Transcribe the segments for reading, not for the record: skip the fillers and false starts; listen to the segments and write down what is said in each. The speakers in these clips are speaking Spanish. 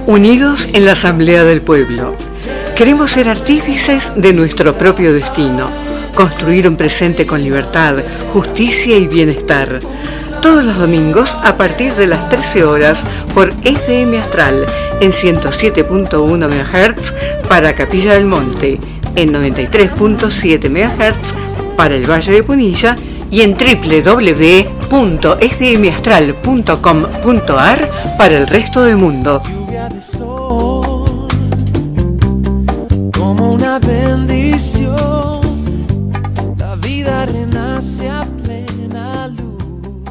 Unidos en la Asamblea del Pueblo. Queremos ser artífices de nuestro propio destino, construir un presente con libertad, justicia y bienestar. Todos los domingos a partir de las 13 horas por FM Astral en 107.1 MHz para Capilla del Monte, en 93.7 MHz para el Valle de Punilla y en www.fmastral.com.ar para el resto del mundo. Como una bendición, la vida renace a plena luz.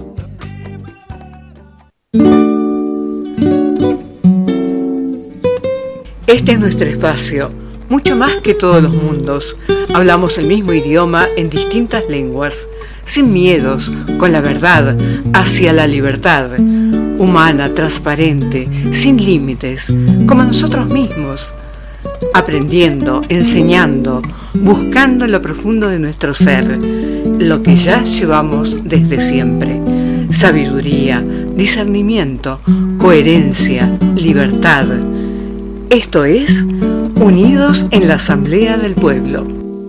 Este es nuestro espacio, mucho más que todos los mundos. Hablamos el mismo idioma en distintas lenguas, sin miedos, con la verdad, hacia la libertad, humana, transparente, sin límites, como nosotros mismos. Aprendiendo, enseñando, buscando en lo profundo de nuestro ser, lo que ya llevamos desde siempre. Sabiduría, discernimiento, coherencia, libertad. Esto es Unidos en la Asamblea del Pueblo.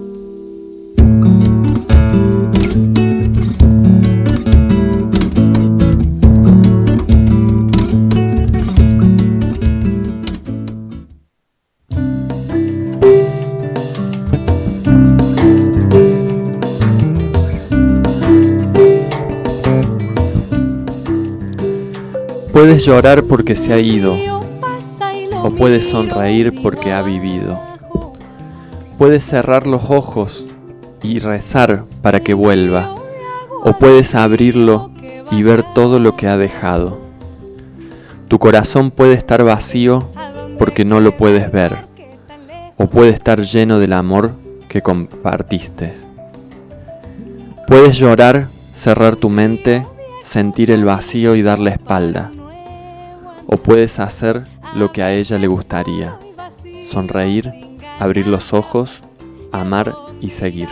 Puedes llorar porque se ha ido, o puedes sonreír porque ha vivido. Puedes cerrar los ojos y rezar para que vuelva, o puedes abrirlo y ver todo lo que ha dejado. Tu corazón puede estar vacío porque no lo puedes ver, o puede estar lleno del amor que compartiste. Puedes llorar, cerrar tu mente, sentir el vacío y dar la espalda. O puedes hacer lo que a ella le gustaría, sonreír, abrir los ojos, amar y seguir.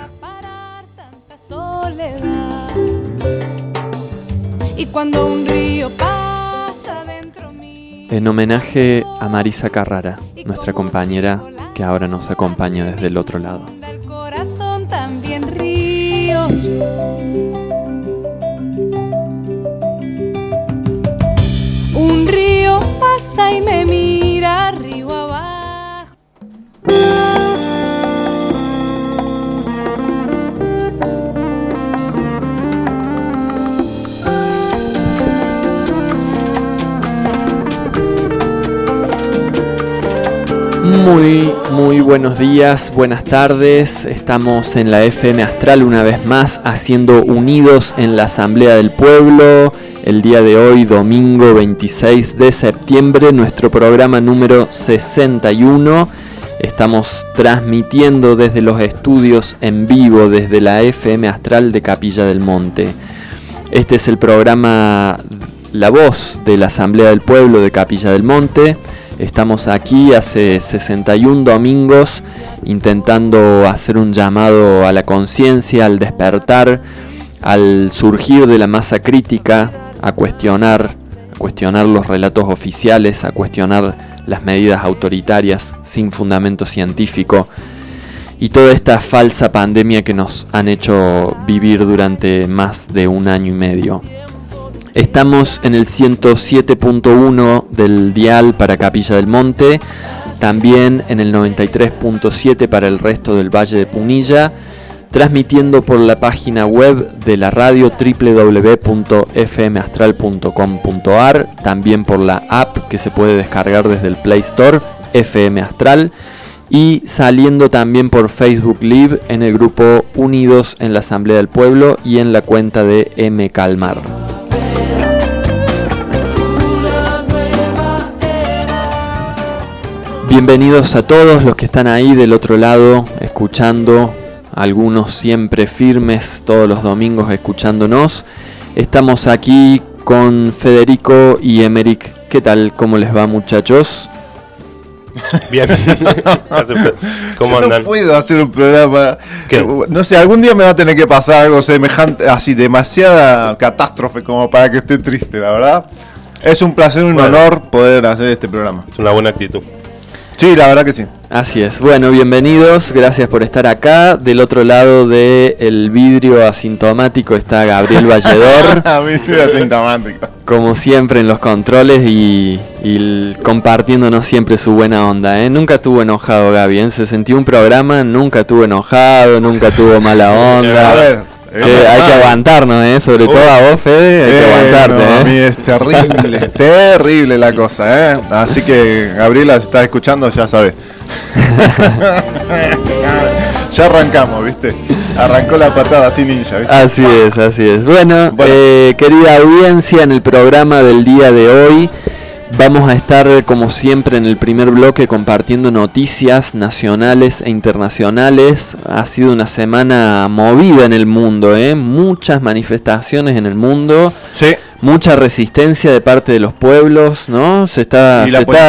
En homenaje a Marisa Carrara, nuestra compañera que ahora nos acompaña desde el otro lado. Un río pasa y me mira río abajo. Muy buenos días, buenas tardes. Estamos en la FM Astral una vez más haciendo Unidos en la Asamblea del Pueblo. El día de hoy, domingo 26 de septiembre, nuestro programa número 61. Estamos transmitiendo desde los estudios en vivo, desde la FM Astral de Capilla del Monte. Este es el programa La Voz de la Asamblea del Pueblo de Capilla del Monte. Estamos aquí hace 61 domingos intentando hacer un llamado a la conciencia, al despertar, al surgir de la masa crítica, a cuestionar los relatos oficiales, a cuestionar las medidas autoritarias sin fundamento científico y toda esta falsa pandemia que nos han hecho vivir durante más de un año y medio. Estamos en el 107.1 del dial para Capilla del Monte, también en el 93.7 para el resto del Valle de Punilla, transmitiendo por la página web de la radio www.fmastral.com.ar, también por la app que se puede descargar desde el Play Store, FM Astral, y saliendo también por Facebook Live en el grupo Unidos en la Asamblea del Pueblo y en la cuenta de M. Calmar. Bienvenidos a todos los que están ahí del otro lado escuchando, algunos siempre firmes todos los domingos escuchándonos. Estamos aquí con Federico y Emerick. ¿Qué tal? ¿Cómo les va, muchachos? Bien. ¿Cómo andan? No puedo hacer un programa. ¿Qué? No sé, algún día me va a tener que pasar algo semejante, así demasiada catástrofe como para que esté triste, la verdad. Es un placer, un honor poder hacer este programa. Es una buena actitud. Sí, la verdad que sí. Así es. Bueno, bienvenidos, gracias por estar acá. Del otro lado del vidrio asintomático está Gabriel Valledor. Vidrio asintomático. Como siempre en los controles y compartiéndonos siempre su buena onda, ¿eh? Nunca estuvo enojado Gaby, en 61 programas, nunca estuvo enojado, nunca tuvo mala onda. A ver, hay que aguantarnos, sobre todo a vos, Fede, hay que aguantarte. No, a mí es terrible, terrible la cosa, Así que, Gabriela, si estás escuchando, ya sabes. Ya arrancamos, ¿viste? Arrancó la patada así ninja, ¿viste? Así es. Bueno. Querida audiencia, en el programa del día de hoy vamos a estar, como siempre, en el primer bloque compartiendo noticias nacionales e internacionales. Ha sido una semana movida en el mundo, muchas manifestaciones en el mundo. Sí. Mucha resistencia de parte de los pueblos, ¿no? Se está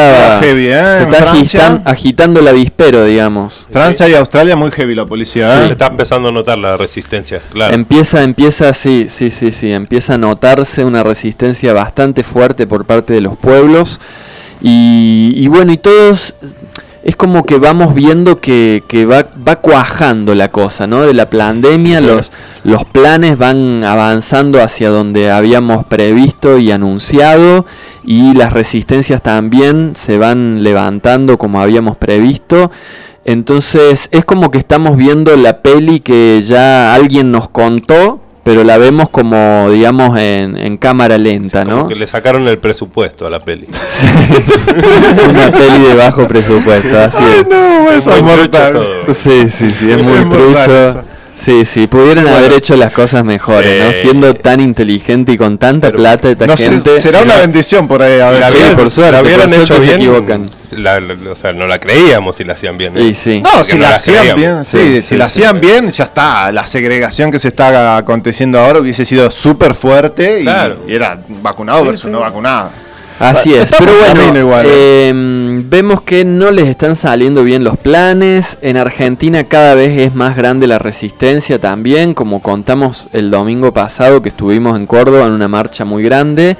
agitando el avispero, digamos. Francia y Australia muy heavy la policía, Sí, está empezando a notar la resistencia, claro. Empieza, sí. Empieza a notarse una resistencia bastante fuerte por parte de los pueblos. Y bueno, y todos... Es como que vamos viendo que va cuajando la cosa, ¿no? De la pandemia, los planes van avanzando hacia donde habíamos previsto y anunciado, y las resistencias también se van levantando como habíamos previsto. Entonces es como que estamos viendo la peli que ya alguien nos contó, pero la vemos como, digamos, en cámara lenta, ¿no? Como que le sacaron el presupuesto a la peli. Sí. Una peli de bajo presupuesto, así es. No, eso es mortal. Sí, es muy trucho. Sí, pudieron haber hecho las cosas mejores, ¿no? Siendo tan inteligente y con tanta plata de esta gente. Será una bendición por ahí, a ver. Por suerte, la hubieran hecho bien, se equivocan. O sea, no la creíamos si la hacían bien. Y sí. No, si la hacían bien, si la hacían bien, ya está. La segregación que se está aconteciendo ahora hubiese sido súper fuerte, claro. y era vacunado versus no vacunado. Así es, pero bueno, vemos que no les están saliendo bien los planes. En Argentina cada vez es más grande la resistencia también, como contamos el domingo pasado que estuvimos en Córdoba en una marcha muy grande.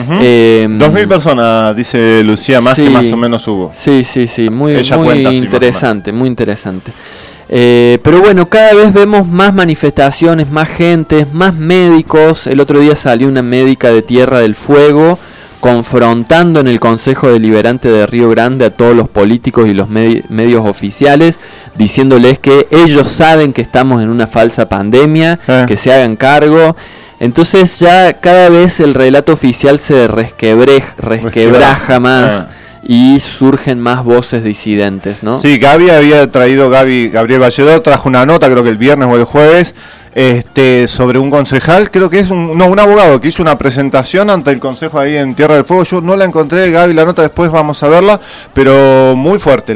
2.000 personas, dice Lucía, que más o menos hubo. Sí, muy interesante, muy interesante. Pero bueno, cada vez vemos más manifestaciones, más gente, más médicos. El otro día salió una médica de Tierra del Fuego confrontando en el Consejo Deliberante de Río Grande a todos los políticos y los medios oficiales, diciéndoles que ellos saben que estamos en una falsa pandemia, que se hagan cargo. Entonces ya cada vez el relato oficial se resquebraja más. Y surgen más voces disidentes, ¿no? Sí, Gabriel Valledor trajo una nota, creo que el viernes o el jueves, sobre un concejal, creo que es un abogado que hizo una presentación ante el consejo ahí en Tierra del Fuego. Yo no la encontré, Gaby, la nota, después vamos a verla, pero muy fuerte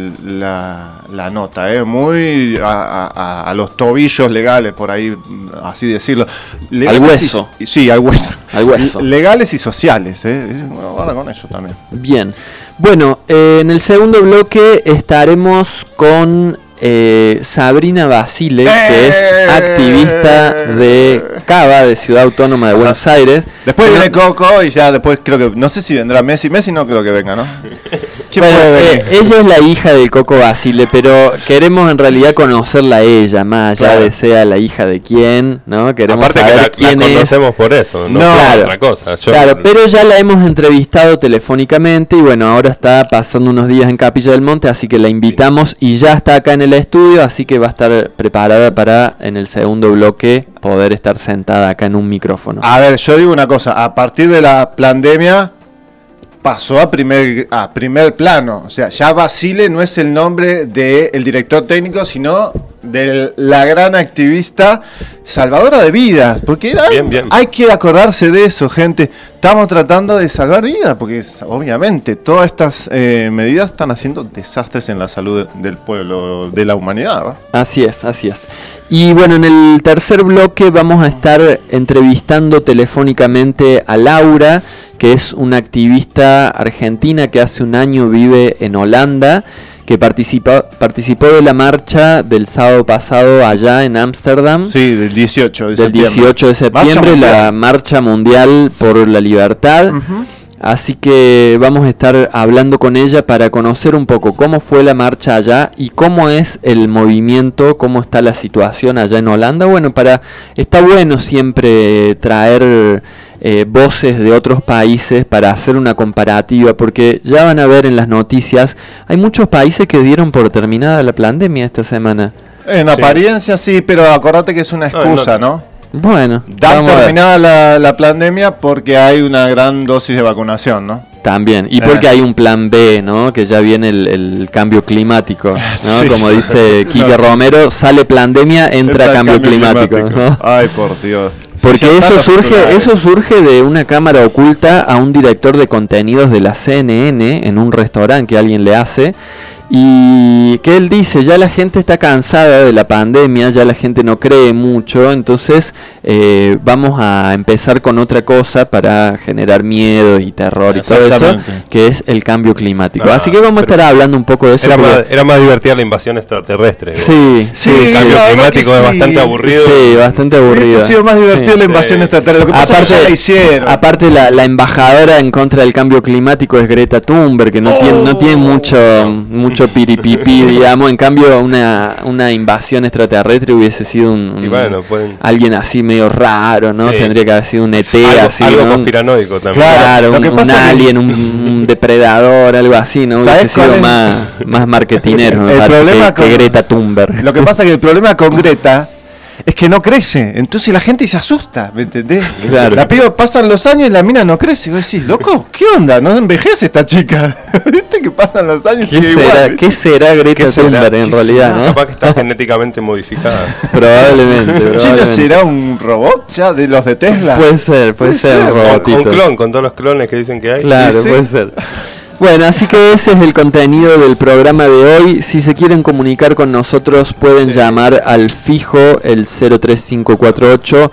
la nota, muy a los tobillos legales, por ahí, así decirlo. Al hueso. Sí, al hueso. Al hueso. Legales y sociales, ahora con eso también. Bien. Bueno, en el segundo bloque estaremos con Sabrina Basile, que es activista de Cava, de Ciudad Autónoma de Buenos Aires. Después viene Coco y ya después creo que, no sé si vendrá Messi no creo que venga, ¿no? Bueno, ella es la hija del Coco Basile, pero queremos en realidad conocerla a ella, más allá de sea la hija de quién, ¿no? Queremos aparte saber que la conocemos por eso, no claro, por otra cosa. Claro, pero ya la hemos entrevistado telefónicamente y bueno, ahora está pasando unos días en Capilla del Monte, así que la invitamos y ya está acá en el estudio, así que va a estar preparada para en el segundo bloque poder estar sentada acá en un micrófono. A ver, yo digo una cosa, a partir de la pandemia pasó a primer plano, o sea, ya Basile no es el nombre del director técnico, sino de la gran activista salvadora de vidas, porque hay que acordarse de eso, gente. Estamos tratando de salvar vidas, porque obviamente todas estas medidas están haciendo desastres en la salud del pueblo, de la humanidad, ¿va? Así es. Y bueno, en el tercer bloque vamos a estar entrevistando telefónicamente a Laura, que es una activista argentina que hace un año vive en Holanda, que participó de la marcha del sábado pasado allá en Ámsterdam. Sí, del 18 de septiembre. Del 18 de septiembre, la marcha mundial por la libertad. Así que vamos a estar hablando con ella para conocer un poco cómo fue la marcha allá y cómo es el movimiento, cómo está la situación allá en Holanda. Bueno, está bueno siempre traer voces de otros países para hacer una comparativa, porque ya van a ver en las noticias, hay muchos países que dieron por terminada la pandemia esta semana. En apariencia sí, pero acordate que es una excusa, ¿no? Bueno, dan terminada la pandemia porque hay una gran dosis de vacunación, ¿no? También, y porque hay un plan B, ¿no? Que ya viene el cambio climático, ¿no? Sí. Como dice Quique Romero, sale pandemia, entra cambio climático, ¿no? Ay, por Dios. Porque eso surge de una cámara oculta a un director de contenidos de la CNN en un restaurante que alguien le hace. Y que él dice, ya la gente está cansada de la pandemia, ya la gente no cree mucho, entonces vamos a empezar con otra cosa para generar miedo y terror y todo eso, que es el cambio climático. Así que vamos a estar hablando un poco de eso. Era más divertida la invasión extraterrestre. Sí, el cambio climático es bastante aburrido. Sí, bastante aburrido. Hubiese sido más divertido la invasión extraterrestre. Lo que pasa es que ya la hicieron. Aparte la embajadora en contra del cambio climático es Greta Thunberg, que no tiene mucho piripipi, digamos. En cambio una invasión extraterrestre hubiese sido alguien así medio raro, ¿no? Sí. Tendría que haber sido un ET, algo ¿no? conspiranoico también. Claro, un alien, un depredador, algo así, ¿no? Hubiese sido más marketinero, ¿no? que Greta Thunberg. Lo que pasa es que el problema con Greta es que no crece, entonces la gente se asusta, ¿me entendés? Claro. La piba, pasan los años y la mina no crece, y vos decís, loco, ¿qué onda? ¿No envejece esta chica? ¿Viste que pasan los años? ¿Qué será Greta Thunberg en realidad, no? Capaz que está genéticamente modificada. Probablemente. ¿Chino será un robot ya de los de Tesla? Puede ser un robotito. Un clon, con todos los clones que dicen que hay. Claro, ¿sí? Puede ser. Bueno, así que ese es el contenido del programa de hoy. Si se quieren comunicar con nosotros pueden llamar al fijo, el 03548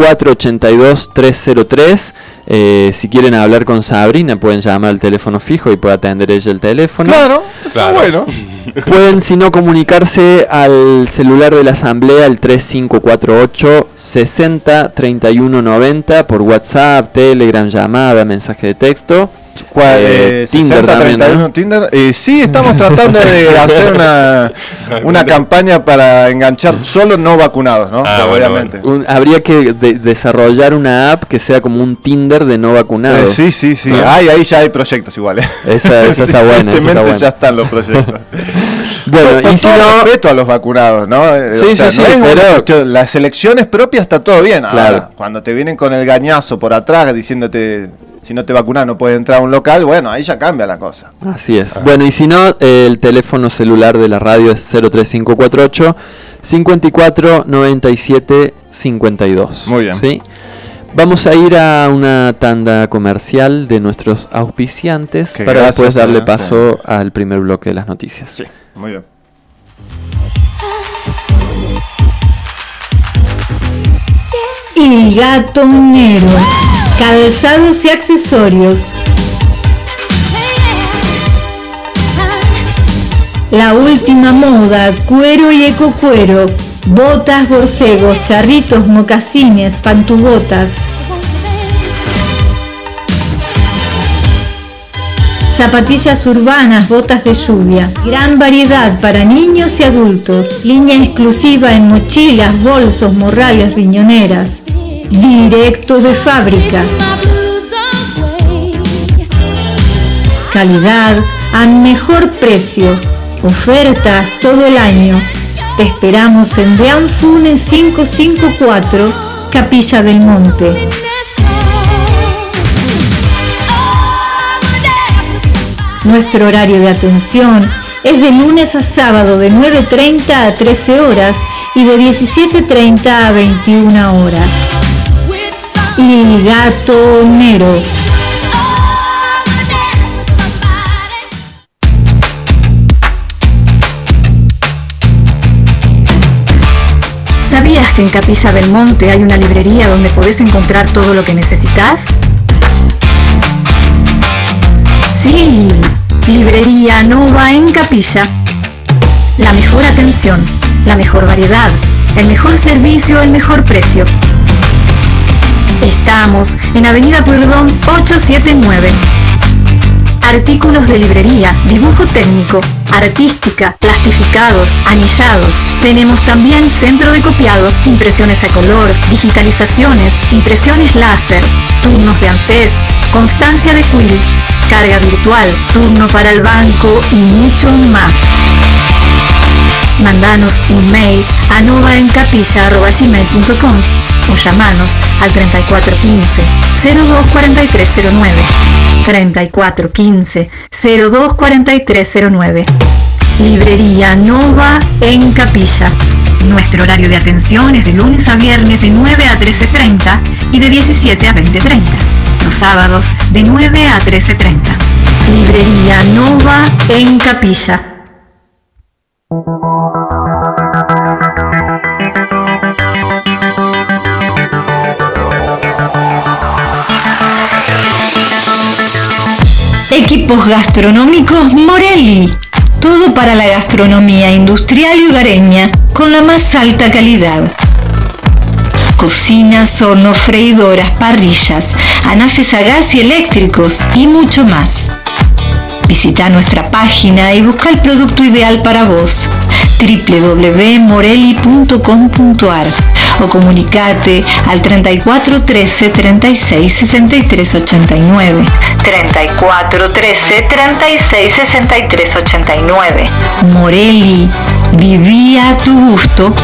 482-303. Si quieren hablar con Sabrina pueden llamar al teléfono fijo y puede atender ella el teléfono. Claro. Bueno. Pueden, si no, comunicarse al celular de la asamblea, el 3548 60 31 90, por WhatsApp, Telegram, llamada, mensaje de texto. Tinder 60, también, 31, ¿no? Tinder, sí, estamos tratando de hacer una campaña para enganchar solo no vacunados, ¿no? Obviamente. Habría que desarrollar una app que sea como un Tinder de no vacunados. Sí. ¿No? Ahí ya hay proyectos iguales. Esa está buena. Ya están los proyectos. Bueno, y si no, respeto a los vacunados, ¿no? Sí, pero las elecciones propias está todo bien. Claro. Ahora, cuando te vienen con el gañazo por atrás diciéndote si no te vacunas no puedes entrar a un local, bueno, ahí ya cambia la cosa. Así es. Bueno, y si no, el teléfono celular de la radio es 03548 54 97 52. Muy bien. ¿Sí? Vamos a ir a una tanda comercial de nuestros auspiciantes para después darle paso al primer bloque de las noticias. Sí, muy bien. El Gatonero, calzados y accesorios. La última moda, cuero y ecocuero, botas, borcegos, charritos, mocasines, pantubotas. Zapatillas urbanas, botas de lluvia. Gran variedad para niños y adultos. Línea exclusiva en mochilas, bolsos, morrales, riñoneras. Directo de fábrica. Calidad a mejor precio. Ofertas todo el año. Te esperamos en Dean Funes 554, Capilla del Monte. Nuestro horario de atención es de lunes a sábado de 9:30 a 13 horas y de 17:30 a 21 horas. El Gatonero. ¿Sabías que en Capilla del Monte hay una librería donde podés encontrar todo lo que necesitas? Sí, Librería Nova en Capilla. La mejor atención, la mejor variedad, el mejor servicio, el mejor precio. Está Estamos en Avenida Pueyrredón 879. Artículos de librería, dibujo técnico, artística, plastificados, anillados. Tenemos también centro de copiado, impresiones a color, digitalizaciones, impresiones láser, turnos de ANSES, constancia de quill, carga virtual, turno para el banco y mucho más. Mandanos un mail a novaencapilla@gmail.com o llamanos al 3415 024309. 3415 024309. Librería Nova en Capilla. Nuestro horario de atención es de lunes a viernes de 9 a 13:30 y de 17 a 20:30. Los sábados de 9 a 13:30. Librería Nova en Capilla. Equipos gastronómicos Morelli. Todo para la gastronomía industrial y hogareña con la más alta calidad. Cocinas, hornos, freidoras, parrillas, anafes a gas y eléctricos y mucho más. Visita nuestra página y busca el producto ideal para vos. www.morelli.com.ar o comunicate al 34 13 36 63 89. 34 13 36 63 89. Morelli, viví a tu gusto.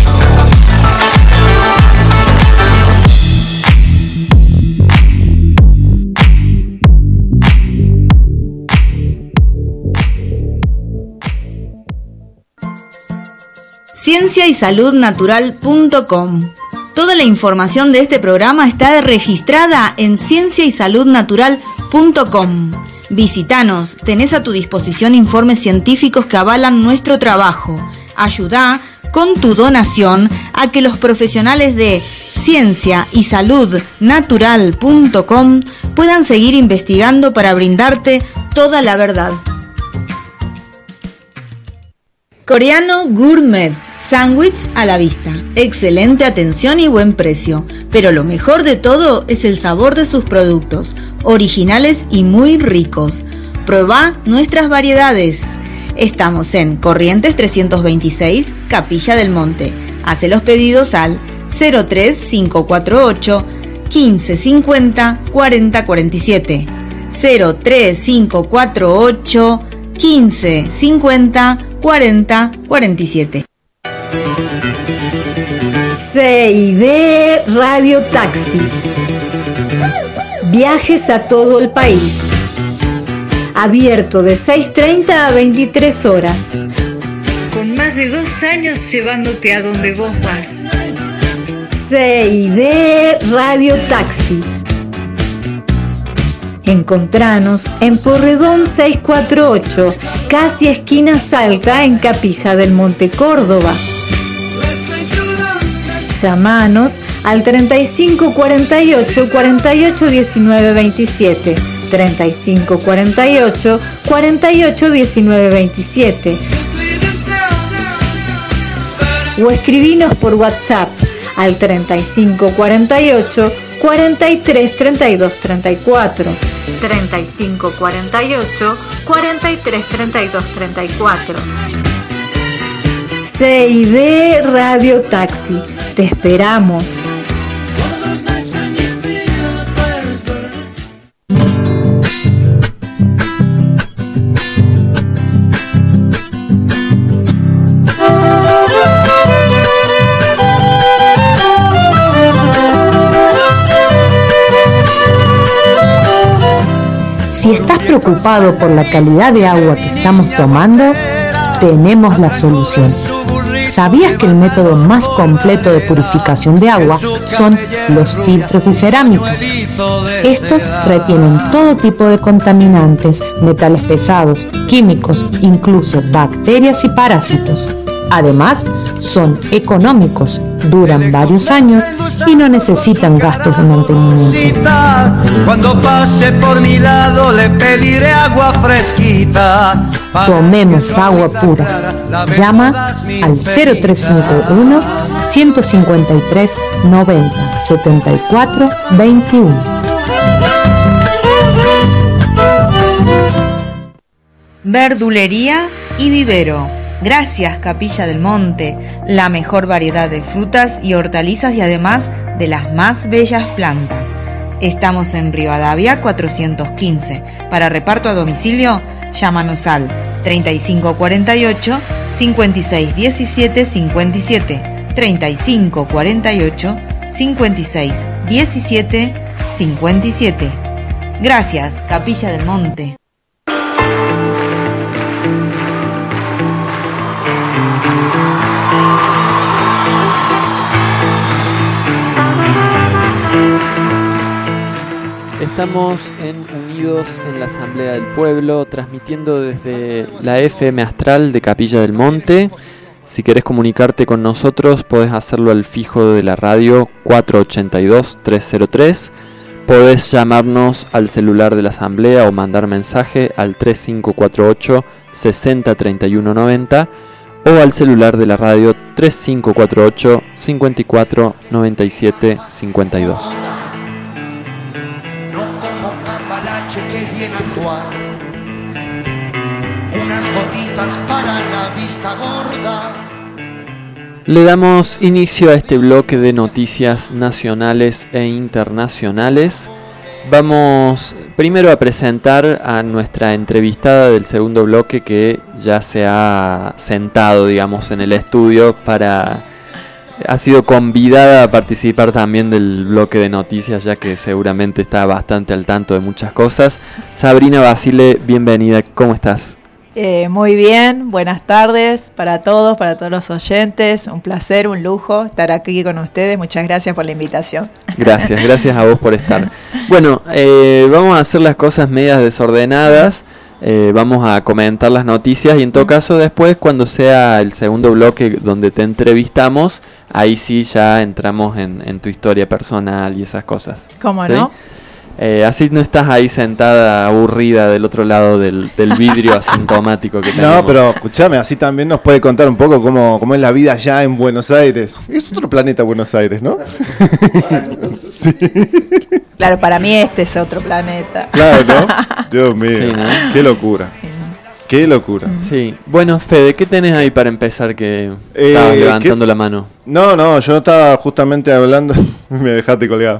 cienciaysaludnatural.com. Toda la información de este programa está registrada en cienciaysaludnatural.com. Visítanos, tenés a tu disposición informes científicos que avalan nuestro trabajo. Ayudá con tu donación a que los profesionales de cienciaysaludnatural.com puedan seguir investigando para brindarte toda la verdad. Coreano Gourmet, sándwich a la vista, excelente atención y buen precio, pero lo mejor de todo es el sabor de sus productos, originales y muy ricos. Prueba nuestras variedades. Estamos en Corrientes 326, Capilla del Monte. Hace los pedidos al 03548 1550 4047. 03548 1550 4047. CID Radio Taxi. Viajes a todo el país. Abierto de 6:30 a 23 horas. Con más de 2 años llevándote a donde vos vas. CID Radio Taxi. Encontranos en Pueyrredón 648, casi esquina Salta, en Capilla del Monte, Córdoba. Llamanos al 3548 48 19 27, 3548 48 19 27, o escribinos por WhatsApp al 3548 43 32 34, 3548 43 32 34. CID Radio Taxi. Te esperamos. Si estás preocupado por la calidad de agua que estamos tomando, tenemos la solución. ¿Sabías que el método más completo de purificación de agua son los filtros de cerámica? Estos retienen todo tipo de contaminantes, metales pesados, químicos, incluso bacterias y parásitos. Además, son económicos, duran varios años y no necesitan gastos de mantenimiento. Cuando pase por mi lado le pediré agua fresquita. Tomemos agua pura. Llama al 0351 153 90 74 21. Verdulería y vivero. Gracias Capilla del Monte, la mejor variedad de frutas y hortalizas y además de las más bellas plantas. Estamos en Rivadavia 415. Para reparto a domicilio, llámanos al 3548 5617 57, 3548 5617 57. Gracias Capilla del Monte. Estamos en Unidos en la Asamblea del Pueblo, transmitiendo desde la FM Astral de Capilla del Monte. Si querés comunicarte con nosotros, podés hacerlo al fijo de la radio 482-303. Podés llamarnos al celular de la Asamblea o mandar mensaje al 3548 60 31 90 o al celular de la radio 3548 54 97 52. Que es bien actual, unas gotitas para la vista gorda. Le damos inicio a este bloque de noticias nacionales e internacionales. Vamos primero a presentar a nuestra entrevistada del segundo bloque, que ya se ha sentado, digamos, en el estudio ha sido convidada a participar también del bloque de noticias, ya que seguramente está bastante al tanto de muchas cosas. Sabrina Basile, bienvenida, ¿cómo estás? Muy bien, buenas tardes para todos los oyentes. Un placer, un lujo estar aquí con ustedes. Muchas gracias por la invitación. Gracias a vos por estar. Bueno, vamos a hacer las cosas medias desordenadas. Vamos a comentar las noticias y en todo caso después, cuando sea el segundo bloque donde te entrevistamos, ahí sí ya entramos en tu historia personal y esas cosas. ¿Cómo ¿sí? no? Así no estás ahí sentada aburrida del otro lado del vidrio asintomático que tenemos. No, pero escúchame, así también nos puede contar un poco cómo es la vida allá en Buenos Aires. Es otro planeta Buenos Aires, ¿no? Sí. Claro, para mí este es otro planeta. Claro, ¿no? Dios mío, Sí, ¿no? Qué locura. Qué locura. Sí. Bueno, Fede, ¿qué tenés ahí para empezar que estabas levantando la mano? No, yo estaba justamente hablando, me dejaste colgado,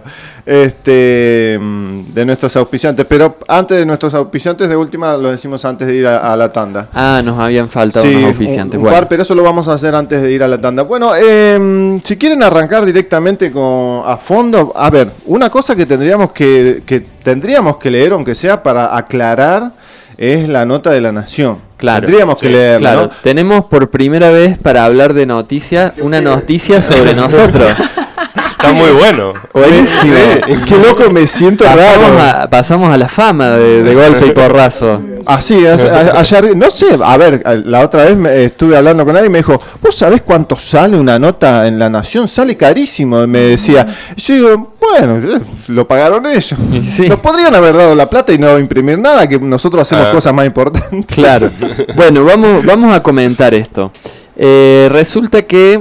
de nuestros auspiciantes, pero antes de nuestros auspiciantes, de última lo decimos antes de ir a la tanda. Ah, nos habían faltado unos auspiciantes. Un par, pero eso lo vamos a hacer antes de ir a la tanda. Bueno, si quieren arrancar directamente a fondo, a ver, una cosa que tendríamos que leer, aunque sea para aclarar, es la nota de La Nación. Claro, tendríamos que leerla, claro. ¿no? Tenemos por primera vez para hablar de noticias, una noticia sobre nosotros. Está muy bueno. Buenísimo. Qué loco me siento raro. Pasamos a la fama de golpe y porrazo. Así, allá arriba, no sé, a ver, la otra vez estuve hablando con alguien y me dijo, ¿vos sabés cuánto sale una nota en La Nación? Sale carísimo, me decía. Yo digo, bueno, lo pagaron ellos. Sí. Nos podrían haber dado la plata y no imprimir nada, que nosotros hacemos cosas más importantes. Claro. Bueno, vamos a comentar esto. Resulta que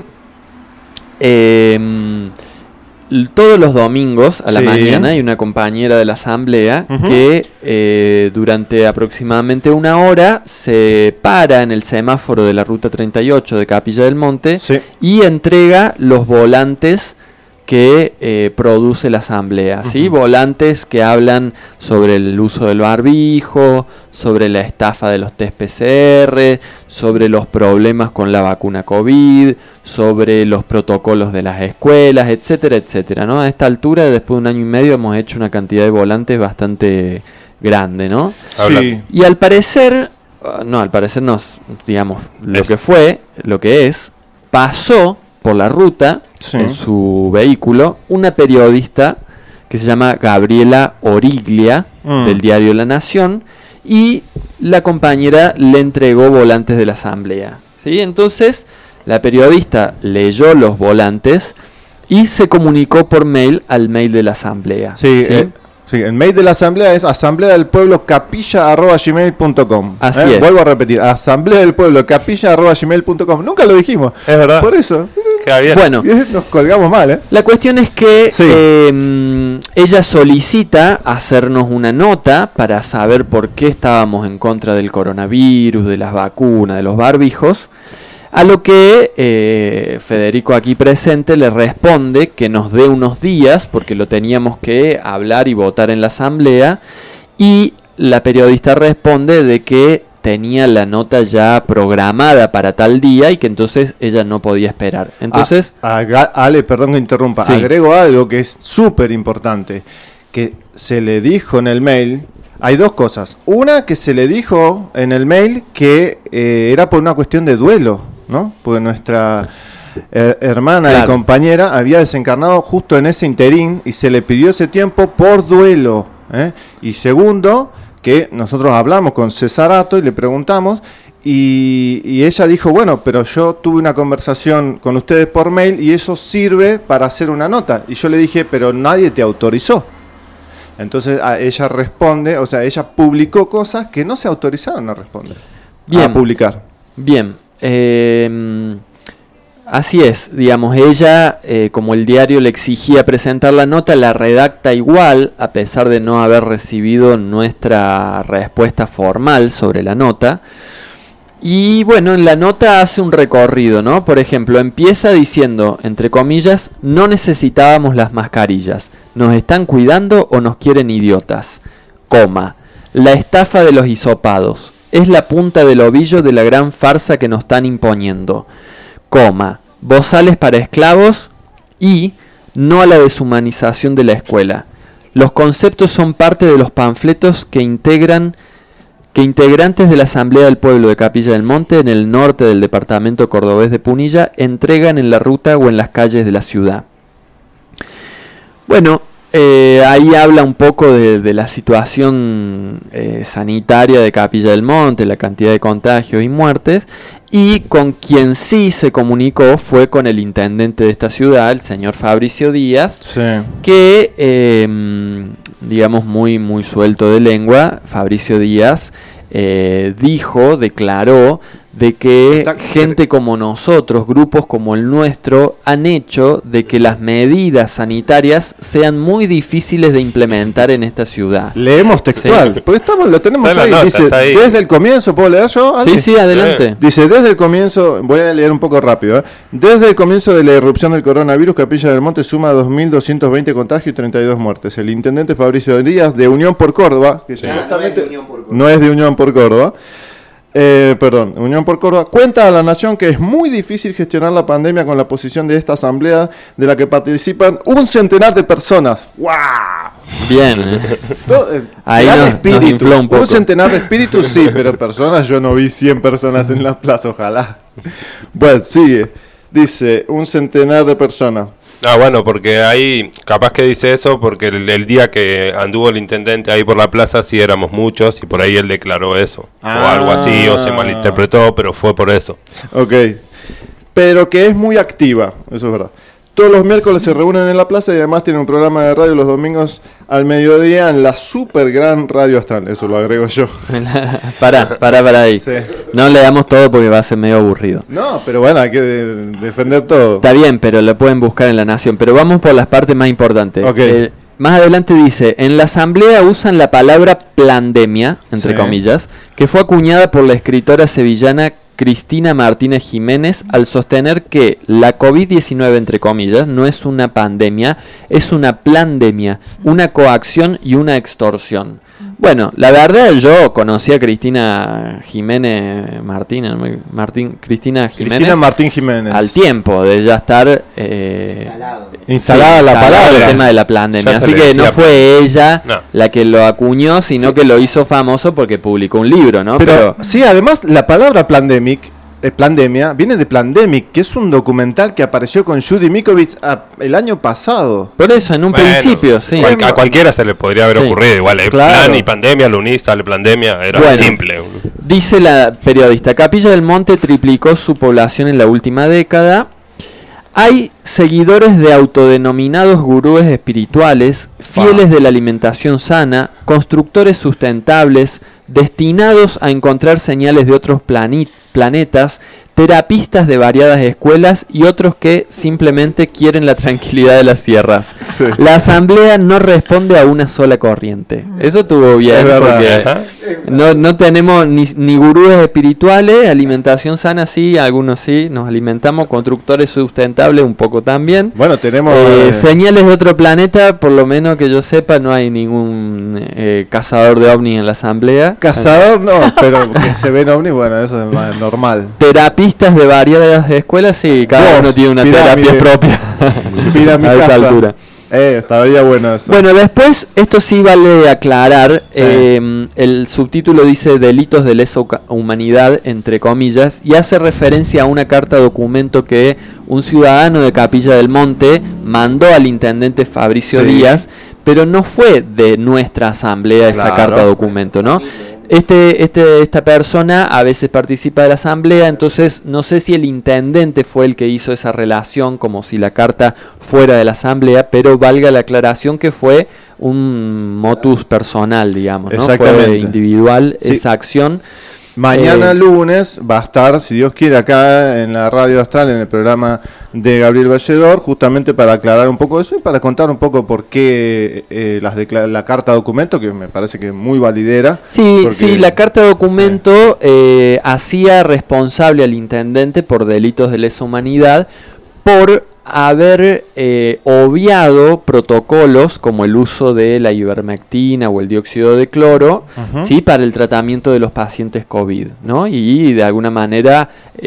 todos los domingos a la mañana hay una compañera de la asamblea que durante aproximadamente una hora se para en el semáforo de la ruta 38 de Capilla del Monte y entrega los volantes que produce la asamblea, ¿sí? Volantes que hablan sobre el uso del barbijo, sobre la estafa de los test PCR, sobre los problemas con la vacuna COVID, sobre los protocolos de las escuelas, etcétera, etcétera, ¿no? A esta altura, después de un año y medio, hemos hecho una cantidad de volantes bastante grande, ¿no? Sí. Y al parecer no, digamos, lo que es, pasó por la ruta en su vehículo una periodista que se llama Gabriela Origlia del diario La Nación, y la compañera le entregó volantes de la asamblea, ¿sí? Entonces La periodista leyó los volantes y se comunicó por mail al mail de la asamblea. Sí, el mail de la asamblea es asambleadelpueblocapilla@gmail.com. Así es. Vuelvo a repetir, asambleadelpueblocapilla@gmail.com. Nunca lo dijimos. Es verdad. Por eso. Queda bien. Bueno, Nos colgamos mal, la cuestión es que ella solicita hacernos una nota para saber por qué estábamos en contra del coronavirus, de las vacunas, de los barbijos. A lo que Federico aquí presente le responde que nos dé unos días porque lo teníamos que hablar y votar en la asamblea, y la periodista responde de que tenía la nota ya programada para tal día y que entonces ella no podía esperar. Entonces, Ale, perdón que interrumpa, sí. Agrego algo que es súper importante, que se le dijo en el mail. Hay dos cosas. Una, que se le dijo en el mail que era por una cuestión de duelo, ¿no? Porque nuestra hermana Claro. y compañera había desencarnado justo en ese interín y se le pidió ese tiempo por duelo, ¿eh? Y segundo, que nosotros hablamos con Cesarato y le preguntamos, y ella dijo, bueno, pero yo tuve una conversación con ustedes por mail y eso sirve para hacer una nota. Y yo le dije, pero nadie te autorizó. Entonces ella responde, o sea, ella publicó cosas que no se autorizaron a responder, Bien. a publicar. bien, así es, digamos, ella, como el diario le exigía presentar la nota, la redacta igual, a pesar de no haber recibido nuestra respuesta formal sobre la nota. Y bueno, en la nota hace un recorrido, ¿no? Por ejemplo, empieza diciendo, entre comillas, no necesitábamos las mascarillas, nos están cuidando o nos quieren idiotas, coma, la estafa de los hisopados, es la punta del ovillo de la gran farsa que nos están imponiendo, coma, bozales para esclavos y no a la deshumanización de la escuela. Los conceptos son parte de los panfletos que integrantes de la Asamblea del Pueblo de Capilla del Monte, en el norte del departamento cordobés de Punilla, entregan en la ruta o en las calles de la ciudad. Bueno, ahí habla un poco de la situación sanitaria de Capilla del Monte, la cantidad de contagios y muertes, y con quien sí se comunicó fue con el intendente de esta ciudad, el señor Fabricio Díaz, Sí. que, digamos, muy suelto de lengua, Fabricio Díaz declaró de que gente como nosotros, grupos como el nuestro, han hecho de que las medidas sanitarias sean muy difíciles de implementar en esta ciudad. Leemos textual, Sí. porque lo tenemos Está en ahí, la nota, dice, está ahí. desde el comienzo, ¿puedo leer yo? Sí, Andy? sí, adelante. Dice, desde el comienzo, voy a leer un poco rápido, ¿eh? Desde el comienzo de la irrupción del coronavirus, Capilla del Monte suma 2.220 contagios y 32 muertes. El intendente Fabricio Díaz, de Unión por Córdoba, que supuestamente no es de Unión por Córdoba, Unión por Córdoba, cuenta a la Nación que es muy difícil gestionar la pandemia con la posición de esta asamblea de la que participan 100 de personas. ¡Wow! Bien. Ahí Se da nos espíritu. infló un poco. 100 de espíritus, sí, pero personas, yo no vi 100 personas en la plaza, ojalá. Bueno, sigue. Dice, 100 de personas. Ah, bueno, porque ahí capaz que dice eso porque el día que anduvo el intendente ahí por la plaza sí éramos muchos y por ahí él declaró eso. O algo así, o se malinterpretó, pero fue por eso. Ok. Pero que es muy activa, eso es verdad. Todos los miércoles se reúnen en la plaza y además tienen un programa de radio los domingos al mediodía en la super gran Radio Astral. Eso lo agrego yo. Pará ahí. Sí. No le damos todo porque va a ser medio aburrido. No, pero bueno, hay que defender todo. Está bien, pero lo pueden buscar en La Nación. Pero vamos por las partes más importantes. Ok. Más adelante dice, en la asamblea usan la palabra plandemia, entre Sí. comillas, que fue acuñada por la escritora sevillana Cristina Martínez Jiménez al sostener que la COVID-19, entre comillas, no es una pandemia, es una plandemia, una coacción y una extorsión. Bueno, la verdad yo conocí a Cristina Jiménez Cristina Martín Jiménez. al tiempo de ya estar instalada la palabra. el tema de la pandemia. Ya se Así le que decía no fue ella No. la que lo acuñó, sino que lo hizo famoso porque publicó un libro, ¿no? Pero sí, además la palabra pandemic Plandemia, viene de Plandemic, que es un documental que apareció con Judy Mikovits el año pasado. Por eso, en un principio, sí. A cualquiera se le podría haber ocurrido. Igual, plan y pandemia, lo unís, sale Plandemia, era simple. Dice la periodista, Capilla del Monte triplicó su población en la última década. Hay seguidores de autodenominados gurúes espirituales, fieles de la alimentación sana, constructores sustentables, destinados a encontrar señales de otros planetas, terapistas de variadas escuelas y otros que simplemente quieren la tranquilidad de las sierras. Sí. La asamblea no responde a una sola corriente. Eso estuvo bien, porque no tenemos ni gurúes espirituales, alimentación sana sí, algunos sí, nos alimentamos, constructores sustentables un poco también. Bueno, tenemos señales de otro planeta, por lo menos que yo sepa, no hay ningún cazador de ovnis en la asamblea. Cazador no, pero que se ven ovnis, bueno, eso es más normal. Terapistas de variadas escuelas, sí, cada uno tiene una terapia propia a esa altura. Estaría bueno eso. Bueno, después, esto sí vale aclarar, el subtítulo dice delitos de lesa humanidad, entre comillas, y hace referencia a una carta documento que un ciudadano de Capilla del Monte mandó al intendente Fabricio Díaz, pero no fue de nuestra asamblea esa carta documento, ¿no? Esta persona a veces participa de la asamblea, entonces no sé si el intendente fue el que hizo esa relación como si la carta fuera de la asamblea, pero valga la aclaración que fue un motus personal, digamos, ¿no? Fue individual esa acción. Mañana lunes va a estar, si Dios quiere, acá en la Radio Astral, en el programa de Gabriel Valledor, justamente para aclarar un poco eso y para contar un poco por qué la carta documento, que me parece que es muy validera. Sí, la carta documento hacía responsable al intendente por delitos de lesa humanidad por haber obviado protocolos como el uso de la ivermectina o el dióxido de cloro, ¿sí? Para el tratamiento de los pacientes COVID, ¿no? Y de alguna manera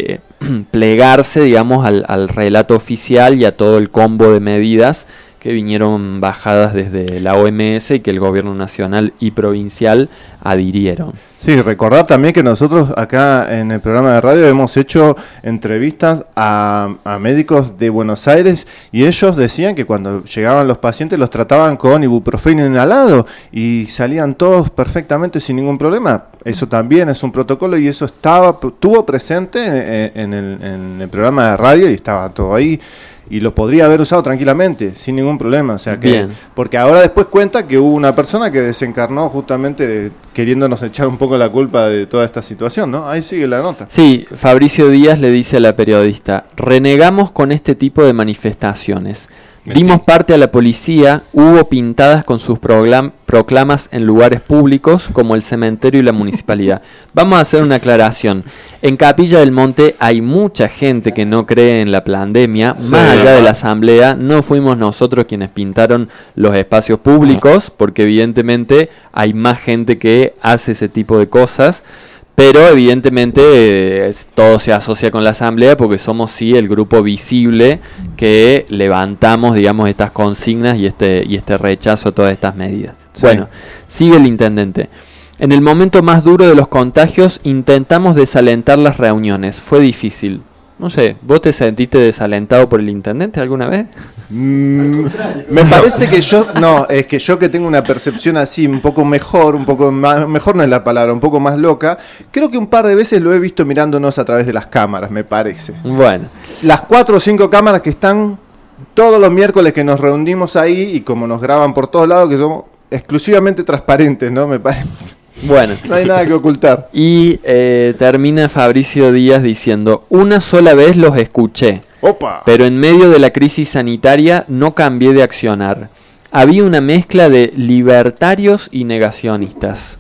plegarse, digamos, al relato oficial y a todo el combo de medidas que vinieron bajadas desde la OMS y que el gobierno nacional y provincial adhirieron. Sí, recordar también que nosotros acá en el programa de radio hemos hecho entrevistas a médicos de Buenos Aires y ellos decían que cuando llegaban los pacientes los trataban con ibuprofeno inhalado y salían todos perfectamente sin ningún problema. Eso también es un protocolo y eso estuvo presente en el programa de radio y estaba todo ahí. Y lo podría haber usado tranquilamente, sin ningún problema. O sea que, porque ahora después cuenta que hubo una persona que desencarnó justamente queriéndonos echar un poco la culpa de toda esta situación, ¿no? Ahí sigue la nota. Sí, Fabricio Díaz le dice a la periodista: renegamos con este tipo de manifestaciones. Dimos parte a la policía, hubo pintadas con sus proclamas en lugares públicos como el cementerio y la municipalidad. Vamos a hacer una aclaración. En Capilla del Monte hay mucha gente que no cree en la pandemia, más allá de la asamblea. No fuimos nosotros quienes pintaron los espacios públicos, porque evidentemente hay más gente que hace ese tipo de cosas. Pero evidentemente todo se asocia con la asamblea porque somos el grupo visible que levantamos, digamos, estas consignas y este rechazo a todas estas medidas. Sí. Bueno, sigue el intendente. En el momento más duro de los contagios intentamos desalentar las reuniones. Fue difícil. No sé, ¿vos te sentiste desalentado por el intendente alguna vez? Me parece que es que yo que tengo una percepción así un poco mejor, mejor no es la palabra, un poco más loca, creo que un par de veces lo he visto mirándonos a través de las cámaras, me parece. Bueno. Las 4 o 5 cámaras que están todos los miércoles que nos reunimos ahí y como nos graban por todos lados, que somos exclusivamente transparentes, ¿no? Me parece. Bueno, no hay nada que ocultar. Y termina Fabricio Díaz diciendo: una sola vez los escuché, pero en medio de la crisis sanitaria no cambié de accionar. Había una mezcla de libertarios y negacionistas.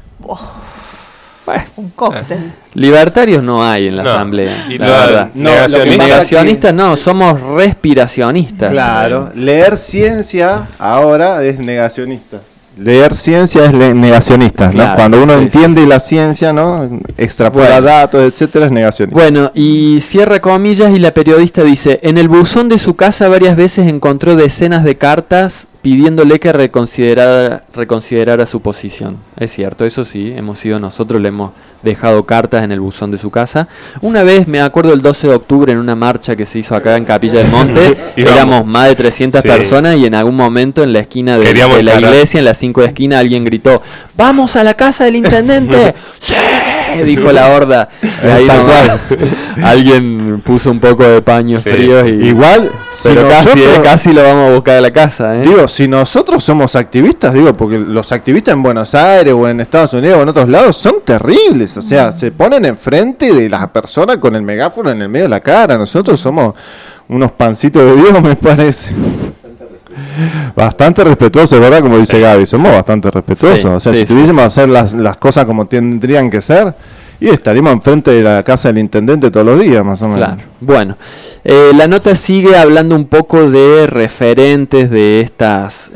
Un cóctel. Libertarios no hay en la asamblea, la verdad. Negacionistas no, somos respiracionistas. Claro, leer ciencia ahora es negacionista. Leer ciencia es negacionista, ¿no? Claro, cuando uno entiende la ciencia, ¿no? Extrapola datos, etcétera, es negacionista. Bueno, y cierra comillas y la periodista dice: en el buzón de su casa varias veces encontró decenas de cartas pidiéndole que reconsiderara su posición. Es cierto, eso sí, hemos sido nosotros, le hemos dejado cartas en el buzón de su casa. Una vez, me acuerdo, el 12 de octubre en una marcha que se hizo acá en Capilla del Monte, éramos más de 300 personas y en algún momento en la esquina de la iglesia, en las 5 de esquina, alguien gritó: ¡vamos a la casa del intendente! ¡Sí! Dijo la horda. Ahí alguien puso un poco de paños fríos. Igual, pero casi lo vamos a buscar a la casa. Digo, si nosotros somos activistas, porque los activistas en Buenos Aires o en Estados Unidos o en otros lados son terribles. O sea, se ponen enfrente de la persona con el megáfono en el medio de la cara. Nosotros somos unos pancitos de Dios, me parece. Bastante respetuosos, ¿verdad? Como dice Gaby, somos bastante respetuosos. Si tuviésemos que hacer las cosas como tendrían que ser, y estaríamos enfrente de la casa del intendente todos los días, más o menos. Claro. Bueno, la nota sigue hablando un poco de referentes de estas,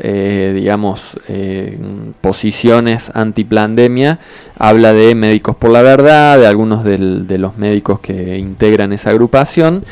posiciones antiplandemia. Habla de Médicos por la Verdad, de algunos de los médicos que integran esa agrupación.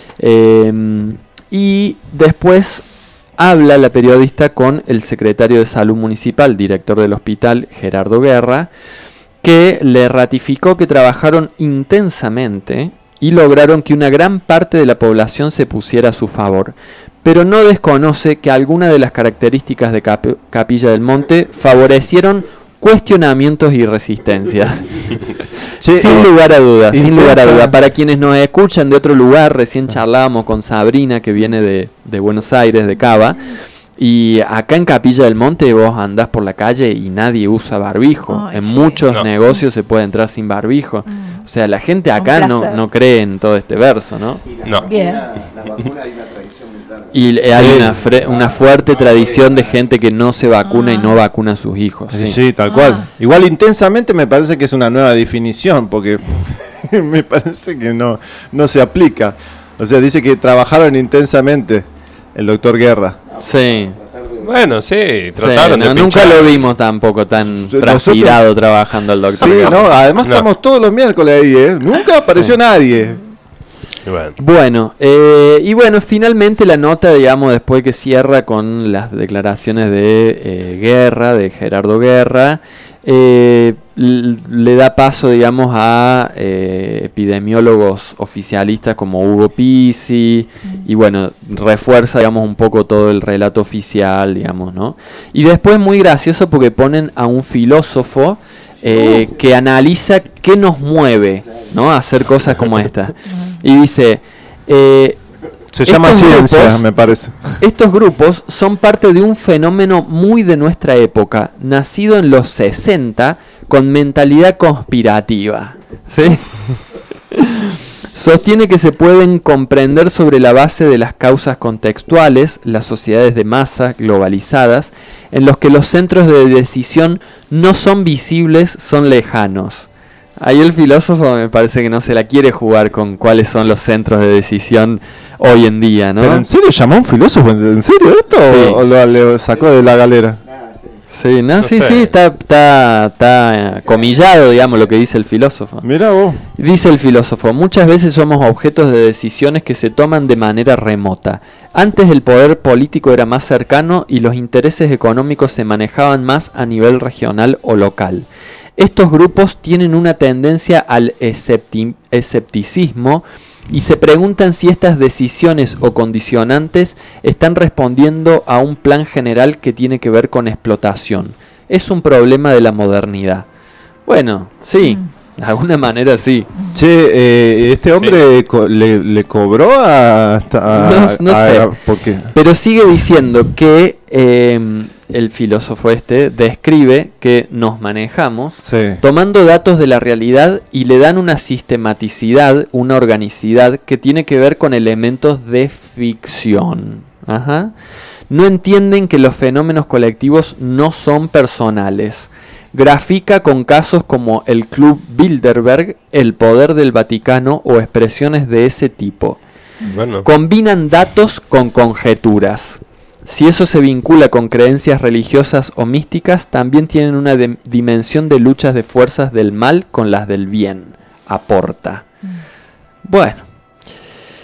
Y después habla la periodista con el secretario de Salud Municipal, director del hospital, Gerardo Guerra, que le ratificó que trabajaron intensamente y lograron que una gran parte de la población se pusiera a su favor, pero no desconoce que algunas de las características de Capilla del Monte favorecieron cuestionamientos y resistencias. Sin lugar a dudas. Para quienes nos escuchan de otro lugar, recién charlábamos con Sabrina, que viene de Buenos Aires, de Cava, y acá en Capilla del Monte vos andás por la calle y nadie usa barbijo. Muchos negocios se puede entrar sin barbijo. O sea, la gente acá no cree en todo este verso, ¿no? Bien. La vacuna hay una tradición muy larga. Y hay una fuerte tradición de gente que no se vacuna y no vacuna a sus hijos. Sí, tal cual. Igual intensamente me parece que es una nueva definición, porque me parece que no se aplica. O sea, dice que trabajaron intensamente el doctor Guerra. Sí. Bueno, sí, trataron de nunca lo vimos tampoco tan transpirado trabajando el doctor. Sí, además estamos todos los miércoles ahí, Nunca apareció nadie. Bueno, finalmente la nota, después que cierra con las declaraciones de Guerra, de Gerardo Guerra, le da paso, a epidemiólogos oficialistas como Hugo Pizzi, y refuerza, un poco todo el relato oficial, ¿no? Y después muy gracioso porque ponen a un filósofo que analiza qué nos mueve, ¿no? A hacer cosas como esta. Y dice... se llama ciencia, me parece. Estos grupos son parte de un fenómeno muy de nuestra época, nacido en los 60 con mentalidad conspirativa. ¿Sí? Sostiene que se pueden comprender sobre la base de las causas contextuales, las sociedades de masa globalizadas, en los que los centros de decisión no son visibles, son lejanos. Ahí el filósofo me parece que no se la quiere jugar con cuáles son los centros de decisión hoy en día, ¿no? ¿Pero en serio llamó a un filósofo? ¿En serio esto? Sí. ¿O lo sacó de la galera? Sí, está comillado, lo que dice el filósofo. Mirá vos. Dice el filósofo: muchas veces somos objetos de decisiones que se toman de manera remota. Antes el poder político era más cercano y los intereses económicos se manejaban más a nivel regional o local. Estos grupos tienen una tendencia al escepticismo y se preguntan si estas decisiones o condicionantes están respondiendo a un plan general que tiene que ver con explotación. Es un problema de la modernidad. Bueno, sí, de alguna manera sí. Che, este hombre le cobró no sé, ¿por qué? Pero sigue diciendo que el filósofo describe que nos manejamos tomando datos de la realidad y le dan una sistematicidad, una organicidad que tiene que ver con elementos de ficción. Ajá. No entienden que los fenómenos colectivos no son personales. Grafica con casos como el Club Bilderberg, el poder del Vaticano o expresiones de ese tipo. Combinan datos con conjeturas. Si eso se vincula con creencias religiosas o místicas, también tienen una dimensión de luchas de fuerzas del mal con las del bien. Aporta. Bueno.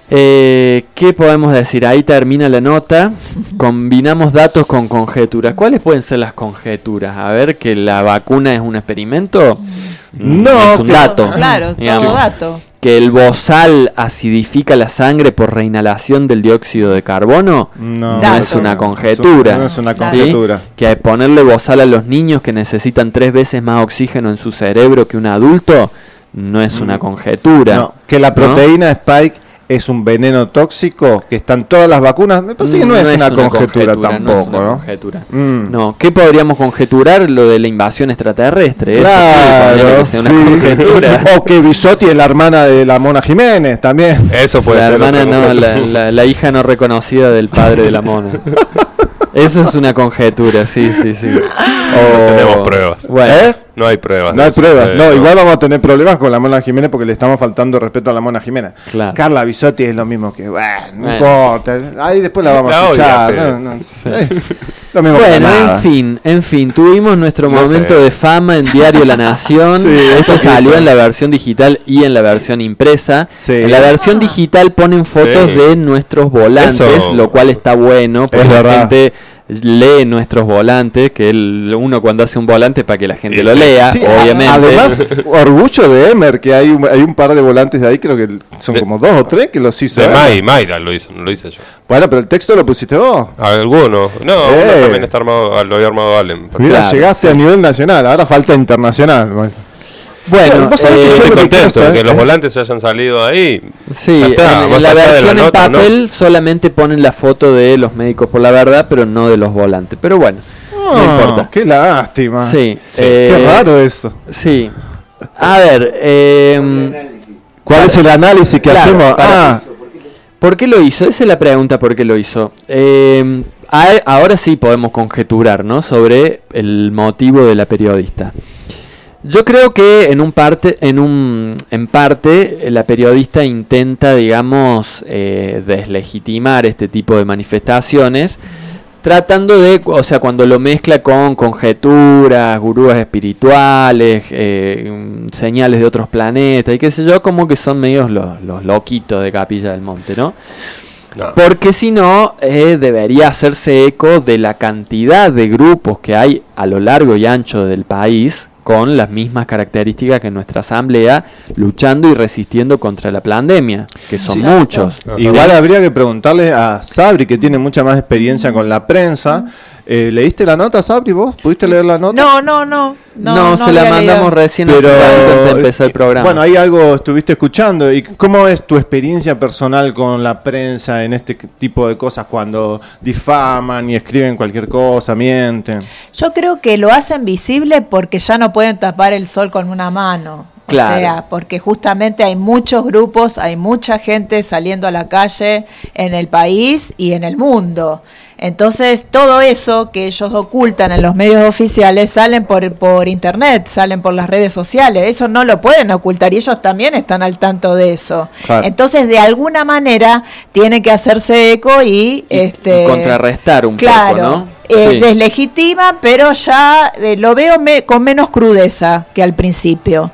¿Qué podemos decir? Ahí termina la nota. Combinamos datos con conjeturas. ¿Cuáles pueden ser las conjeturas? A ver, que la vacuna es un experimento. No, es un dato. Claro, digamos. todo dato. Que el bozal acidifica la sangre por reinhalación del dióxido de carbono. No es una conjetura. No es una conjetura. ¿Sí? Que ponerle bozal a los niños que necesitan 3 veces más oxígeno en su cerebro que un adulto no es una conjetura. No, que la proteína Spike es un veneno tóxico, que están todas las vacunas, me parece que no es una conjetura tampoco, ¿no? Conjetura. No, ¿qué podríamos conjeturar? Lo de la invasión extraterrestre. Claro, eso sí, una conjetura. O que Bisotti es la hermana de la Mona Jiménez, también. Eso puede ser. La hermana no, la hija no reconocida del padre de la Mona. Eso es una conjetura, sí. No tenemos pruebas. Bueno. No hay pruebas. No hay pruebas. No, igual vamos a tener problemas con la Mona Jiménez porque le estamos faltando respeto a la Mona Jiménez. Claro. Carla Bisotti es lo mismo que, no importa. Ahí después la vamos a escuchar. Lo mismo en fin, tuvimos nuestro momento de fama en Diario La Nación. Esto salió en la versión digital y en la versión impresa. En la versión digital ponen fotos de nuestros volantes, lo cual está bueno, porque la gente lee nuestros volantes, que uno cuando hace un volante para que la gente lo lea, obviamente. Además, orgullo de Emer, que hay un par de volantes de ahí, creo que son como 2 o 3 que los hizo. Mayra lo hizo, no lo hice yo. Bueno, pero el texto lo pusiste vos. Alguno. No, uno también está armado, lo había armado Allen. Mira, llegaste a nivel nacional, ahora falta internacional. Bueno, estoy contento que los volantes hayan salido ahí. Sí, en la versión en papel solamente ponen la foto de los médicos por la verdad, pero no de los volantes. Pero bueno, no importa. Qué lástima. Sí, qué raro eso. Sí. A ver, ¿cuál es el análisis que hacemos? ¿Por qué lo hizo? Esa es la pregunta, ¿por qué lo hizo? Ahora sí podemos conjeturar, ¿no? Sobre el motivo de la periodista. Yo creo que en parte la periodista intenta, digamos, deslegitimar este tipo de manifestaciones, tratando de, o sea, cuando lo mezcla con conjeturas, gurús espirituales, señales de otros planetas y qué sé yo, como que son medios los loquitos de Capilla del Monte, ¿no? Porque si no, debería hacerse eco de la cantidad de grupos que hay a lo largo y ancho del país, con las mismas características que nuestra asamblea, luchando y resistiendo contra la pandemia, que son muchos. Igual habría que preguntarle a Sabri, que tiene mucha más experiencia con la prensa. ¿Leíste la nota, Sabri, vos? ¿Pudiste leer la nota? No, se la mandamos recién antes de empezar el programa. Bueno, ahí algo estuviste escuchando. ¿Y cómo es tu experiencia personal con la prensa en este tipo de cosas cuando difaman y escriben cualquier cosa, mienten? Yo creo que lo hacen visible porque ya no pueden tapar el sol con una mano. Claro. O sea, porque justamente hay muchos grupos, hay mucha gente saliendo a la calle en el país y en el mundo. Entonces, todo eso que ellos ocultan en los medios oficiales salen por internet, salen por las redes sociales. Eso no lo pueden ocultar y ellos también están al tanto de eso. Claro. Entonces, de alguna manera, tienen que hacerse eco y contrarrestar un poco, ¿no? Deslegitima, pero ya lo veo con menos crudeza que al principio.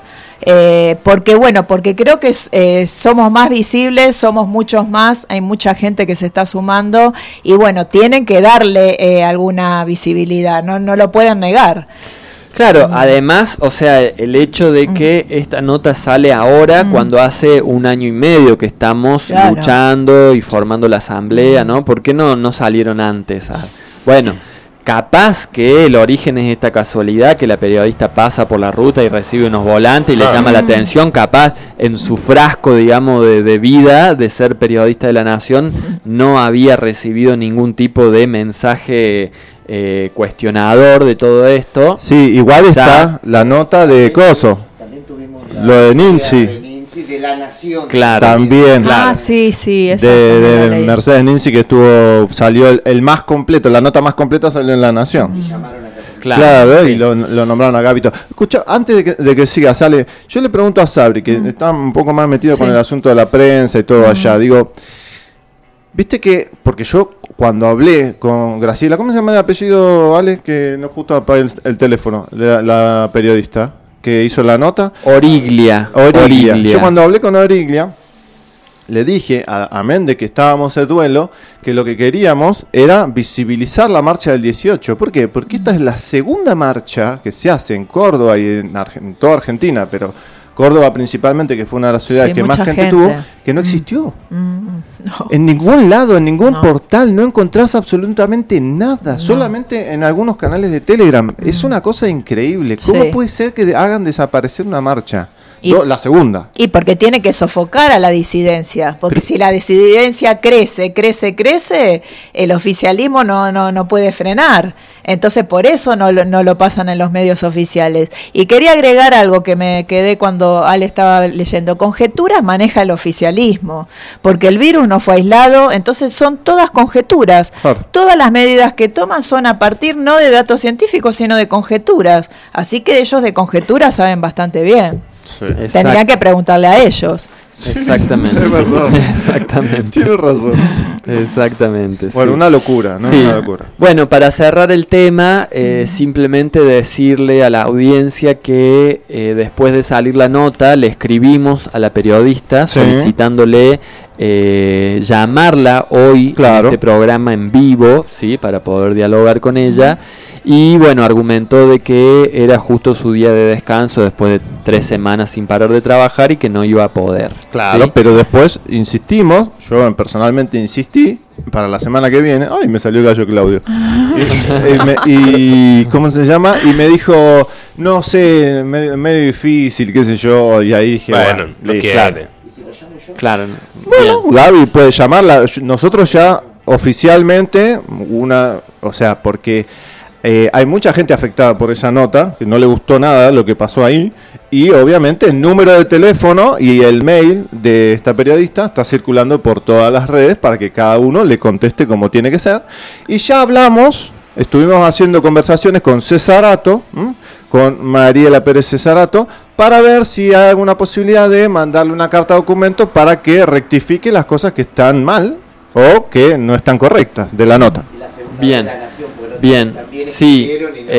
Porque creo que somos más visibles, somos muchos más, hay mucha gente que se está sumando y bueno, tienen que darle alguna visibilidad, no lo pueden negar. Claro, además, o sea, el hecho de que esta nota sale ahora, cuando hace 1 año y medio que estamos luchando y formando la asamblea, ¿no? ¿Por qué no salieron antes? Bueno, capaz que el origen es esta casualidad, que la periodista pasa por la ruta y recibe unos volantes y le llama la atención, capaz en su frasco, digamos, de vida, de ser periodista de la Nación, no había recibido ningún tipo de mensaje cuestionador de todo esto. Sí, igual está la nota de Coso, lo de Ninzi. De la Nación. Claro. También. Claro. Sí, de Mercedes Ninzi, que salió el más completo, la nota más completa salió en La Nación. Y llamaron a Claro, y lo nombraron a Gabito. Escucha, antes de que siga, Sale, yo le pregunto a Sabri, que está un poco más metido con el asunto de la prensa y todo allá, digo, viste que, porque yo cuando hablé con Graciela, ¿cómo se llama el apellido, Ale? Que no justo apague el teléfono, la periodista que hizo la nota. Origlia. Yo cuando hablé con Origlia, le dije a Méndez, que estábamos en duelo, que lo que queríamos era visibilizar la marcha del 18. ¿Por qué? Porque esta es la segunda marcha que se hace en Córdoba y en toda Argentina, pero Córdoba principalmente, que fue una de las ciudades que más gente tuvo, que no existió. No. En ningún lado, en ningún portal, no encontrás absolutamente nada, solamente en algunos canales de Telegram. Es una cosa increíble. ¿Cómo puede ser que hagan desaparecer una marcha? La segunda. Y porque tiene que sofocar a la disidencia, porque si la disidencia crece, el oficialismo no puede frenar. Entonces por eso no lo pasan en los medios oficiales. Y quería agregar algo que me quedé cuando Ale estaba leyendo. Conjeturas maneja el oficialismo, porque el virus no fue aislado, entonces son todas conjeturas. Todas las medidas que toman son a partir no de datos científicos, sino de conjeturas. Así que ellos de conjeturas saben bastante bien. Sí. Tendrían que preguntarle a ellos. Exactamente. Exactamente. Tienes razón. Exactamente. Bueno, una locura, ¿no? Sí. Una locura. Bueno, para cerrar el tema, simplemente decirle a la audiencia que después de salir la nota, le escribimos a la periodista solicitándole llamarla hoy en este programa en vivo, ¿sí? Para poder dialogar con ella. Y bueno, argumentó de que era justo su día de descanso después de 3 semanas sin parar de trabajar y que no iba a poder. Claro, ¿sí? Pero después insistimos, yo personalmente insistí, para la semana que viene, ay, me salió el gallo Claudio, y ¿cómo se llama? Y me dijo, no sé, medio difícil, qué sé yo, y ahí dije, bueno, no quiere. Claro. Bueno, Gaby puede llamarla, nosotros ya oficialmente, porque... hay mucha gente afectada por esa nota, que no le gustó nada lo que pasó ahí, y obviamente el número de teléfono y el mail de esta periodista está circulando por todas las redes para que cada uno le conteste como tiene que ser. Y ya estuvimos haciendo conversaciones con Cesarato, con Mariela Pérez Cesarato, para ver si hay alguna posibilidad de mandarle una carta de documento para que rectifique las cosas que están mal o que no están correctas de la nota. Bien, sí.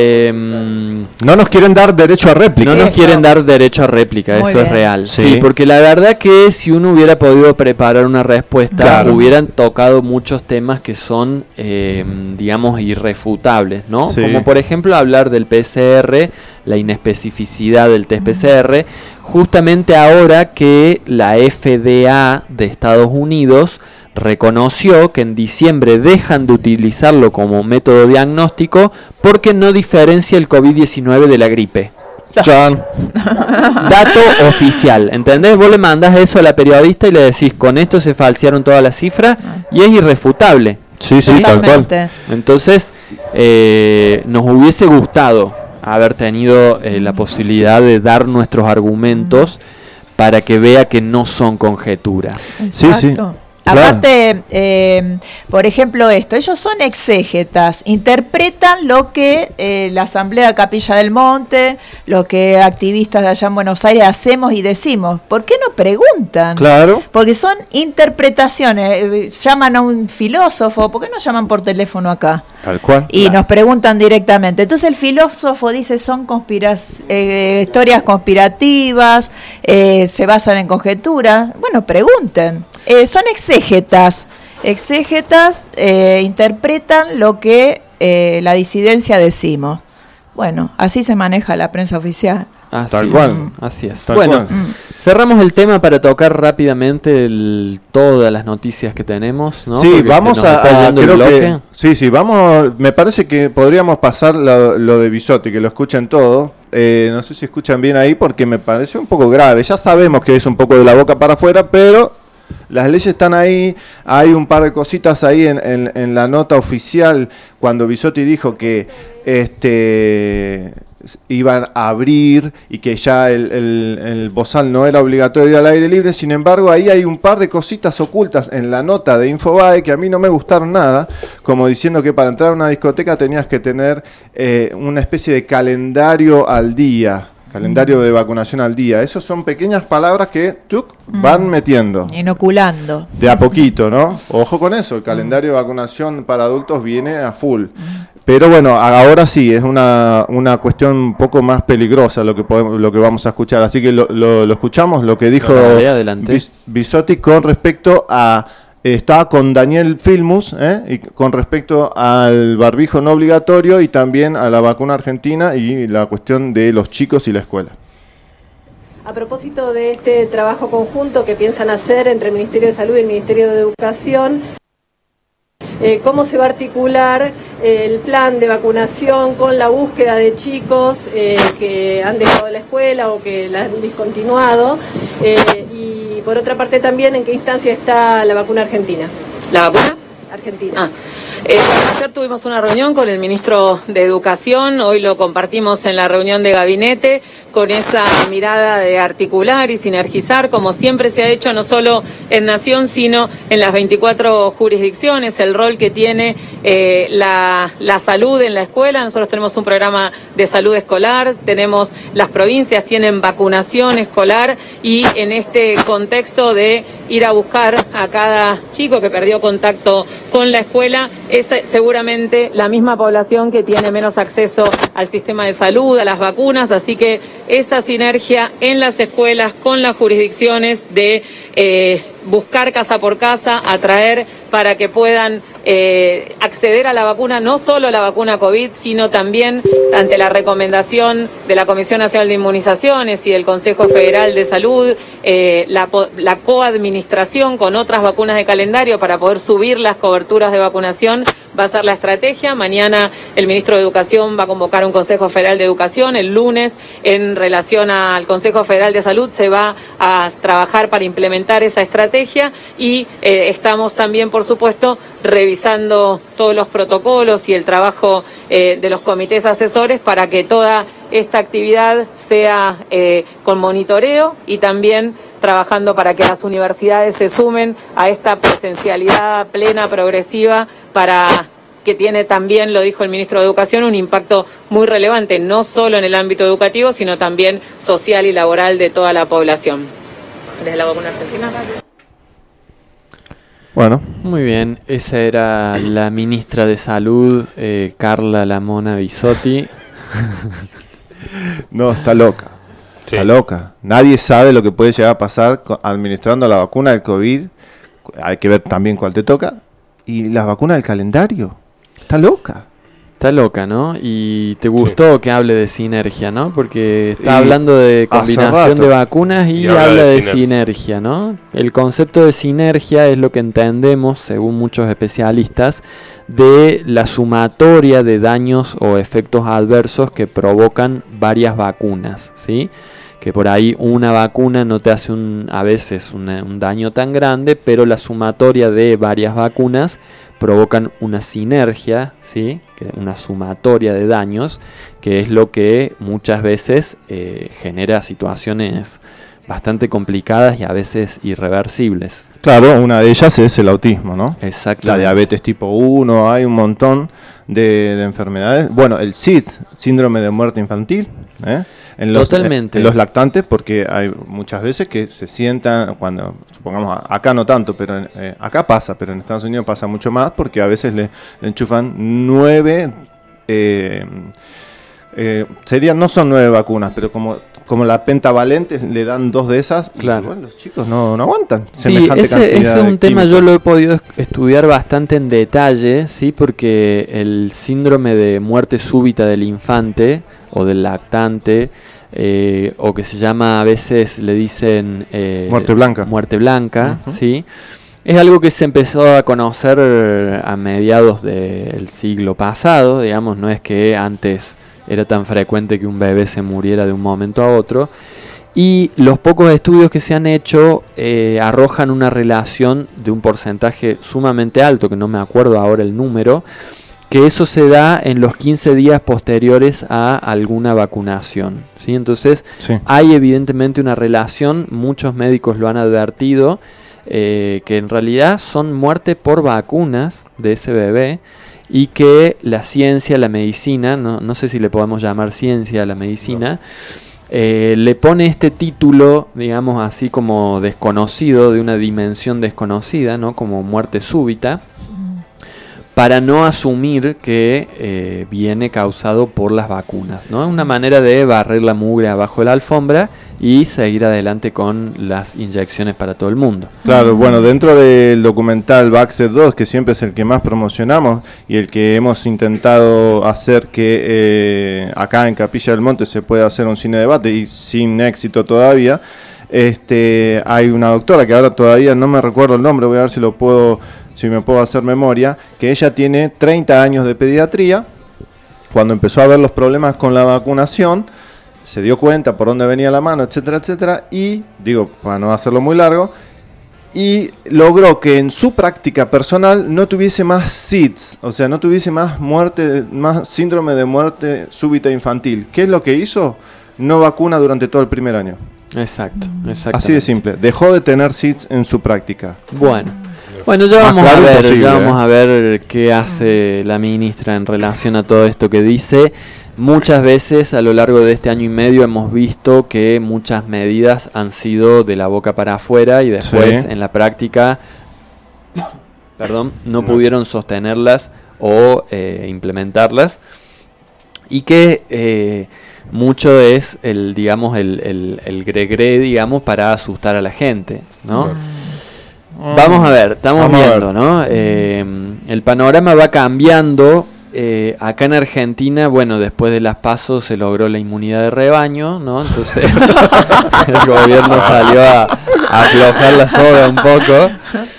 No nos quieren dar derecho a réplica. No nos quieren dar derecho a réplica, eso es real. Sí, porque la verdad que si uno hubiera podido preparar una respuesta, hubieran tocado muchos temas que son, digamos, irrefutables, ¿no? Sí. Como por ejemplo hablar del PCR, la inespecificidad del test PCR, justamente ahora que la FDA de Estados Unidos reconoció que en diciembre dejan de utilizarlo como método diagnóstico porque no diferencia el COVID-19 de la gripe. John. Dato oficial, ¿entendés? Vos le mandás eso a la periodista y le decís, con esto se falsearon todas las cifras y es irrefutable. Sí, tal cual. Entonces, nos hubiese gustado haber tenido la posibilidad de dar nuestros argumentos para que vea que no son conjeturas. Exacto. Sí. Aparte, por ejemplo ellos son exégetas, interpretan lo que la Asamblea Capilla del Monte, lo que activistas de allá en Buenos Aires hacemos y decimos. ¿Por qué no preguntan? Claro. Porque son interpretaciones, llaman a un filósofo, ¿por qué no llaman por teléfono acá? Tal cual. Y nos preguntan directamente. Entonces el filósofo dice son historias conspirativas, se basan en conjeturas. Bueno, pregunten. Son exégetas, interpretan lo que la disidencia decimos. Bueno, así se maneja la prensa oficial. Tal cual. Así es. Bueno, cerramos el tema para tocar rápidamente todas las noticias que tenemos, ¿no? Sí, porque vamos me parece que podríamos pasar lo de Bisotti, que lo escuchen todo. No sé si escuchan bien ahí porque me parece un poco grave. Ya sabemos que es un poco de la boca para afuera, pero las leyes están ahí. Hay un par de cositas ahí en la nota oficial cuando Bisotti dijo que iban a abrir y que ya el bozal no era obligatorio ir al aire libre. Sin embargo, ahí hay un par de cositas ocultas en la nota de Infobae que a mí no me gustaron nada, como diciendo que para entrar a una discoteca tenías que tener una especie de calendario al día. Calendario de vacunación al día. Esas son pequeñas palabras que van metiendo. Inoculando. De a poquito, ¿no? Ojo con eso. El calendario de vacunación para adultos viene a full. Pero bueno, ahora sí, es una cuestión un poco más peligrosa lo que vamos a escuchar. Así que lo escuchamos, lo que dijo Bisotti con respecto a... Estaba con Daniel Filmus, y con respecto al barbijo no obligatorio y también a la vacuna argentina y la cuestión de los chicos y la escuela. A propósito de este trabajo conjunto que piensan hacer entre el Ministerio de Salud y el Ministerio de Educación, ¿cómo se va a articular el plan de vacunación con la búsqueda de chicos que han dejado la escuela o que la han discontinuado? Y por otra parte también, ¿en qué instancia está la vacuna argentina? ¿La vacuna? Argentina. Ayer tuvimos una reunión con el ministro de Educación, hoy lo compartimos en la reunión de gabinete, con esa mirada de articular y sinergizar, como siempre se ha hecho, no solo en Nación, sino en las 24 jurisdicciones, el rol que tiene la salud en la escuela. Nosotros tenemos un programa de salud escolar, tenemos las provincias, tienen vacunación escolar, y en este contexto de ir a buscar a cada chico que perdió contacto con la escuela, es seguramente la misma población que tiene menos acceso al sistema de salud, a las vacunas, así que esa sinergia en las escuelas con las jurisdicciones de buscar casa por casa, atraer para que puedan acceder a la vacuna, no solo la vacuna COVID, sino también ante la recomendación de la Comisión Nacional de Inmunizaciones y del Consejo Federal de Salud, la coadministración con otras vacunas de calendario para poder subir las coberturas de vacunación. Va a ser la estrategia. Mañana el ministro de Educación va a convocar un Consejo Federal de Educación. El lunes, en relación al Consejo Federal de Salud, se va a trabajar para implementar esa estrategia, y estamos también, por supuesto, revisando todos los protocolos y el trabajo de los comités asesores para que toda esta actividad sea con monitoreo, y también trabajando para que las universidades se sumen a esta presencialidad plena, progresiva, para que tiene también, lo dijo el ministro de Educación, un impacto muy relevante, no solo en el ámbito educativo, sino también social y laboral de toda la población. ¿Desde la vacuna argentina? Bueno, muy bien, esa era la ministra de Salud, Carla La Mona Bisotti. No, está loca. Sí. Está loca. Nadie sabe lo que puede llegar a pasar administrando la vacuna del COVID. Hay que ver también cuál te toca. Y las vacunas del calendario. Está loca. Está loca, ¿no? Y te gustó que hable de sinergia, ¿no? Porque está hablando de combinación de vacunas y habla de sinergia, ¿no? El concepto de sinergia es lo que entendemos, según muchos especialistas, de la sumatoria de daños o efectos adversos que provocan varias vacunas, ¿sí? Que por ahí una vacuna no te hace a veces un daño tan grande, pero la sumatoria de varias vacunas provocan una sinergia, ¿sí? Una sumatoria de daños, que es lo que muchas veces genera situaciones bastante complicadas y a veces irreversibles. Claro, una de ellas es el autismo, ¿no? Exactamente. La diabetes tipo 1, hay un montón de enfermedades. Bueno, el SID, síndrome de muerte infantil, Totalmente. En los lactantes, porque hay muchas veces que se sientan, cuando, supongamos, acá no tanto, pero acá pasa, pero en Estados Unidos pasa mucho más, porque a veces le enchufan 9, no son 9 vacunas, pero como la pentavalente le dan 2 de esas, claro. Y bueno, los chicos no aguantan semejante cantidad. Ese es un tema, yo lo he podido estudiar bastante en detalle, ¿sí? Porque el síndrome de muerte súbita del infante o del lactante, o que se llama, a veces le dicen muerte blanca, uh-huh. ¿Sí? Es algo que se empezó a conocer a mediados del siglo pasado, digamos, no es que antes era tan frecuente que un bebé se muriera de un momento a otro, y los pocos estudios que se han hecho arrojan una relación de un porcentaje sumamente alto, que no me acuerdo ahora el número, que eso se da en los 15 días posteriores a alguna vacunación, ¿sí? Entonces hay evidentemente una relación, muchos médicos lo han advertido, que en realidad son muerte por vacunas de ese bebé, y que la ciencia, la medicina, no sé si le podemos llamar ciencia a la medicina, le pone este título, digamos así, como desconocido, de una dimensión desconocida, ¿no? Como muerte súbita, para no asumir que viene causado por las vacunas, ¿no? Es una manera de barrer la mugre abajo de la alfombra y seguir adelante con las inyecciones para todo el mundo. Claro, bueno, dentro del documental Vaxxed 2, que siempre es el que más promocionamos y el que hemos intentado hacer que acá en Capilla del Monte se pueda hacer un cine debate y sin éxito todavía, hay una doctora que ahora todavía no me recuerdo el nombre, voy a ver si me puedo hacer memoria, que ella tiene 30 años de pediatría. Cuando empezó a ver los problemas con la vacunación, se dio cuenta por dónde venía la mano, etcétera, etcétera, y, digo, para no hacerlo muy largo, y logró que en su práctica personal no tuviese más SIDS, o sea, no tuviese más síndrome de muerte súbita infantil. ¿Qué es lo que hizo? No vacuna durante todo el primer año. Exacto. Así de simple. Dejó de tener SIDS en su práctica. Bueno, ya vamos a ver qué hace la ministra en relación a todo esto que dice. Muchas veces a lo largo de este año y medio hemos visto que muchas medidas han sido de la boca para afuera y después en la práctica no pudieron sostenerlas o implementarlas, y que mucho es el gregre, digamos, para asustar a la gente, ¿no? Vamos a ver, estamos viendo, ¿no? El panorama va cambiando. Acá en Argentina, bueno, después de las PASO se logró la inmunidad de rebaño, ¿no? Entonces el gobierno salió a aflojar la soga un poco.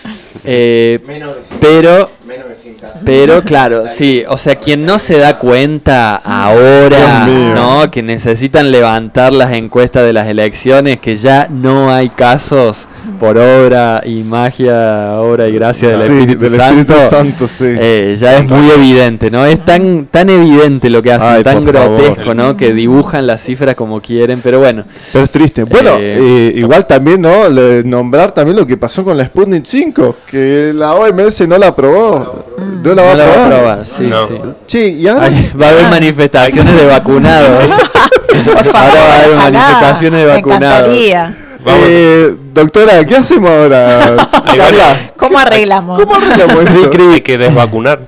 Pero claro, sí, o sea, quien no se da cuenta ahora, ¿no? Que necesitan levantar las encuestas de las elecciones, que ya no hay casos por obra y magia, obra y gracia del Espíritu Santo, ya es muy evidente, ¿no? Es tan evidente lo que hacen, tan grotesco, ¿no? Que dibujan las cifras como quieren, pero bueno. Pero es triste. Bueno, igual también, ¿no? Nombrar también lo que pasó con la Sputnik 5, que la OMS no la aprobó. No la va a aprobar. Sí, y ahora va a haber manifestaciones de vacunados. Ahora va a haber manifestaciones de vacunados. Me encantaría. Doctora, ¿qué hacemos ahora? ¿Cómo arreglamos? Hay que desvacunar.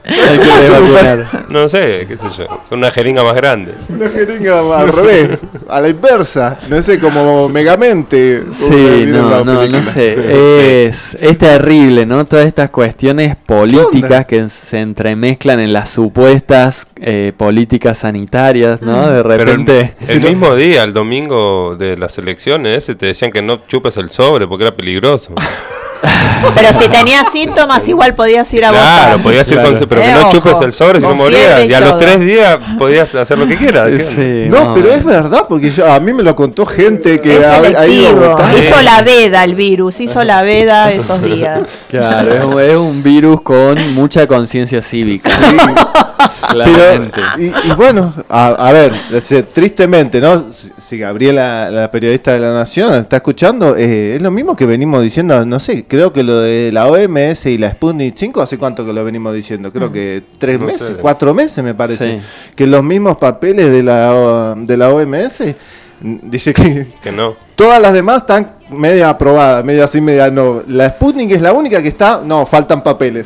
No sé, qué sé yo. Con una jeringa más grande. Una jeringa al revés, a la inversa. No sé, como Megamente. Sí, no sé. Es terrible, ¿no? Todas estas cuestiones políticas que se entremezclan en las supuestas políticas sanitarias, ¿no? De repente. Pero el mismo día, el domingo de las elecciones, te decían que no chupes el sobre porque era peligroso. Pero si tenías síntomas, igual podías ir a votar. Claro, podías ir pero que no chupes el sobre si no morías. Y a los 3 días podías hacer lo que quieras. Pero es verdad, porque a mí me lo contó gente que ha ido a votar. Hizo la veda el virus, hizo la veda esos días. Claro, es un virus con mucha conciencia cívica. Sí. Claramente. Y bueno, a ver, tristemente, ¿no? Si Gabriela, la periodista de La Nación, está escuchando, es lo mismo que venimos diciendo, no sé, creo que lo de la OMS y la Sputnik 5, ¿hace cuánto que lo venimos diciendo? Creo que 3 meses, 4 meses me parece. Sí. Que los mismos papeles de la OMS dice que no. Todas las demás están media aprobadas, media sí, media no. La Sputnik es la única que está, no, faltan papeles.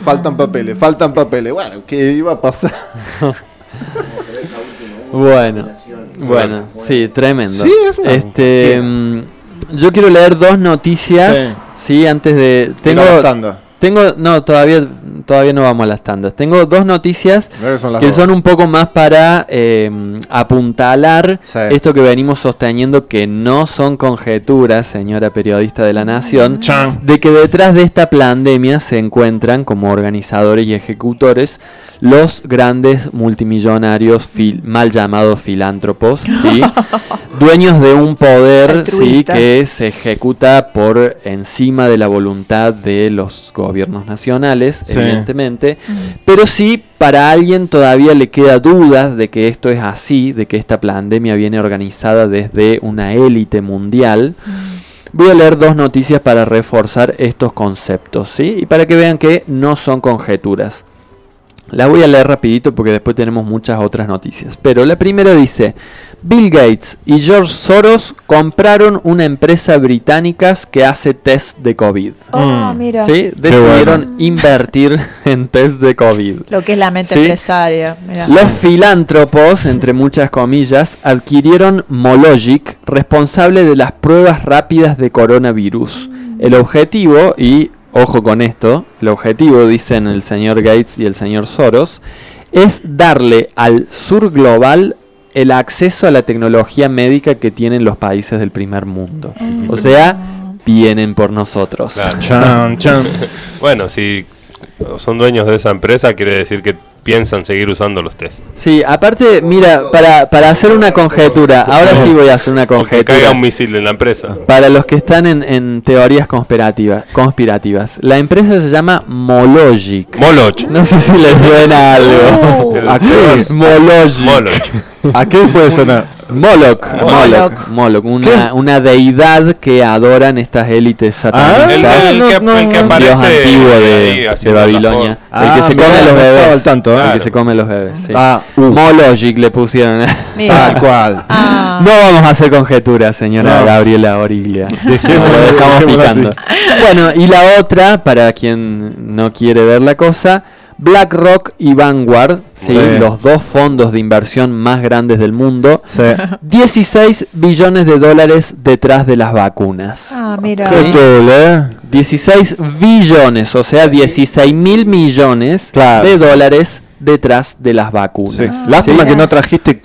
Bueno, ¿qué iba a pasar? Bueno, sí, tremendo. Sí, yo quiero leer 2 noticias, sí, antes de todavía no vamos a las tandas. Tengo 2 noticias que son un poco más para apuntalar esto que venimos sosteniendo, que no son conjeturas, señora periodista de La Nación, de que detrás de esta pandemia se encuentran como organizadores y ejecutores los grandes multimillonarios mal llamados filántropos, ¿sí? Dueños de un poder, ¿sí? Que se ejecuta por encima de la voluntad de los gobiernos nacionales, evidentemente, pero sí, para alguien todavía le queda dudas de que esto es así, de que esta pandemia viene organizada desde una élite mundial. Voy a leer 2 noticias para reforzar estos conceptos, ¿sí? Y para que vean que no son conjeturas. Las voy a leer rapidito porque después tenemos muchas otras noticias. Pero la primera dice: Bill Gates y George Soros compraron una empresa británica que hace test de COVID. Mira. ¿Sí? Decidieron invertir en test de COVID. Lo que es la mente empresaria. Mirá. Los filántropos, entre muchas comillas, adquirieron Mologic, responsable de las pruebas rápidas de coronavirus. El objetivo, y ojo con esto, el objetivo, dicen el señor Gates y el señor Soros, es darle al sur global el acceso a la tecnología médica que tienen los países del primer mundo. O sea, vienen por nosotros. Claro. Chan, chan. Bueno, si son dueños de esa empresa, quiere decir que piensan seguir usando los test. Sí, aparte, mira, para hacer una conjetura, ahora sí voy a hacer una conjetura. Que caiga un misil en la empresa. Para los que están en teorías conspirativas, la empresa se llama Mologic. Moloch. No sé si les suena algo. ¿A qué? Mologic. ¿A qué puede sonar? Moloch, una deidad que adoran estas élites satánicas. El que aparece Dios antiguo de Babilonia. El que se come los bebés. El que se come los bebés. Sí. Mologic le pusieron. Tal cual. No vamos a hacer conjeturas, señora Gabriela Origlia. Lo dejamos picando. Bueno, y la otra, para quien no quiere ver la cosa, BlackRock y Vanguard, los dos fondos de inversión más grandes del mundo, 16 billones de dólares detrás de las vacunas. Mira. ¿Sí? 16 billones, o sea, 16.000 millones de dólares detrás de las vacunas. Lástima que no trajiste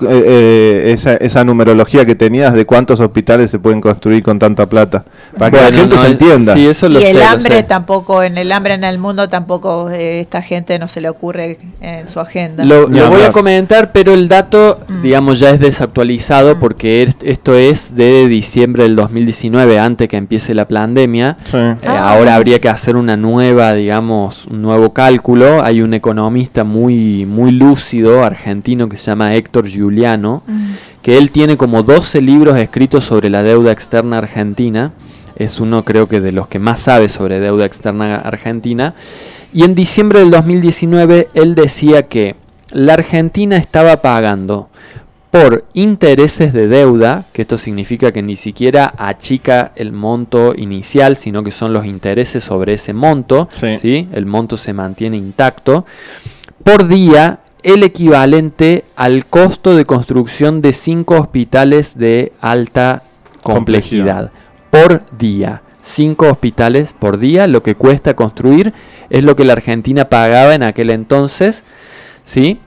esa numerología que tenías de cuántos hospitales se pueden construir con tanta plata, para que la gente se entienda. Sí, eso lo y sé, el lo hambre sé. tampoco, el hambre en el mundo tampoco, esta gente no se le ocurre en su agenda. Lo voy a comentar, pero el dato, digamos, ya es desactualizado porque esto es de diciembre del 2019, antes que empiece la pandemia. Ahora habría que hacer una nueva, digamos, un nuevo cálculo. Hay un economista muy lúcido argentino que se llama Héctor Giuliano, que él tiene como 12 libros escritos sobre la deuda externa argentina. Es uno, creo que, de los que más sabe sobre deuda externa argentina. Y en diciembre del 2019 él decía que la Argentina estaba pagando por intereses de deuda, que esto significa que ni siquiera achica el monto inicial, sino que son los intereses sobre ese monto, ¿sí? El monto se mantiene intacto, por día el equivalente al costo de construcción de 5 hospitales de alta complejidad. Por día. 5 hospitales por día, lo que cuesta construir es lo que la Argentina pagaba en aquel entonces, ¿sí?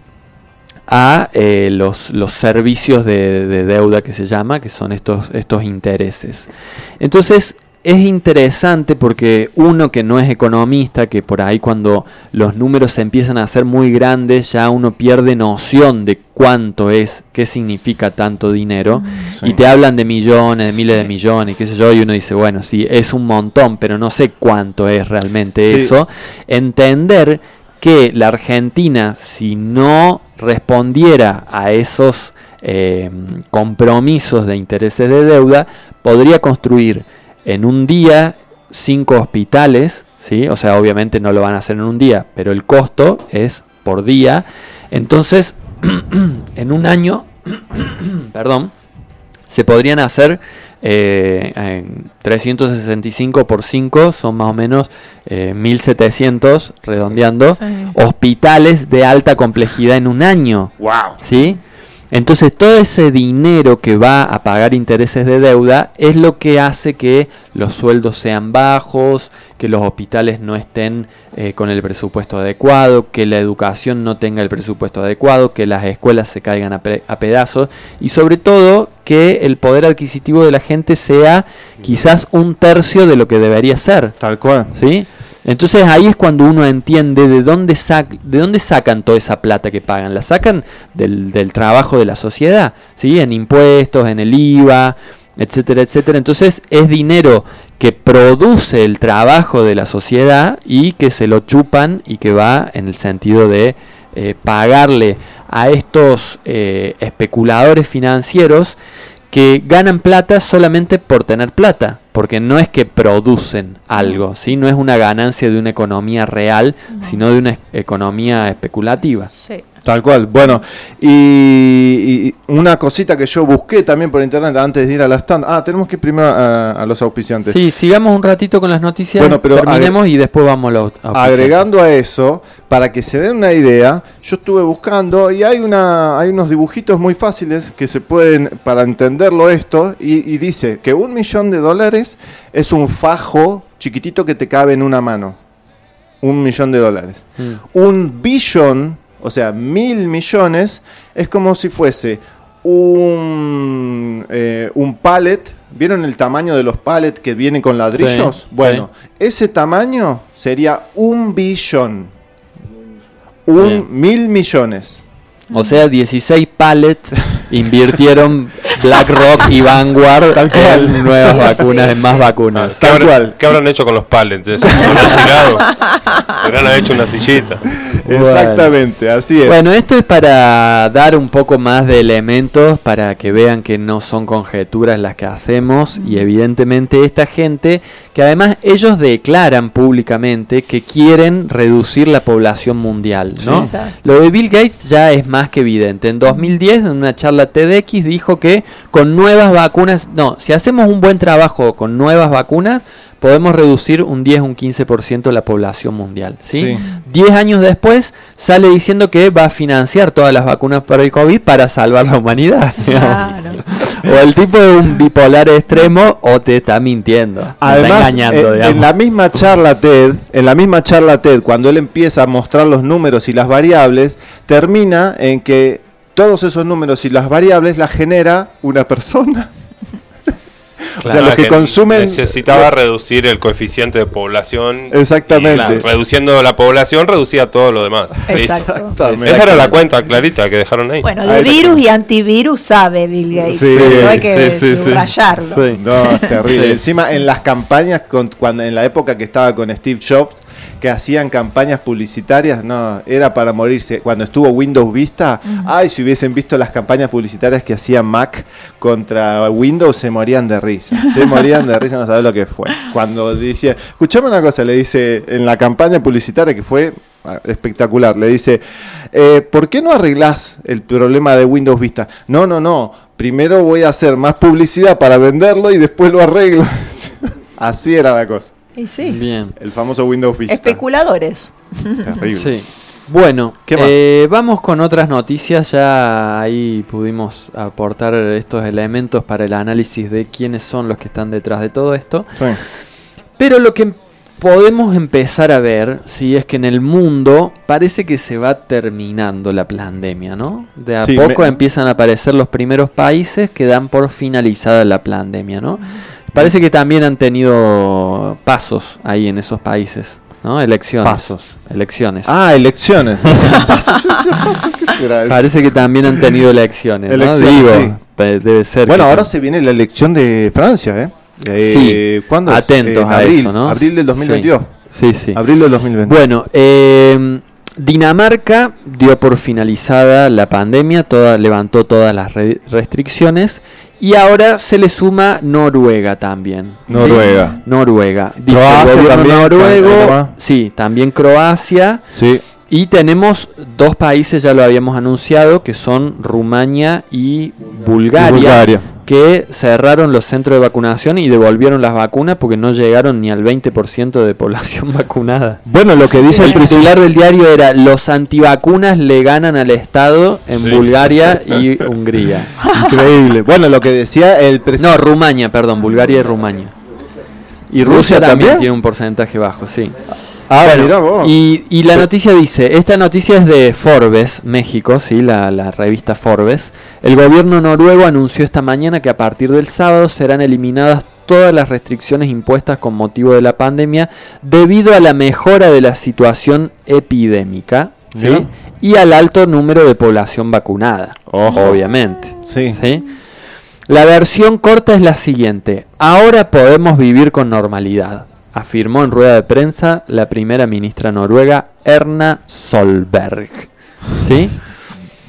A los servicios de deuda que se llama, que son estos intereses. Entonces es interesante porque uno que no es economista, que por ahí cuando los números se empiezan a hacer muy grandes, ya uno pierde noción de cuánto es, qué significa tanto dinero, y te hablan de millones, de miles de millones, qué sé yo, y uno dice, bueno, sí, es un montón, pero no sé cuánto es realmente eso. Entender que la Argentina, si no respondiera a esos compromisos de intereses de deuda, podría construir en un día 5 hospitales, ¿sí? O sea, obviamente no lo van a hacer en un día, pero el costo es por día. Entonces, en un año, se podrían hacer 365 por 5, son más o menos 1.700, redondeando, hospitales de alta complejidad en un año. ¡Wow! ¿Sí? Entonces todo ese dinero que va a pagar intereses de deuda es lo que hace que los sueldos sean bajos, que los hospitales no estén con el presupuesto adecuado, que la educación no tenga el presupuesto adecuado, que las escuelas se caigan a pedazos y sobre todo que el poder adquisitivo de la gente sea quizás 1/3 de lo que debería ser. Tal cual. ¿Sí? Entonces ahí es cuando uno entiende de dónde sacan toda esa plata que pagan. La sacan del trabajo de la sociedad, ¿sí? En impuestos, en el IVA, etcétera, etcétera. Entonces es dinero que produce el trabajo de la sociedad y que se lo chupan y que va en el sentido de pagarle a estos especuladores financieros que ganan plata solamente por tener plata. porque no es que producen algo, ¿sí? No es una ganancia de una economía real, sino de una economía especulativa. Sí. Tal cual. Bueno, y una cosita que yo busqué también por internet antes de ir a la stand. Tenemos que ir primero a los auspiciantes. Sí, sigamos un ratito con las noticias, bueno, pero terminemos y después vamos a los auspiciantes. Agregando a eso, para que se den una idea, yo estuve buscando y hay unos dibujitos muy fáciles que se pueden, para entenderlo esto, y dice que $1.000.000 es un fajo chiquitito que te cabe en una mano. $1.000.000. Un billón, o sea, 1.000 millones, es como si fuese un pallet. ¿Vieron el tamaño de los pallets que vienen con ladrillos? Sí, bueno, ese tamaño sería 1 billón. 1.000 millones. O sea, 16 pallets invirtieron BlackRock y Vanguard en nuevas vacunas, en más vacunas. ¿Qué habrán hecho con los pallets? ¿Eso? ¿Habrán tirado? ¿Habrán hecho una sillita? Exactamente, así es. Bueno, esto es para dar un poco más de elementos para que vean que no son conjeturas las que hacemos, y evidentemente esta gente, que además ellos declaran públicamente que quieren reducir la población mundial, ¿no? Sí, lo de Bill Gates ya es más que evidente. En 2010, en una charla TEDx, dijo que con nuevas vacunas, si hacemos un buen trabajo con nuevas vacunas, podemos reducir un 10 o un 15% de la población mundial, ¿sí? 10 años después sale diciendo que va a financiar todas las vacunas para el COVID para salvar la humanidad. Claro. O el tipo de un bipolar extremo o te está mintiendo. Además, está engañando, en la misma charla TED, cuando él empieza a mostrar los números y las variables, termina en que todos esos números y las variables las genera una persona. Claro, o sea, los que consumen... Necesitaba reducir el coeficiente de población. Exactamente. Claro, reduciendo la población, reducía todo lo demás. Exactamente. Esa era la cuenta clarita que dejaron ahí. Bueno, de virus y antivirus sabe Bill Gates. Sí, no hay que subrayarlo. Sí. No, es terrible. Encima, en las campañas, cuando en la época que estaba con Steve Jobs, que hacían campañas publicitarias, era para morirse. Cuando estuvo Windows Vista, si hubiesen visto las campañas publicitarias que hacía Mac contra Windows, se morían de risa. No sabés lo que fue. Cuando decía, escuchame una cosa, le dice en la campaña publicitaria, que fue espectacular, le dice, ¿por qué no arreglás el problema de Windows Vista? No, primero voy a hacer más publicidad para venderlo y después lo arreglo. Así era la cosa. Y sí. Bien. El famoso Windows Vista. Especuladores. Terrible. Sí. Bueno, ¿Qué más? vamos con otras noticias. Ya ahí pudimos aportar estos elementos para el análisis de quiénes son los que están detrás de todo esto. Sí. Pero lo que podemos empezar a ver, si es que en el mundo parece que se va terminando la pandemia, ¿no? De a poco empiezan a aparecer los primeros países que dan por finalizada la pandemia, ¿no? Parece que también han tenido pasos ahí en esos países, ¿no? Elecciones. Elecciones. Elecciones. ¿Qué será eso? Parece que también han tenido elecciones, ¿no? Debe ser. Bueno, ahora se viene la elección de Francia, sí, ¿cuándo es? Atentos a abril, eso, ¿no? Abril del 2022. Sí. Abril del 2022. Bueno, Dinamarca dio por finalizada la pandemia, levantó todas las restricciones. Y ahora se le suma Noruega también. Noruega. ¿Sí? Noruega. Dice Croacia el gobierno también, noruego. Sí, también Croacia. Sí. Y tenemos dos países, ya lo habíamos anunciado, que son Rumania y Bulgaria, que cerraron los centros de vacunación y devolvieron las vacunas porque no llegaron ni al 20% de población vacunada. Bueno, lo que dice el titular del diario era: los antivacunas le ganan al Estado en Bulgaria y Hungría. Increíble. Bueno, lo que decía el presidente... No, Rumania, perdón, Bulgaria y Rumania. Y Rusia también tiene un porcentaje bajo, sí. Bueno, mirá vos. Y la noticia dice, esta noticia es de Forbes, México, sí, la revista Forbes. El gobierno noruego anunció esta mañana que a partir del sábado serán eliminadas todas las restricciones impuestas con motivo de la pandemia debido a la mejora de la situación epidémica, ¿sí? Y al alto número de población vacunada, obviamente. Sí. La versión corta es la siguiente: ahora podemos vivir con normalidad, afirmó en rueda de prensa la primera ministra noruega, Erna Solberg. ¿Sí?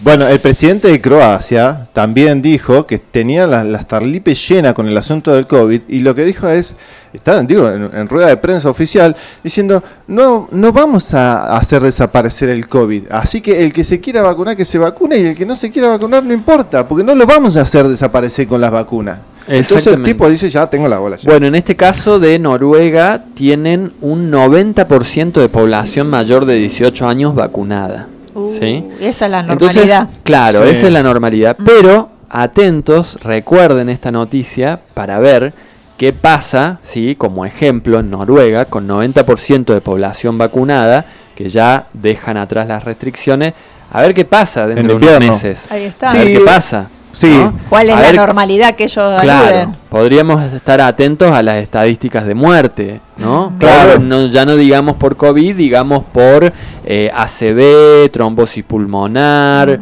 Bueno, el presidente de Croacia también dijo que tenía las tarlipes llenas con el asunto del COVID, y lo que dijo es, en rueda de prensa oficial, diciendo, no vamos a hacer desaparecer el COVID, así que el que se quiera vacunar, que se vacune, y el que no se quiera vacunar, no importa, porque no lo vamos a hacer desaparecer con las vacunas. Entonces el tipo dice, ya tengo la bola. Ya. Bueno, en este caso de Noruega, tienen un 90% de población mayor de 18 años vacunada. ¿Sí? Esa es la normalidad. Entonces, claro, sí, esa es la normalidad. Pero atentos, recuerden esta noticia para ver qué pasa, ¿sí? Como ejemplo, en Noruega, con 90% de población vacunada, que ya dejan atrás las restricciones, a ver qué pasa dentro de unos meses. Ahí está. A ver qué pasa. Sí. ¿No? ¿Cuál es la normalidad que ellos ayuden? Podríamos estar atentos a las estadísticas de muerte, ¿no? Claro. Ya no digamos por COVID, digamos por ACV, trombosis pulmonar,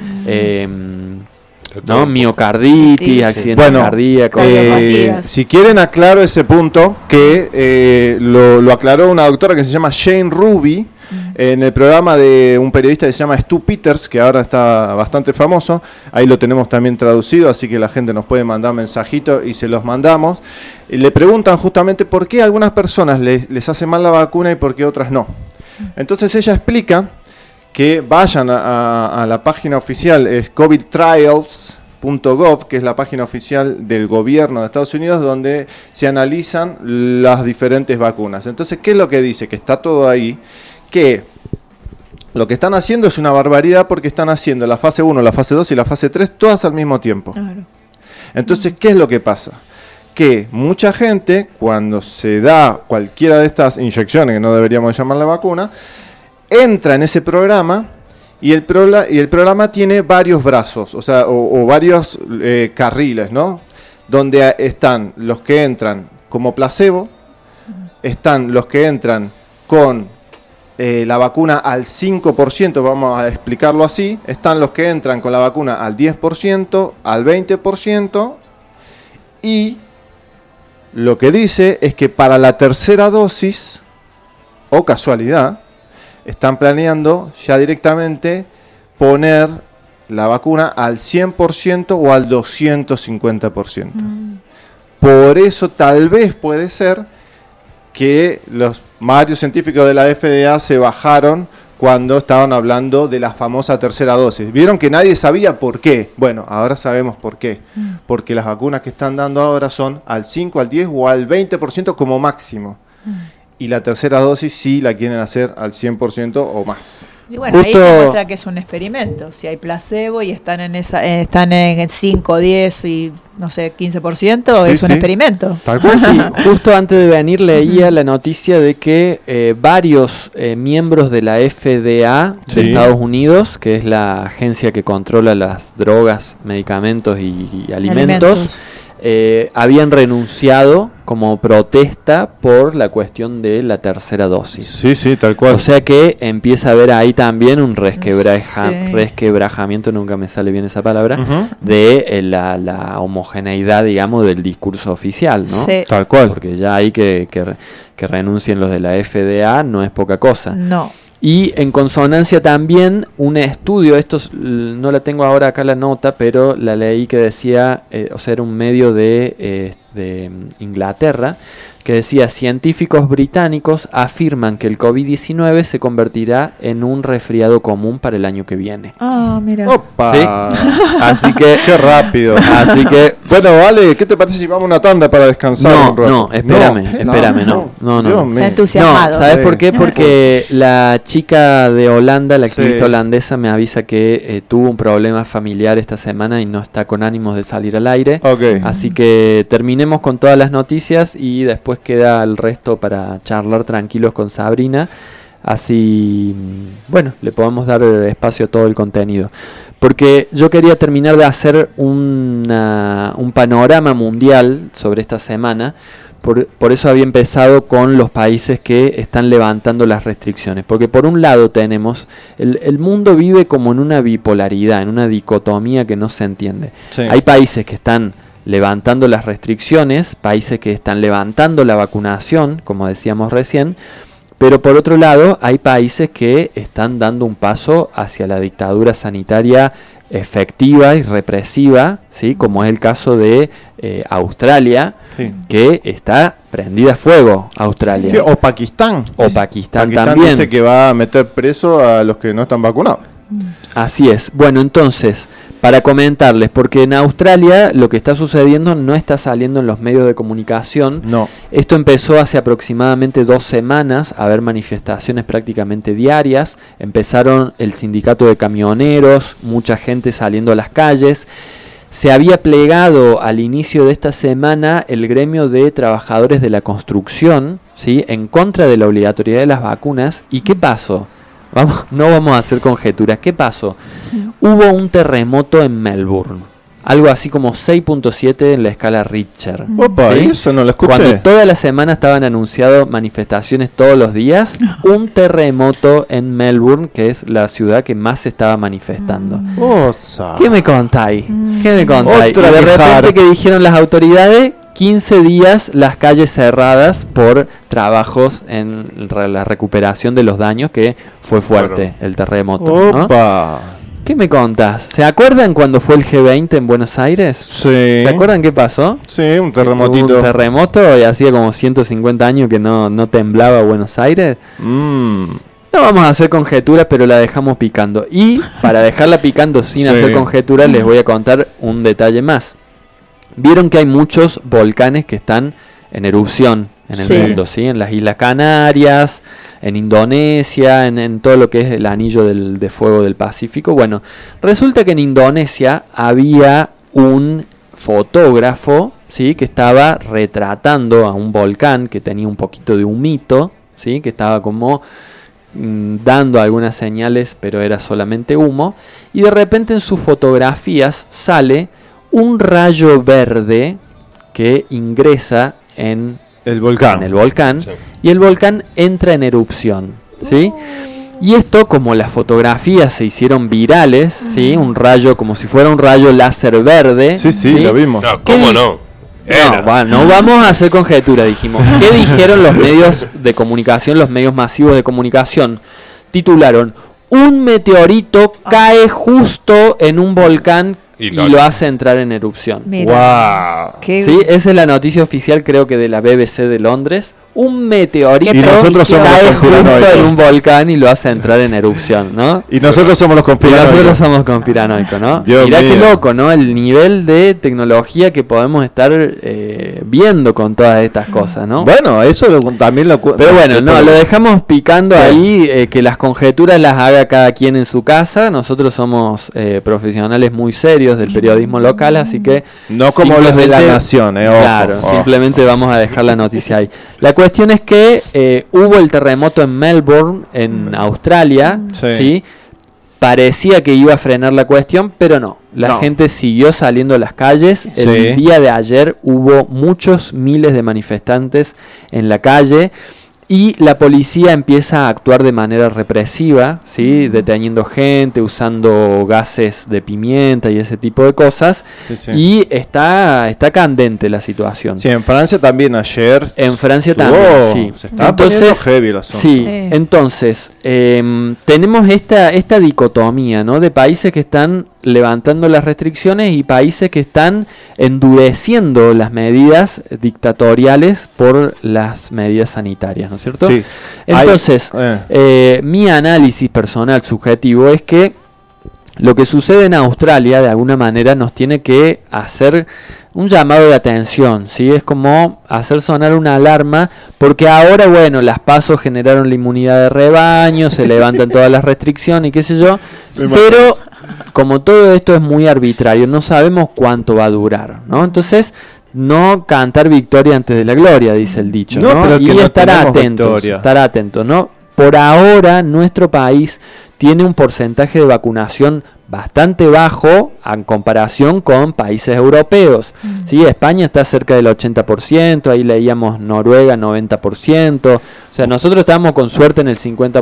¿no? Miocarditis, accidentes cardíacos. Si quieren aclaro ese punto, que lo aclaró una doctora que se llama Jane Ruby, en el programa de un periodista que se llama Stu Peters, que ahora está bastante famoso. Ahí lo tenemos también traducido, así que la gente nos puede mandar mensajitos y se los mandamos. Y le preguntan justamente por qué a algunas personas les hace mal la vacuna y por qué otras no. Entonces ella explica que vayan a la página oficial, es covidtrials.gov, que es la página oficial del gobierno de Estados Unidos, donde se analizan las diferentes vacunas. Entonces, ¿qué es lo que dice? Que está todo ahí, que lo que están haciendo es una barbaridad, porque están haciendo la fase 1, la fase 2 y la fase 3 todas al mismo tiempo. Claro. Entonces, ¿qué es lo que pasa? Que mucha gente, cuando se da cualquiera de estas inyecciones, que no deberíamos llamar la vacuna, entra en ese programa y el programa tiene varios brazos, o sea, o varios carriles, ¿no? Donde están los que entran como placebo, están los que entran con la vacuna al 5%, vamos a explicarlo así, están los que entran con la vacuna al 10%, al 20%, y lo que dice es que para la tercera dosis, o casualidad, están planeando ya directamente poner la vacuna al 100% o al 250%. Por eso tal vez puede ser que los varios científicos de la FDA se bajaron cuando estaban hablando de la famosa tercera dosis. Vieron que nadie sabía por qué. Bueno, ahora sabemos por qué. Porque las vacunas que están dando ahora son al 5, al 10 o al 20% como máximo. Y la tercera dosis sí la quieren hacer al 100% o más. Y bueno, ahí se muestra que es un experimento. Si hay placebo y están en 5, 10 y no sé, 15%, es un experimento. Tal cual. Sí, justo antes de venir leía la noticia de que varios miembros de la FDA de Estados Unidos, que es la agencia que controla las drogas, medicamentos y alimentos. Habían renunciado como protesta por la cuestión de la tercera dosis. Sí, tal cual. O sea que empieza a haber ahí también un resquebrajamiento, nunca me sale bien esa palabra, de la homogeneidad, digamos, del discurso oficial, ¿no? Sí. Tal cual. Porque ya hay que renuncien los de la FDA, no es poca cosa. No. Y en consonancia también un estudio, no la tengo ahora acá la nota, pero la leí que decía, era un medio de Inglaterra, que decía, científicos británicos afirman que el COVID-19 se convertirá en un resfriado común para el año que viene. Ah, mira. ¡Opa! ¿Sí? Así que... ¡Qué rápido! Así que... Bueno, vale, ¿qué te parece si vamos a una tanda para descansar un rato? No, espérame, no. Está entusiasmado. No, ¿sabes por qué? Porque la chica de Holanda, la activista holandesa, me avisa que tuvo un problema familiar esta semana y no está con ánimos de salir al aire. Okay. Así que terminemos con todas las noticias y después queda el resto para charlar tranquilos con Sabrina. Así, bueno, le podemos dar espacio a todo el contenido. Porque yo quería terminar de hacer un panorama mundial sobre esta semana. Por eso había empezado con los países que están levantando las restricciones. Porque por un lado tenemos, el mundo vive como en una bipolaridad, en una dicotomía que no se entiende. Sí. Hay países que están levantando las restricciones, países que están levantando la vacunación, como decíamos recién, pero por otro lado hay países que están dando un paso hacia la dictadura sanitaria efectiva y represiva, ¿sí? Como es el caso de Australia, sí, que está prendida a fuego Australia. Sí, o Pakistán. O Pakistán también. Dice que va a meter preso a los que no están vacunados. Así es. Bueno, entonces, para comentarles, porque en Australia lo que está sucediendo no está saliendo en los medios de comunicación. No. Esto empezó hace aproximadamente 2 semanas, a haber manifestaciones prácticamente diarias. Empezaron el sindicato de camioneros, mucha gente saliendo a las calles. Se había plegado al inicio de esta semana el gremio de trabajadores de la construcción, ¿sí? En contra de la obligatoriedad de las vacunas. ¿Y qué pasó? No vamos a hacer conjeturas. ¿Qué pasó? Hubo un terremoto en Melbourne, algo así como 6.7 en la escala Richter. Opa, ¿sí? Eso no lo escuché. Cuando toda la semana estaban anunciados manifestaciones todos los días, un terremoto en Melbourne, que es la ciudad que más se estaba manifestando. ¿Qué me contáis? ¿Qué me contáis? Y de repente, que dijeron las autoridades, 15 días las calles cerradas por trabajos en la recuperación de los daños, que fue fuerte el terremoto. Opa. ¿No? ¿Qué me contás? ¿Se acuerdan cuando fue el G20 en Buenos Aires? Sí. ¿Se acuerdan qué pasó? Sí, un terremotito. Hubo un terremoto y hacía como 150 años que no temblaba Buenos Aires. No vamos a hacer conjeturas, pero la dejamos picando. Y para dejarla picando sin hacer conjeturas, les voy a contar un detalle más. Vieron que hay muchos volcanes que están en erupción en el mundo, ¿sí? En las Islas Canarias, en Indonesia, en todo lo que es el anillo de fuego del Pacífico. Bueno, resulta que en Indonesia había un fotógrafo, ¿sí? Que estaba retratando a un volcán que tenía un poquito de humito, ¿sí? Que estaba como dando algunas señales, pero era solamente humo. Y de repente en sus fotografías sale un rayo verde que ingresa en el volcán, sí, y el volcán entra en erupción, ¿sí? Y esto, como las fotografías se hicieron virales, ¿sí? Un rayo, como si fuera un rayo láser verde. Sí, lo vimos. No, ¿cómo no? No vamos a hacer conjetura, dijimos. ¿Qué dijeron los medios de comunicación, los medios masivos de comunicación? Titularon: un meteorito cae justo en un volcán y lo hace entrar en erupción. Mira. ¡Wow! ¿Sí? Esa es la noticia oficial, creo que de la BBC de Londres. Un meteorito cae justo en un volcán y lo hace entrar en erupción, ¿no? Y nosotros somos los conspiranoicos. ¿No? Mirá qué loco, ¿no? El nivel de tecnología que podemos estar viendo con todas estas cosas, ¿no? Bueno, eso también lo... Pero bueno, lo dejamos picando ahí, que las conjeturas las haga cada quien en su casa. Nosotros somos profesionales muy serios del periodismo local, así que... No como los de la nación, Claro, simplemente vamos a dejar la noticia ahí. La cuestión es que hubo el terremoto en Melbourne, en Australia, ¿sí? Parecía que iba a frenar la cuestión, pero no. La gente siguió saliendo a las calles. El día de ayer hubo muchos miles de manifestantes en la calle. Y la policía empieza a actuar de manera represiva, ¿sí? Deteniendo gente, usando gases de pimienta y ese tipo de cosas. Y está candente la situación. Sí, en Francia también ayer. En Francia también, sí. Se está poniendo heavy el asunto. Sí, entonces, tenemos esta dicotomía, ¿no? De países que están levantando las restricciones y países que están endureciendo las medidas dictatoriales por las medidas sanitarias, ¿no es cierto? Sí. Entonces, mi análisis personal subjetivo es que lo que sucede en Australia de alguna manera nos tiene que hacer un llamado de atención, ¿sí? Es como hacer sonar una alarma, porque ahora, bueno, las PASO generaron la inmunidad de rebaño, se levantan todas las restricciones y qué sé yo, pero como todo esto es muy arbitrario, no sabemos cuánto va a durar, ¿no? Entonces, no cantar victoria antes de la gloria, dice el dicho, ¿no? Pero y estar atentos, ¿no? Por ahora, nuestro país tiene un porcentaje de vacunación bastante bajo en comparación con países europeos. ¿Sí? España está cerca del 80%, ahí leíamos Noruega 90%. O sea, nosotros estamos con suerte en el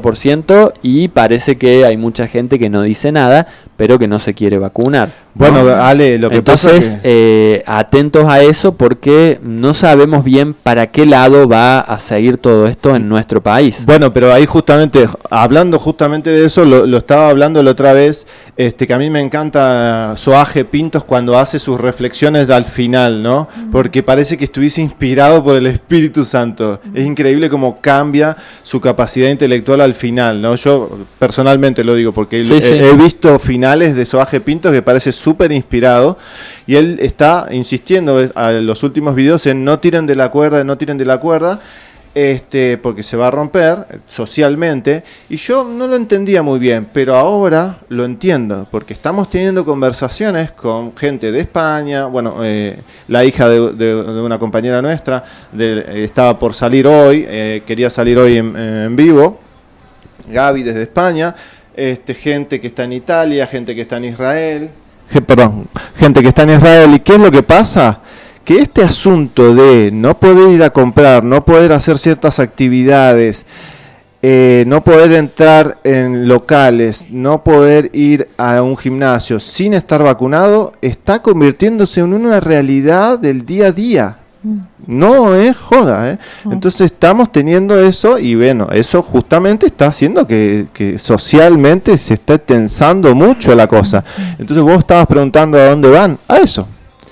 50% y parece que hay mucha gente que no dice nada, pero que no se quiere vacunar, ¿no? Bueno, Ale, lo que entonces, pasa es atentos a eso, porque no sabemos bien para qué lado va a seguir todo esto en nuestro país. Bueno, pero ahí justamente, hablando justamente de eso, lo estaba hablando la otra vez, que a mí me encanta Soaje Pintos cuando hace sus reflexiones al final, ¿no? Porque parece que estuviese inspirado por el Espíritu Santo. Es increíble cómo cambia su capacidad intelectual al final, ¿no? Yo personalmente lo digo porque he visto finales de Soaje Pintos que parece súper inspirado, y él está insistiendo a los últimos videos en no tiren de la cuerda, porque se va a romper socialmente, y yo no lo entendía muy bien, pero ahora lo entiendo, porque estamos teniendo conversaciones con gente de España, la hija de una compañera nuestra estaba por salir hoy, quería salir hoy en vivo, Gaby desde España, gente que está en Italia, gente que está en Israel, gente que está en Israel, ¿y qué es lo que pasa? Que este asunto de no poder ir a comprar, no poder hacer ciertas actividades, no poder entrar en locales, no poder ir a un gimnasio sin estar vacunado, está convirtiéndose en una realidad del día a día. No es joda, Entonces estamos teniendo eso, y bueno, eso justamente está haciendo que socialmente se esté tensando mucho la cosa. Entonces vos estabas preguntando a dónde van, a eso.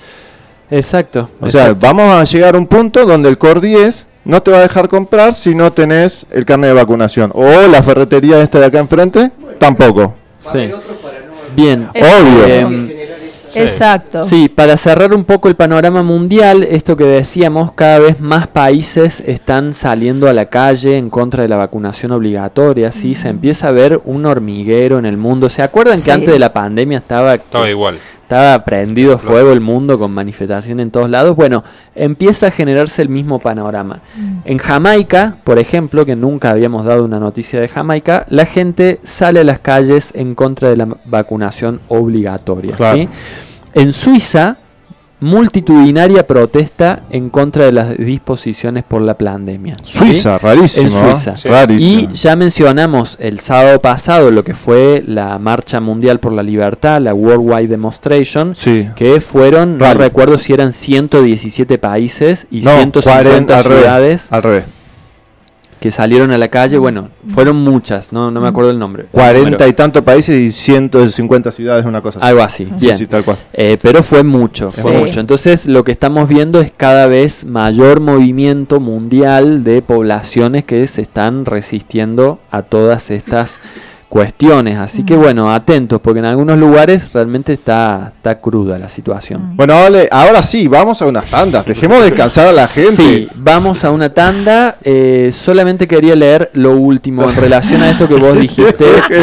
Exacto. O sea, vamos a llegar a un punto donde el Cor 10 no te va a dejar comprar si no tenés el carnet de vacunación. O la ferretería esta de acá enfrente, tampoco. Sí. Bien. Obvio. Exacto. Sí, para cerrar un poco el panorama mundial, esto que decíamos, cada vez más países están saliendo a la calle en contra de la vacunación obligatoria, ¿sí? Se empieza a ver un hormiguero en el mundo. ¿Se acuerdan que antes de la pandemia estaba igual? Estaba prendido fuego el mundo con manifestación en todos lados. Bueno, empieza a generarse el mismo panorama. En Jamaica, por ejemplo, que nunca habíamos dado una noticia de Jamaica, la gente sale a las calles en contra de la vacunación obligatoria. Claro. ¿Sí? En Suiza, multitudinaria protesta en contra de las disposiciones por la pandemia. Suiza, ¿sí? Rarísimo. En Suiza. Sí. Rarísimo. Y ya mencionamos el sábado pasado lo que fue la Marcha Mundial por la Libertad, la Worldwide Demonstration, que fueron, no recuerdo si eran 117 países y 150 ciudades. Al revés. Que salieron a la calle, bueno, fueron muchas, no me acuerdo el nombre. 40 y tantos países y 150 ciudades, una cosa así. Algo así, bien. Sí, tal cual. Pero fue mucho. Entonces lo que estamos viendo es cada vez mayor movimiento mundial de poblaciones que se están resistiendo a todas estas cuestiones, así que bueno, atentos, porque en algunos lugares realmente está cruda la situación. Bueno, ahora sí, vamos a unas tandas, dejemos descansar a la gente. Sí, vamos a una tanda. Solamente quería leer lo último en relación a esto que vos dijiste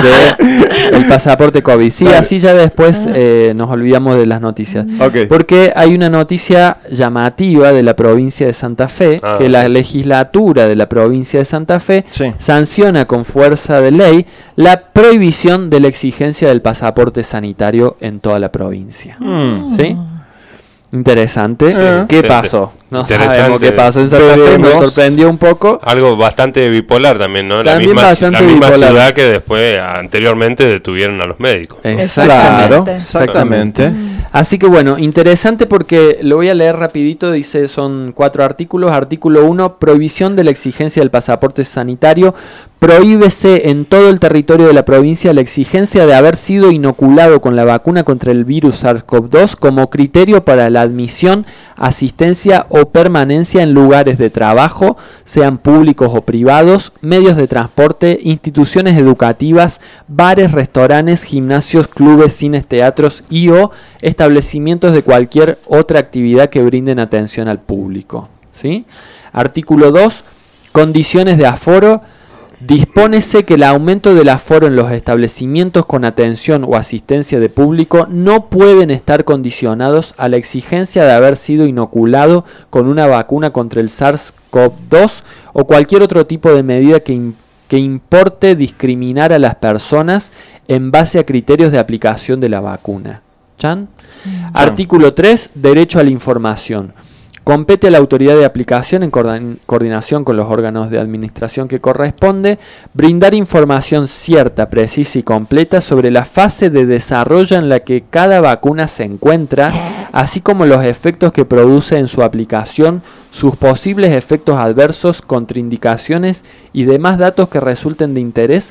del pasaporte COVID. Sí, así ya después nos olvidamos de las noticias. Porque hay una noticia llamativa de la provincia de Santa Fe, que la legislatura de la provincia de Santa Fe sanciona con fuerza de ley la prohibición de la exigencia del pasaporte sanitario en toda la provincia. ¿Sí? Interesante. ¿Qué pasó? No sabemos qué pasó en Santa Fe, me sorprendió un poco. Algo bastante bipolar también, ¿no? También la misma bipolar. Ciudad que después, anteriormente, detuvieron a los médicos. Exactamente. Así que bueno, interesante porque lo voy a leer rapidito, dice, son 4 artículos. Artículo 1, prohibición de la exigencia del pasaporte sanitario. Prohíbese en todo el territorio de la provincia la exigencia de haber sido inoculado con la vacuna contra el virus SARS-CoV-2 como criterio para la admisión, asistencia o permanencia en lugares de trabajo, sean públicos o privados, medios de transporte, instituciones educativas, bares, restaurantes, gimnasios, clubes, cines, teatros y o establecimientos de cualquier otra actividad que brinden atención al público. ¿Sí? Artículo 2. Condiciones de aforo. Dispónese que el aumento del aforo en los establecimientos con atención o asistencia de público no pueden estar condicionados a la exigencia de haber sido inoculado con una vacuna contra el SARS-CoV-2 o cualquier otro tipo de medida que importe discriminar a las personas en base a criterios de aplicación de la vacuna. ¿Chan? Artículo 3. Derecho a la información. Compete a la autoridad de aplicación, en coordinación con los órganos de administración que corresponde, brindar información cierta, precisa y completa sobre la fase de desarrollo en la que cada vacuna se encuentra, así como los efectos que produce en su aplicación, sus posibles efectos adversos, contraindicaciones y demás datos que resulten de interés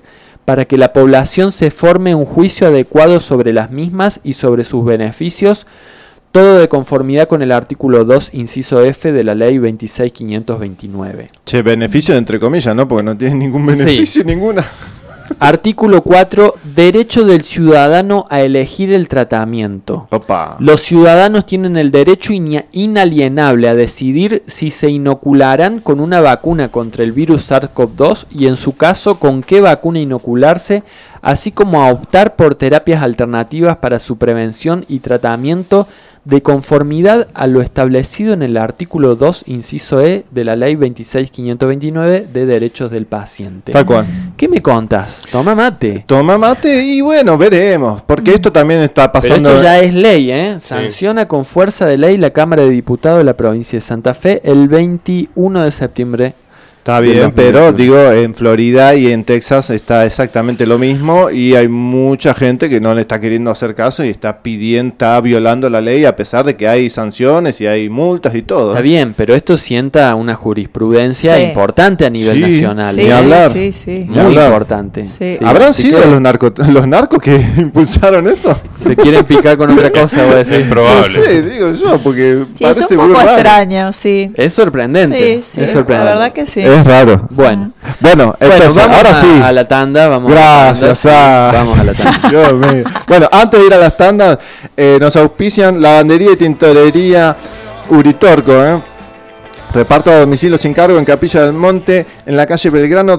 para que la población se forme un juicio adecuado sobre las mismas y sobre sus beneficios, todo de conformidad con el artículo 2, inciso F de la ley 26.529. Che, beneficio entre comillas, ¿no? Porque no tiene ningún beneficio, sí. Ninguna. Artículo 4, derecho del ciudadano a elegir el tratamiento. Opa. Los ciudadanos tienen el derecho inalienable a decidir si se inocularán con una vacuna contra el virus SARS-CoV-2 y en su caso con qué vacuna inocularse, así como a optar por terapias alternativas para su prevención y tratamiento de conformidad a lo establecido en el artículo 2, inciso E de la ley 26.529 de derechos del paciente. Tal cual. ¿Qué me contas? Toma mate. Toma mate y bueno, veremos, porque esto también está pasando. Pero esto ya es ley, ¿eh? Sanciona con fuerza de ley la Cámara de Diputados de la provincia de Santa Fe el 21 de septiembre. Está bien, pero digo, en Florida y en Texas está exactamente lo mismo y hay mucha gente que no le está queriendo hacer caso y está violando la ley a pesar de que hay sanciones y hay multas y todo. Está bien, pero esto sienta una jurisprudencia importante a nivel nacional. Ni hablar. Muy importante. Sí. ¿Habrán sido los narcos que impulsaron eso? ¿Se quieren picar con otra cosa? Voy a decir. Es probable. No sé, digo yo, porque parece es un poco muy raro. Extraño, sí. Es sorprendente. Sí, es sorprendente. La verdad que sí. Es raro. Bueno, entonces, vamos ahora sí. a la tanda. Vamos Gracias. Vamos a la tanda. Dios mío. Bueno, antes de ir a las tandas, nos auspician Lavandería y Tintorería Uritorco, Reparto a domicilio sin cargo en Capilla del Monte, en la calle Belgrano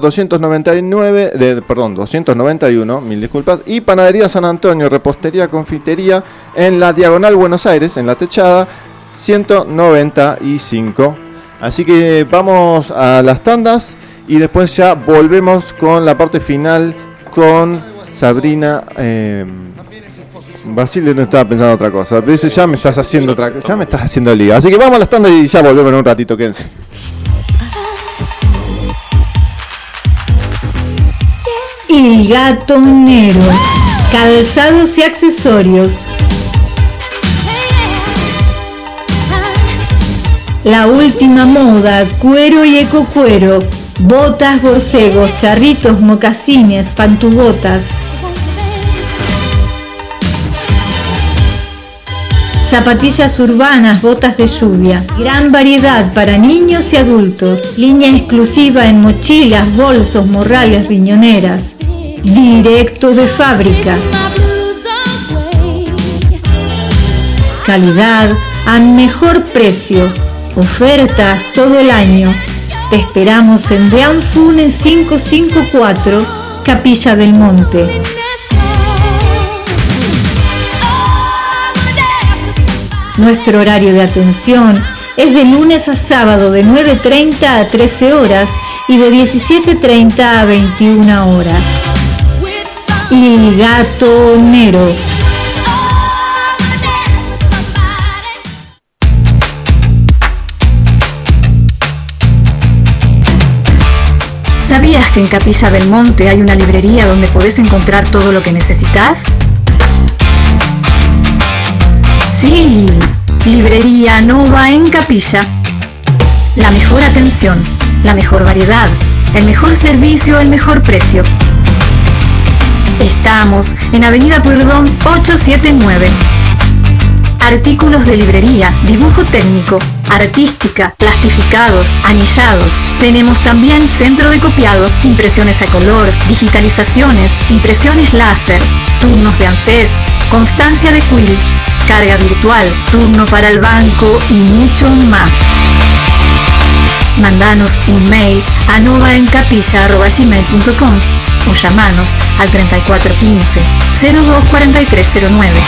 291, mil disculpas, y Panadería San Antonio, Repostería, Confitería, en la Diagonal Buenos Aires, en la Techada 195. Así que vamos a las tandas y después ya volvemos con la parte final con Sabrina. Basile no estaba pensando otra cosa. ¿Viste? Ya me estás haciendo lío. Así que vamos a las tandas y ya volvemos en un ratito. Quédense. El Gatonero. Calzados y accesorios. La última moda, cuero y ecocuero, botas, borcegos, charritos, mocasines, pantubotas, zapatillas urbanas, botas de lluvia, gran variedad para niños y adultos, línea exclusiva en mochilas, bolsos, morrales, riñoneras, directo de fábrica. Calidad a mejor precio. Ofertas todo el año. Te esperamos en Deán Funes 554, Capilla del Monte. Nuestro horario de atención es de lunes a sábado de 9:30 a 13 horas y de 17:30 a 21 horas. El Gatonero. ¿Sabías que en Capilla del Monte hay una librería donde podés encontrar todo lo que necesitas? Sí, Librería Nova en Capilla. La mejor atención, la mejor variedad, el mejor servicio, el mejor precio. Estamos en Avenida Pueyrredón 879. Artículos de librería, dibujo técnico, artística, plastificados, anillados. Tenemos también centro de copiado, impresiones a color, digitalizaciones, impresiones láser, turnos de ANSES, constancia de quill, carga virtual, turno para el banco y mucho más. Mandanos un mail a novaencapilla@gmail.com o llamanos al 3415-024309.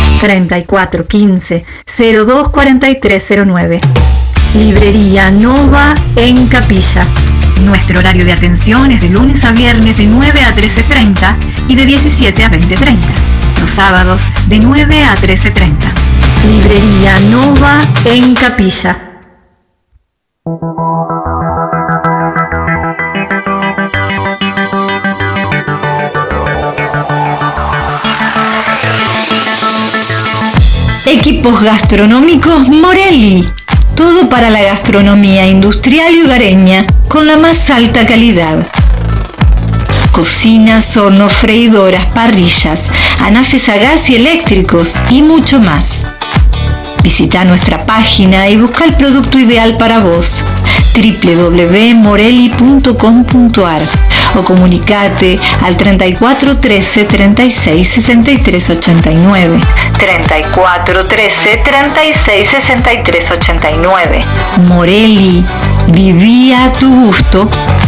3415-024309. Librería Nova en Capilla. Nuestro horario de atención es de lunes a viernes de 9 a 13:30 y de 17 a 20:30. Los sábados de 9 a 13:30. Librería Nova en Capilla. Equipos gastronómicos Morelli. Todo para la gastronomía industrial y hogareña con la más alta calidad. cocinas, hornos, freidoras, parrillas, anafes a gas y eléctricos y mucho más. Visita nuestra página y busca el producto ideal para vos, www.moreli.com.ar, o comunicate al 34 13 36 63 89. 34 13 36 63 89. Moreli, viví a tu gusto.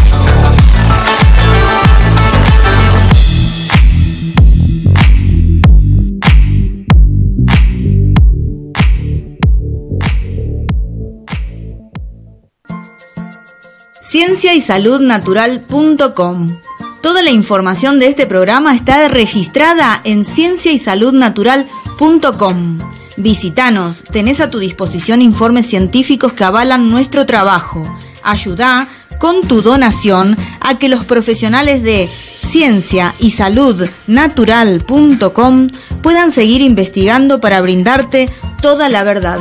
cienciaysaludnatural.com. Toda la información de este programa está registrada en cienciaysaludnatural.com. Visítanos, tenés a tu disposición informes científicos que avalan nuestro trabajo. Ayudá con tu donación a que los profesionales de cienciaysaludnatural.com puedan seguir investigando para brindarte toda la verdad.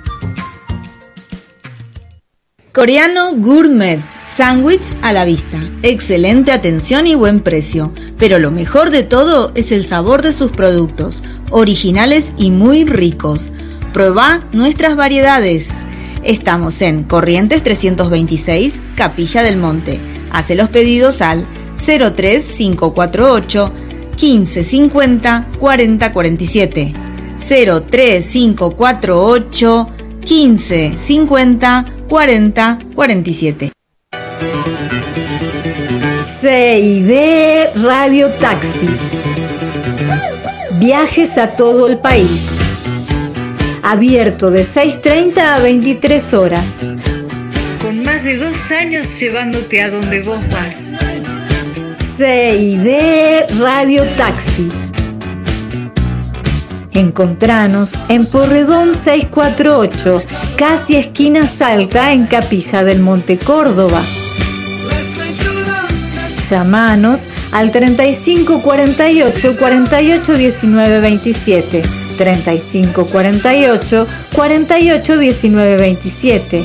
Coreano Gourmet, sándwich a la vista, excelente atención y buen precio, pero lo mejor de todo es el sabor de sus productos, originales y muy ricos. Prueba nuestras variedades. Estamos en Corrientes 326, Capilla del Monte. Hace los pedidos al 03548 1550 4047. 03548 1550 4047. CID Radio Taxi. Viajes a todo el país. Abierto de 6:30 a 23 horas. Con más de 2 años llevándote a donde vos vas. CID Radio Taxi. Encontranos en Porredón 648, casi esquina Salta, en Capilla del Monte, Córdoba. Llamanos al 35 48 48 19 27, 35 48 48 19 27,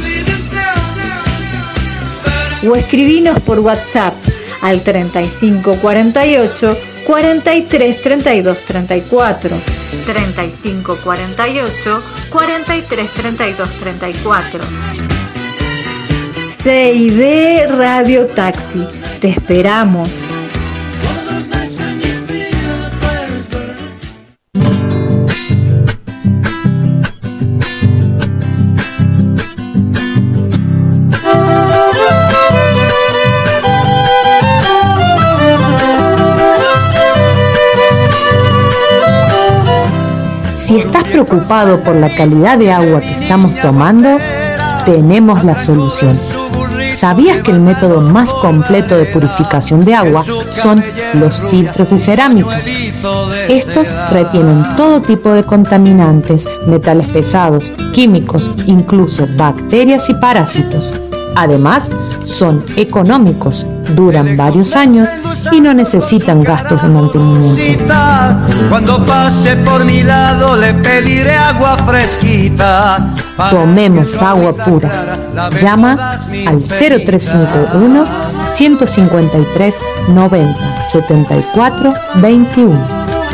o escribinos por WhatsApp al 35 48 43 32 34, 35 48 43 32 34. CID Radio Taxi. Te esperamos. Si estás preocupado por la calidad de agua que estamos tomando, tenemos la solución. ¿Sabías que el método más completo de purificación de agua son los filtros de cerámica? Estos retienen todo tipo de contaminantes, metales pesados, químicos, incluso bacterias y parásitos. Además, son económicos, duran varios años y no necesitan gastos de mantenimiento. Cuando pase por mi lado le pediré agua fresquita. Tomemos agua pura. Llama al 0351 153 90 74 21.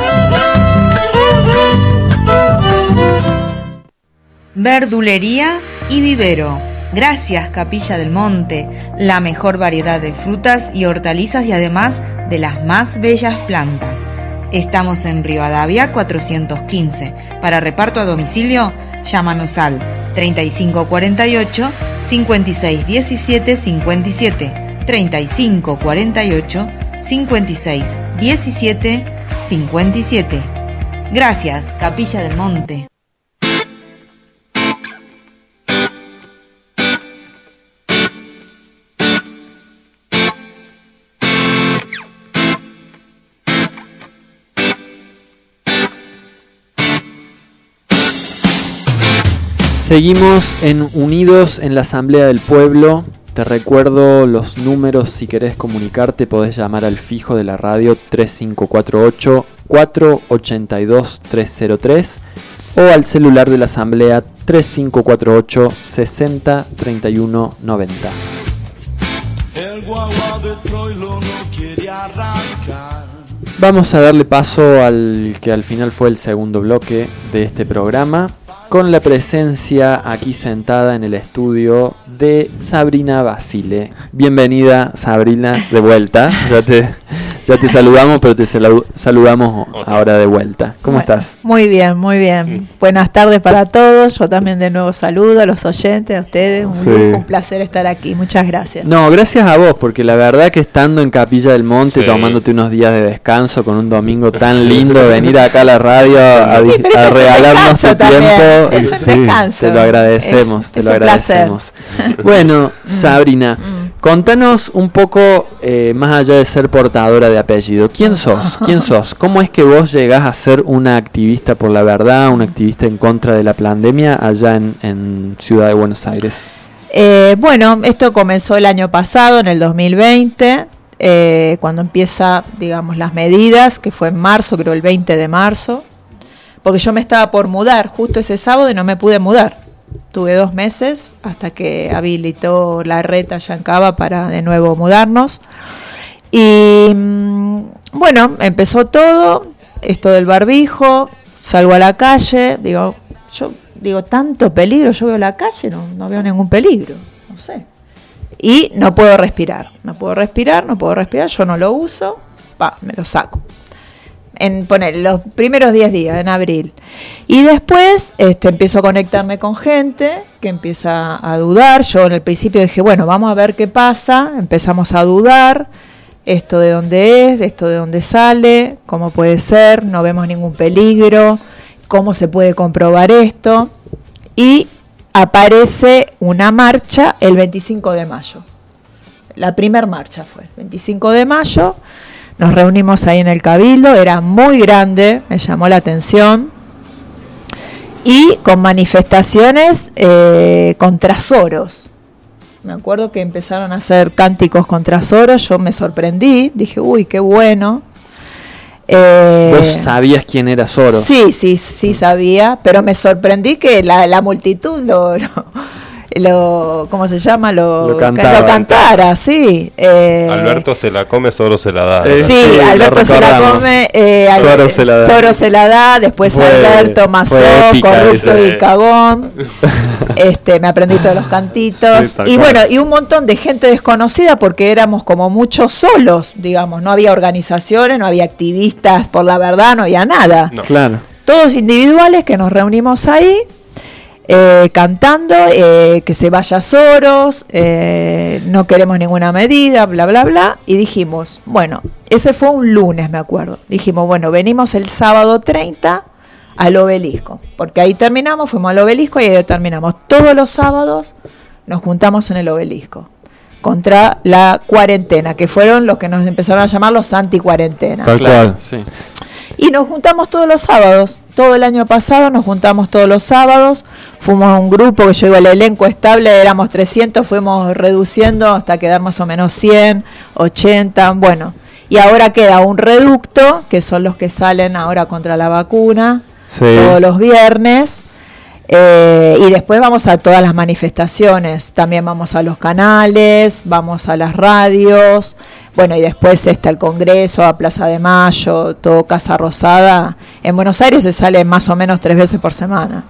Verdulería y vivero. Gracias, Capilla del Monte, la mejor variedad de frutas y hortalizas y además de las más bellas plantas. Estamos en Rivadavia 415. Para reparto a domicilio, llámanos al 3548 5617 57, 3548 5617 57. Gracias, Capilla del Monte. Seguimos en Unidos en la Asamblea del Pueblo. Te recuerdo los números: si querés comunicarte podés llamar al fijo de la radio 3548 482 303 o al celular de la Asamblea 3548 60 31 90. El guagua de Troilo no quiere arrancar. Vamos a darle paso al que al final fue el segundo bloque de este programa, con la presencia aquí sentada en el estudio de Sabrina Basile. Bienvenida, Sabrina, de vuelta. Ya te saludamos, pero te saludamos ahora de vuelta. ¿Cómo estás? Muy bien, muy bien. Buenas tardes para todos. Yo también de nuevo saludo a los oyentes, a ustedes. Un placer estar aquí. Muchas gracias. No, gracias a vos, porque la verdad que estando en Capilla del Monte, tomándote unos días de descanso con un domingo tan lindo, venir acá a la radio a regalarnos tu tiempo. Te lo agradecemos, te lo agradecemos. Bueno, Sabrina, contanos un poco, más allá de ser portadora de apellido, ¿quién sos? ¿Quién sos? ¿Cómo es que vos llegás a ser una activista por la verdad, una activista en contra de la pandemia allá en Ciudad de Buenos Aires? Bueno, esto comenzó el año pasado, en el 2020, cuando empieza, digamos, las medidas, que fue en marzo, creo el 20 de marzo, porque yo me estaba por mudar justo ese sábado y no me pude mudar. Tuve 2 meses hasta que habilitó la reta allá en Cava para de nuevo mudarnos. Y bueno, empezó todo, esto del barbijo, salgo a la calle, digo, tanto peligro, yo veo la calle, no veo ningún peligro, no sé. Y no puedo respirar, yo no lo uso, me lo saco. En poner los primeros 10 días, en abril. Y después empiezo a conectarme con gente que empieza a dudar. Yo en el principio dije, bueno, vamos a ver qué pasa. Empezamos a dudar. Esto de dónde es, esto de dónde sale, cómo puede ser, no vemos ningún peligro, cómo se puede comprobar esto. Y aparece una marcha el 25 de mayo. La primer marcha fue el 25 de mayo. Nos reunimos ahí en el Cabildo, era muy grande, me llamó la atención, y con manifestaciones contra Soros. Me acuerdo que empezaron a hacer cánticos contra Soros, yo me sorprendí, dije, uy, qué bueno. ¿Vos sabías quién era Soros? Sí sabía, pero me sorprendí que la multitud ¿cómo se llama? Lo cantara, sí. Alberto se la come, Soros se la da. Sí, Alberto se la come, Soros se la da, después Alberto, Mazó, corrupto y cagón. Me aprendí todos los cantitos. Sí, y bueno, y un montón de gente desconocida porque éramos como muchos solos, digamos, no había organizaciones, no había activistas por la verdad, no había nada. No. Claro. Todos individuales que nos reunimos ahí. Cantando que se vaya Soros, no queremos ninguna medida, bla, bla, bla. Y dijimos, bueno, ese fue un lunes, me acuerdo. Dijimos, bueno, venimos el sábado 30 al Obelisco. Porque ahí terminamos, fuimos al Obelisco y ahí terminamos. Todos los sábados nos juntamos en el Obelisco contra la cuarentena, que fueron los que nos empezaron a llamar los anti-cuarentena. Tal cual, sí. Y nos juntamos todos los sábados. Todo el año pasado nos juntamos todos los sábados. Fuimos a un grupo que yo digo, el elenco estable, éramos 300, fuimos reduciendo hasta quedar más o menos 100, 80, bueno. Y ahora queda un reducto, que son los que salen ahora contra la vacuna, todos los viernes. Y después vamos a todas las manifestaciones. También vamos a los canales, vamos a las radios. Bueno, y después está el Congreso, a Plaza de Mayo, todo Casa Rosada. En Buenos Aires se sale más o menos 3 veces por semana.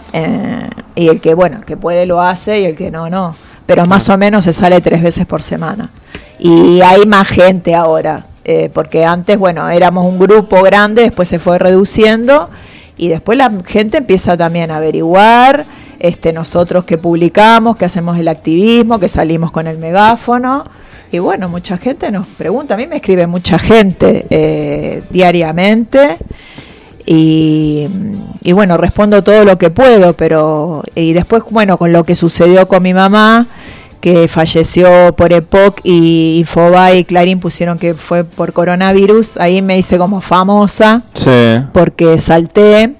Y el que, bueno, que puede lo hace y el que no. Pero más o menos se sale 3 veces por semana. Y hay más gente ahora, porque antes, bueno, éramos un grupo grande, después se fue reduciendo y después la gente empieza también a averiguar, nosotros que publicamos, que hacemos el activismo, que salimos con el megáfono. Y bueno, mucha gente nos pregunta, a mí me escribe mucha gente diariamente y bueno, respondo todo lo que puedo, pero y después, bueno, con lo que sucedió con mi mamá, que falleció por EPOC y Infobae y Clarín pusieron que fue por coronavirus, ahí me hice como famosa, porque salté,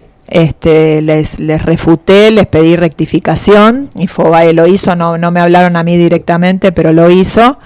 les refuté, les pedí rectificación, Infobae lo hizo, no me hablaron a mí directamente, pero lo hizo.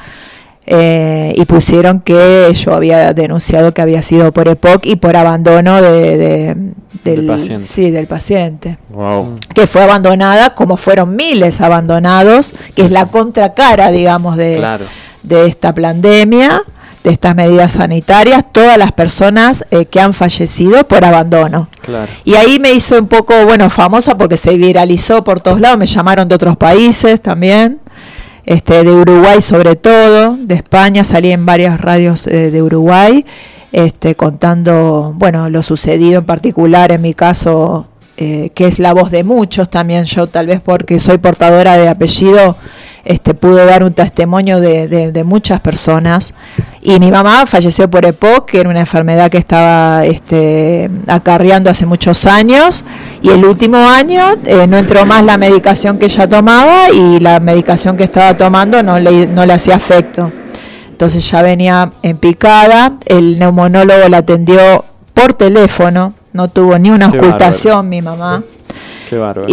Y pusieron que yo había denunciado que había sido por EPOC y por abandono del paciente. Sí, del paciente. Wow. Que fue abandonada, como fueron miles abandonados, que es la contracara, digamos, de de esta pandemia, de estas medidas sanitarias, todas las personas que han fallecido por abandono. Claro. Y ahí me hizo un poco, famosa porque se viralizó por todos lados, me llamaron de otros países también, de Uruguay sobre todo, de España, salí en varias radios de Uruguay, contando, lo sucedido en particular en mi caso, que es la voz de muchos también, yo tal vez porque soy portadora de apellido, pude dar un testimonio de muchas personas. Y mi mamá falleció por EPOC, que era una enfermedad que estaba acarreando hace muchos años, y el último año no entró más la medicación que ella tomaba, y la medicación que estaba tomando no le hacía efecto. Entonces ya venía en picada, el neumonólogo la atendió por teléfono, no tuvo ni una ocultación mi mamá. Qué bárbaro.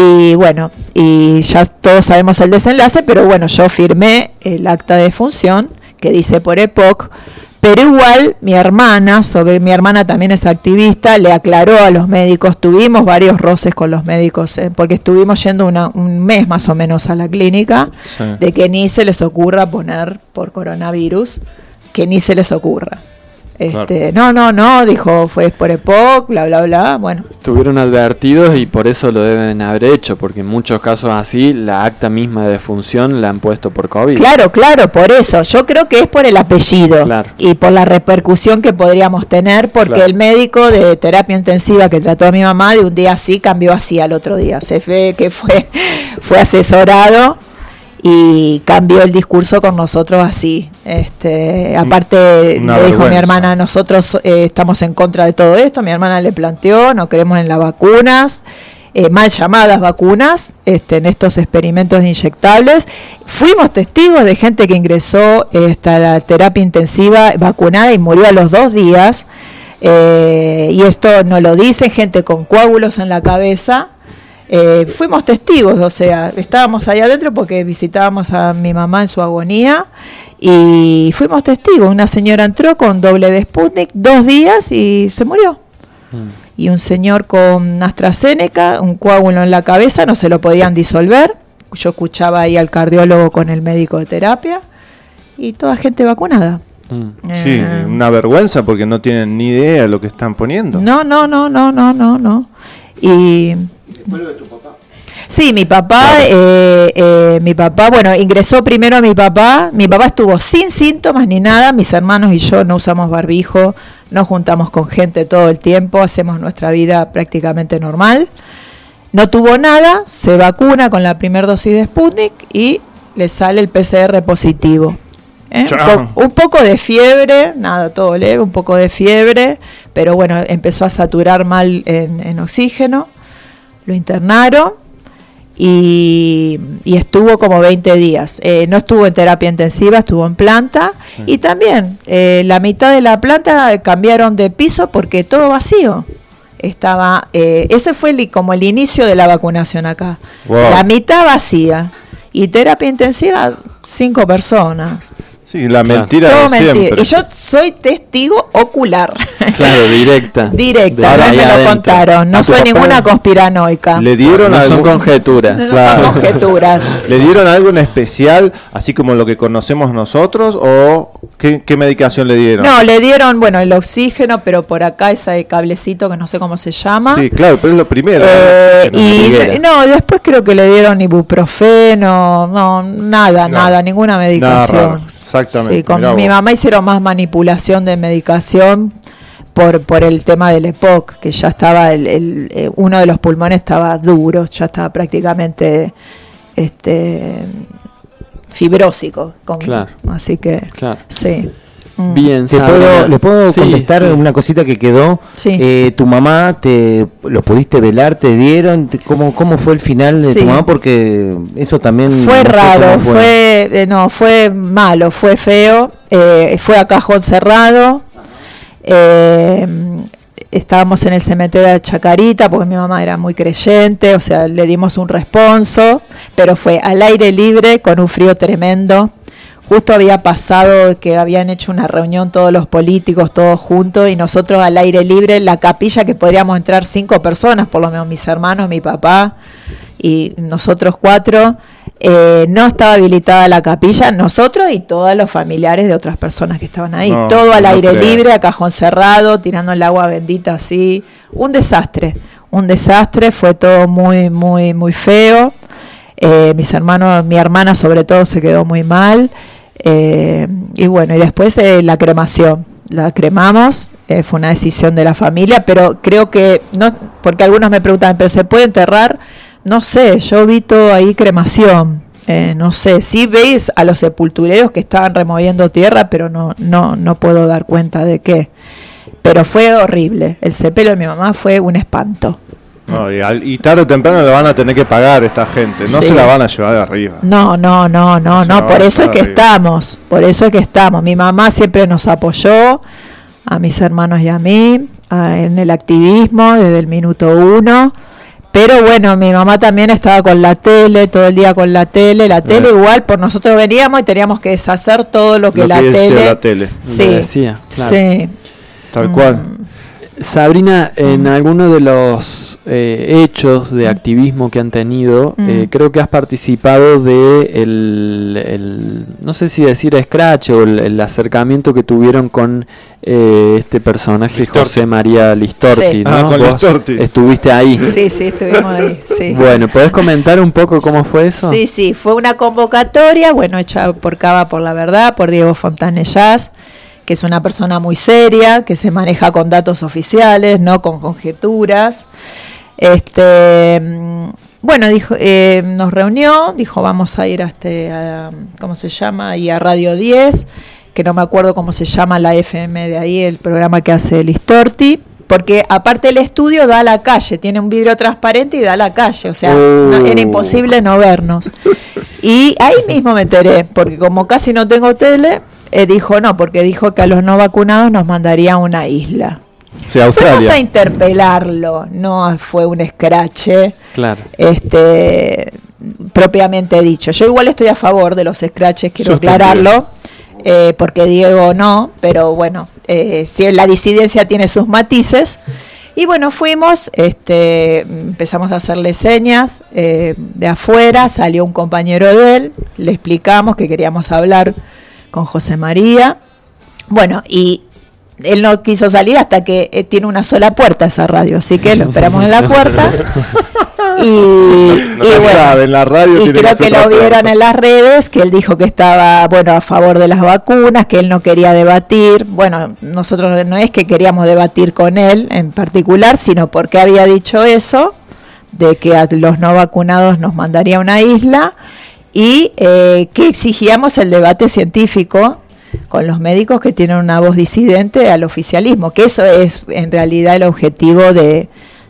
Y ya todos sabemos el desenlace, pero yo firmé el acta de defunción que dice por EPOC, pero igual mi hermana también es activista, le aclaró a los médicos, tuvimos varios roces con los médicos, porque estuvimos yendo un mes más o menos a la clínica, sí, de que ni se les ocurra poner por coronavirus, que ni se les ocurra. Claro. No, dijo, fue por EPOC, bla, bla, bla, Estuvieron advertidos y por eso lo deben haber hecho, porque en muchos casos así, la acta misma de defunción la han puesto por COVID. Claro, por eso. Yo creo que es por el apellido, claro, y por la repercusión que podríamos tener, porque claro, el médico de terapia intensiva que trató a mi mamá, de un día así, cambió así al otro día. Se ve que fue asesorado y cambió el discurso con nosotros así. Aparte le dijo mi hermana, nosotros estamos en contra de todo esto. Mi hermana le planteó, no creemos en las vacunas, mal llamadas vacunas, en estos experimentos inyectables. Fuimos testigos de gente que ingresó a la terapia intensiva vacunada y murió a los 2 días, y esto no lo dice gente con coágulos en la cabeza. Fuimos testigos, o sea, estábamos ahí adentro porque visitábamos a mi mamá en su agonía y fuimos testigos. Una señora entró con doble de Sputnik, 2 días y se murió. Y un señor con AstraZeneca, un coágulo en la cabeza, no se lo podían disolver. Yo escuchaba ahí al cardiólogo con el médico de terapia y toda gente vacunada. Sí, una vergüenza porque no tienen ni idea de lo que están poniendo. No. Y ¿vuelve tu papá? Sí, mi papá, ingresó primero mi papá estuvo sin síntomas ni nada, mis hermanos y yo no usamos barbijo, nos juntamos con gente todo el tiempo, hacemos nuestra vida prácticamente normal, no tuvo nada, se vacuna con la primera dosis de Sputnik y le sale el PCR positivo. Un poco de fiebre, nada, todo leve, un poco de fiebre, pero empezó a saturar mal en oxígeno, lo internaron y estuvo como 20 días. No estuvo en terapia intensiva, estuvo en planta, sí, y también la mitad de la planta cambiaron de piso porque todo vacío. Ese fue como el inicio de la vacunación acá. Wow. La mitad vacía y terapia intensiva 5 personas. Sí, la mentira de siempre. Y yo soy testigo ocular. Claro, directa. Ahora me lo contaron. No soy ninguna conspiranoica. ¿Le dieron son conjeturas. Son conjeturas. ¿Le dieron algo en especial, así como lo que conocemos nosotros, o qué medicación le dieron? No, le dieron, el oxígeno, pero por acá ese cablecito que no sé cómo se llama. Sí, claro, pero es lo primero. Después creo que le dieron ibuprofeno, nada, ninguna medicación. Exactamente. Sí, con mi mamá hicieron más manipulación de medicación por el tema del EPOC, que ya estaba uno de los pulmones estaba duro, ya estaba prácticamente fibrósico. Claro. Así que, claro, sí. Bien, ¿Le puedo contestar una cosita que quedó? Sí. ¿Tu mamá lo pudiste velar? ¿Te dieron? ¿Cómo fue el final de tu mamá? Porque eso también... Fue raro, fue malo, fue feo, fue a cajón cerrado. Estábamos en el cementerio de Chacarita porque mi mamá era muy creyente, o sea, le dimos un responso, pero fue al aire libre con un frío tremendo. Justo había pasado que habían hecho una reunión todos los políticos, todos juntos, y nosotros al aire libre, en la capilla que podríamos entrar 5 personas, por lo menos mis hermanos, mi papá y nosotros 4, no estaba habilitada la capilla, nosotros y todos los familiares de otras personas que estaban ahí, No, todo al no aire creo. libre, a cajón cerrado, tirando el agua bendita así, un desastre, fue todo muy, muy, muy feo. Mis hermanos, mi hermana sobre todo se quedó muy mal, y bueno, y después la cremación, la cremamos, fue una decisión de la familia, pero creo que, no, porque algunos me preguntan, ¿pero se puede enterrar? No sé, yo vi todo ahí cremación, no sé, sí veis a los sepultureros que estaban removiendo tierra, pero no puedo dar cuenta de qué, pero fue horrible, el sepelio de mi mamá fue un espanto. No, y tarde o temprano le van a tener que pagar esta gente, no Sí. se la van a llevar de arriba. No, por eso es que estamos. Mi mamá siempre nos apoyó, a mis hermanos y a mí, en el activismo desde el minuto 1. Pero bueno, mi mamá también estaba con la tele, todo el día con la tele igual, por nosotros veníamos y teníamos que deshacer todo lo que la tele. Sí, lo decía, claro. Sí. Tal cual. Sabrina, en alguno de los hechos de activismo que han tenido, creo que has participado de no sé si decir scratch o el acercamiento que tuvieron con este personaje Listorti. José María Listorti, Sí. ¿no? Con Vos Listorti. estuviste ahí. Sí, estuvimos ahí, sí. Bueno, ¿podés comentar un poco cómo fue eso? Sí, fue una convocatoria, hecha por Cava por la Verdad, por Diego Fontanellas, que es una persona muy seria, que se maneja con datos oficiales, no con conjeturas. Dijo, nos reunió, dijo vamos a ir a ¿cómo se llama? Y a Radio 10, que no me acuerdo cómo se llama la FM de ahí, el programa que hace Listorti, porque aparte el estudio da a la calle, tiene un vidrio transparente y da a la calle, o sea, era imposible no vernos. Y ahí mismo me enteré, porque como casi no tengo tele, dijo que a los no vacunados nos mandaría a una isla. Sí, Australia. Fuimos a interpelarlo, no fue un escrache. Claro. Propiamente dicho. Yo igual estoy a favor de los scratches, quiero aclararlo, porque Diego no, pero bueno, si la disidencia tiene sus matices. Y bueno, fuimos, empezamos a hacerle señas de afuera, salió un compañero de él, le explicamos que queríamos hablar con José María. Bueno, y él no quiso salir hasta que tiene una sola puerta esa radio, así que lo esperamos en la puerta. En la radio y creo que lo vieron en las redes, que él dijo que estaba a favor de las vacunas, que él no quería debatir. Bueno, nosotros no es que queríamos debatir con él en particular, sino porque había dicho eso, de que a los no vacunados nos mandaría a una isla, y que exigíamos el debate científico con los médicos que tienen una voz disidente al oficialismo, que eso es en realidad el objetivo de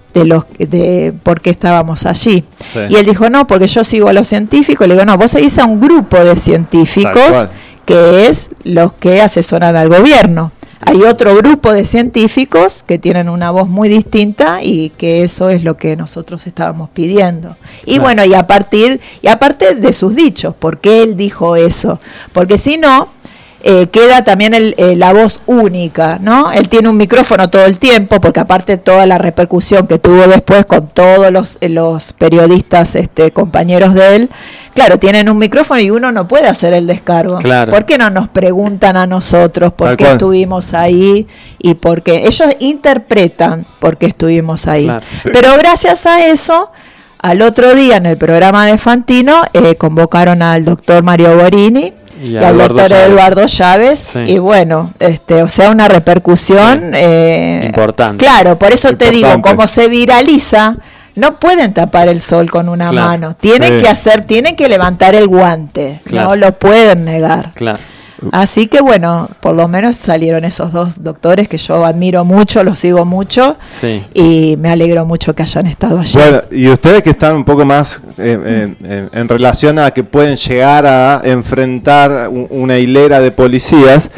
por qué estábamos allí. Sí. Y él dijo, no, porque yo sigo a los científicos. Le digo, no, vos seguís a un grupo de científicos que es los que asesoran al gobierno. Hay otro grupo de científicos que tienen una voz muy distinta, y que eso es lo que nosotros estábamos pidiendo. Y bueno, y aparte de sus dichos, ¿por qué él dijo eso? Porque si no, queda también la voz única, ¿no? Él tiene un micrófono todo el tiempo, porque aparte toda la repercusión que tuvo después con todos los periodistas compañeros de él, claro, tienen un micrófono y uno no puede hacer el descargo. Claro. ¿Por qué no nos preguntan a nosotros por qué estuvimos ahí? Y por qué ellos interpretan por qué estuvimos ahí. Claro. Pero gracias a eso, al otro día en el programa de Fantino convocaron al doctor Mario Borini y al doctor Eduardo Chávez, sí. Y bueno, o sea, una repercusión importante. Claro, por eso te digo, como se viraliza, no pueden tapar el sol con una mano, tienen que levantar el guante, no lo pueden negar. Claro. Así que bueno, por lo menos salieron esos dos doctores que yo admiro mucho, los sigo mucho, y me alegro mucho que hayan estado allí. Bueno, y ustedes que están un poco más en relación a que pueden llegar a enfrentar una hilera de policías.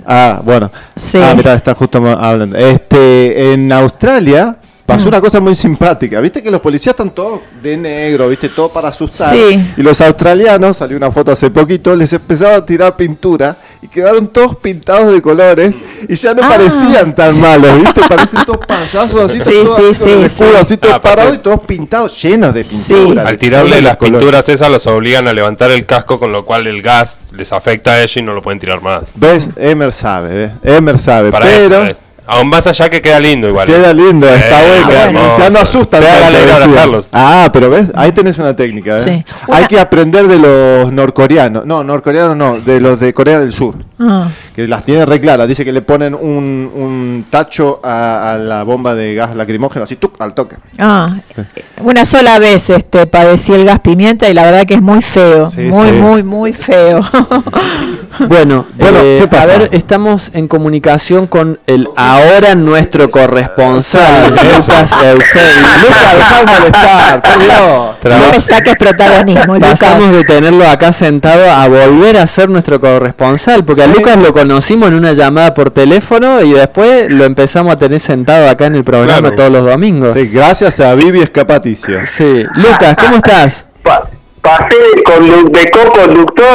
Mirá, está justo hablando. En Australia pasó una cosa muy simpática, viste que los policías están todos de negro, viste, todo para asustar, y los australianos, salió una foto hace poquito, les empezaron a tirar pintura y quedaron todos pintados de colores y ya no parecían tan malos, ¿viste? Parecen todos payasos así, así todos parados y todos pintados, llenos de pintura. Al tirarle las pinturas esas los obligan a levantar el casco, con lo cual el gas les afecta a ellos y no lo pueden tirar más. ¿Ves? Emer sabe, Para pero... eso, aún más allá que queda lindo igual. Queda lindo, está bueno. Ya no asusta. Te da ganas de abrazarlos. Pero ves, ahí tenés una técnica. Sí. Hay que aprender de los norcoreanos. No, norcoreanos no, de los de Corea del Sur. Que las tienen re claras. Dice que le ponen un tacho a la bomba de gas lacrimógeno, así al toque. Una sola vez padecí el gas pimienta y la verdad que es muy feo. Muy feo. Bueno, ¿qué pasa? A ver, estamos en comunicación con el ahora nuestro corresponsal, Lucas Eusebio. Lucas, dejá de molestar, por Dios. No me saques protagonismo, Lucas. Pasamos de tenerlo acá sentado a volver a ser nuestro corresponsal, porque a Lucas lo conocimos en una llamada por teléfono y después lo empezamos a tener sentado acá en el programa todos los domingos. Sí, gracias a Vivi Escapaticio. Sí. Lucas, ¿cómo estás? Pasé de co-conductor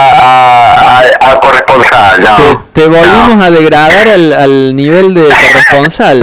a corresponsal. ¿No? Sí, te volvimos a degradar al nivel de corresponsal.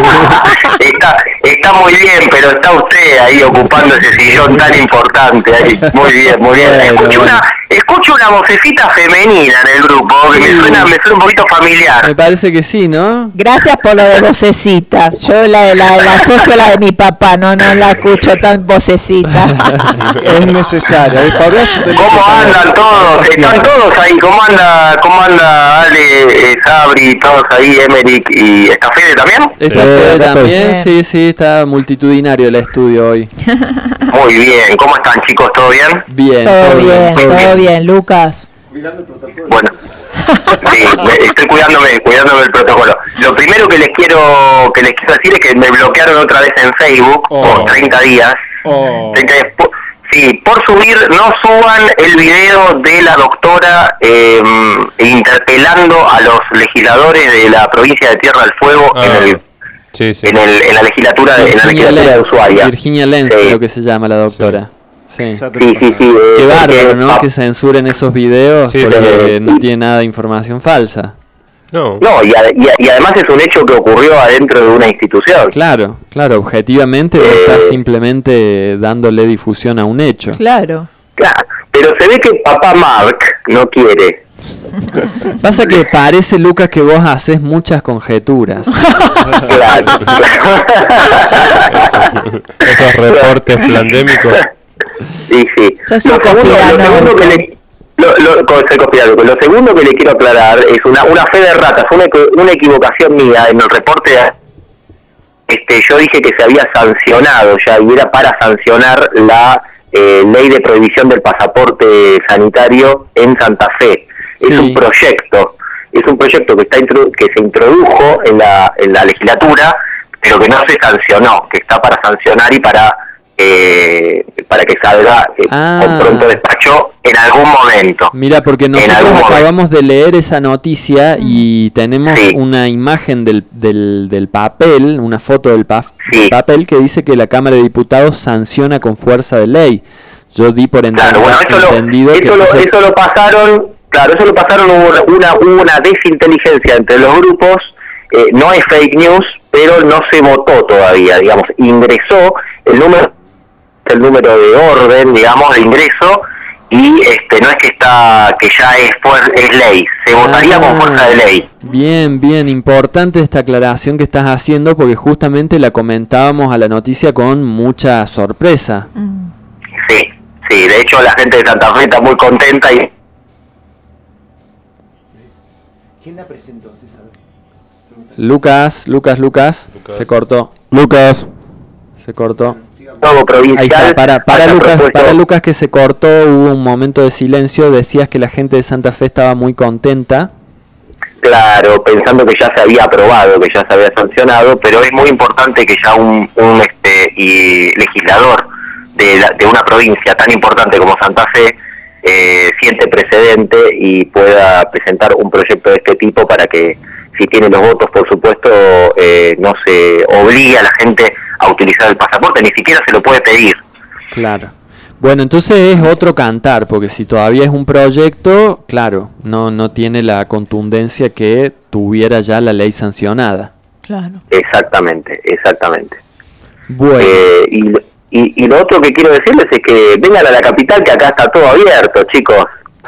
Está muy bien, pero está usted ahí ocupando ese sillón tan importante ahí. Muy bien, muy bien. Escucho una vocecita femenina en el grupo que me suena un poquito familiar. Me parece que sí, ¿no? Gracias por lo de vocecita. Yo la asocio a la de mi papá, no la escucho tan vocecita. Es necesaria. ¿Cómo andan todos? ¿Están todos ahí? ¿Cómo anda Ale, Sabri, todos ahí, Emerick y está Fede también? Está Fede también, sí, está multitudinario el estudio hoy. Muy bien, ¿cómo están chicos? ¿Todo bien? Bien, todo bien, Lucas. Cuidando el protocolo. Bueno, sí, estoy cuidándome el protocolo. Lo primero que les quiero decir es que me bloquearon otra vez en Facebook por 30 días. 30 días. Sí, por subir, no suban el video de la doctora interpelando a los legisladores de la provincia de Tierra del Fuego en la legislatura de Ushuaia. Virginia Lenz, creo que se llama la doctora. Sí. Qué bárbaro, ¿no? Que censuren esos videos porque no tiene nada de información falsa. No, y además es un hecho que ocurrió adentro de una institución. Claro, objetivamente está simplemente dándole difusión a un hecho. Claro, pero se ve que papá Mark no quiere. Pasa que parece, Lucas, que vos haces muchas conjeturas. Claro. Esos reportes pandémicos. Sí. Lo segundo que le quiero aclarar es una fe de ratas, una equivocación mía en el reporte. Yo dije que se había sancionado ya, y era para sancionar la ley de prohibición del pasaporte sanitario en Santa Fe. Sí. Es un proyecto que se introdujo en la legislatura, pero que no se sancionó, que está para sancionar y para que salga con pronto despacho en algún momento. Mira, porque nosotros acabamos de leer esa noticia y tenemos una imagen del papel, una foto del papel que dice que la Cámara de Diputados sanciona con fuerza de ley. Yo di por entendido eso lo pasaron. Claro, eso lo pasaron, hubo una desinteligencia entre los grupos, no es fake news, pero no se votó todavía, digamos, ingresó el número de orden, digamos, de ingreso, y no es que ya es ley, se votaría con fuerza de ley. Bien, importante esta aclaración que estás haciendo, porque justamente la comentábamos a la noticia con mucha sorpresa. Sí, de hecho la gente de Santa Fe está muy contenta y... ¿Quién la presentó, César? Lucas, se cortó. Se cortó. Nuevo provincial. Ahí está, para Lucas que se cortó, hubo un momento de silencio, decías que la gente de Santa Fe estaba muy contenta. Claro, pensando que ya se había aprobado, que ya se había sancionado, pero es muy importante que ya un legislador de una provincia tan importante como Santa Fe siente precedente y pueda presentar un proyecto de este tipo para que, si tiene los votos, por supuesto, no se obligue a la gente a utilizar el pasaporte, ni siquiera se lo puede pedir. Claro. Bueno, entonces es otro cantar, porque si todavía es un proyecto, claro, no tiene la contundencia que tuviera ya la ley sancionada. Claro. Exactamente. Bueno. Y lo otro que quiero decirles es que vengan a la capital, que acá está todo abierto, chicos.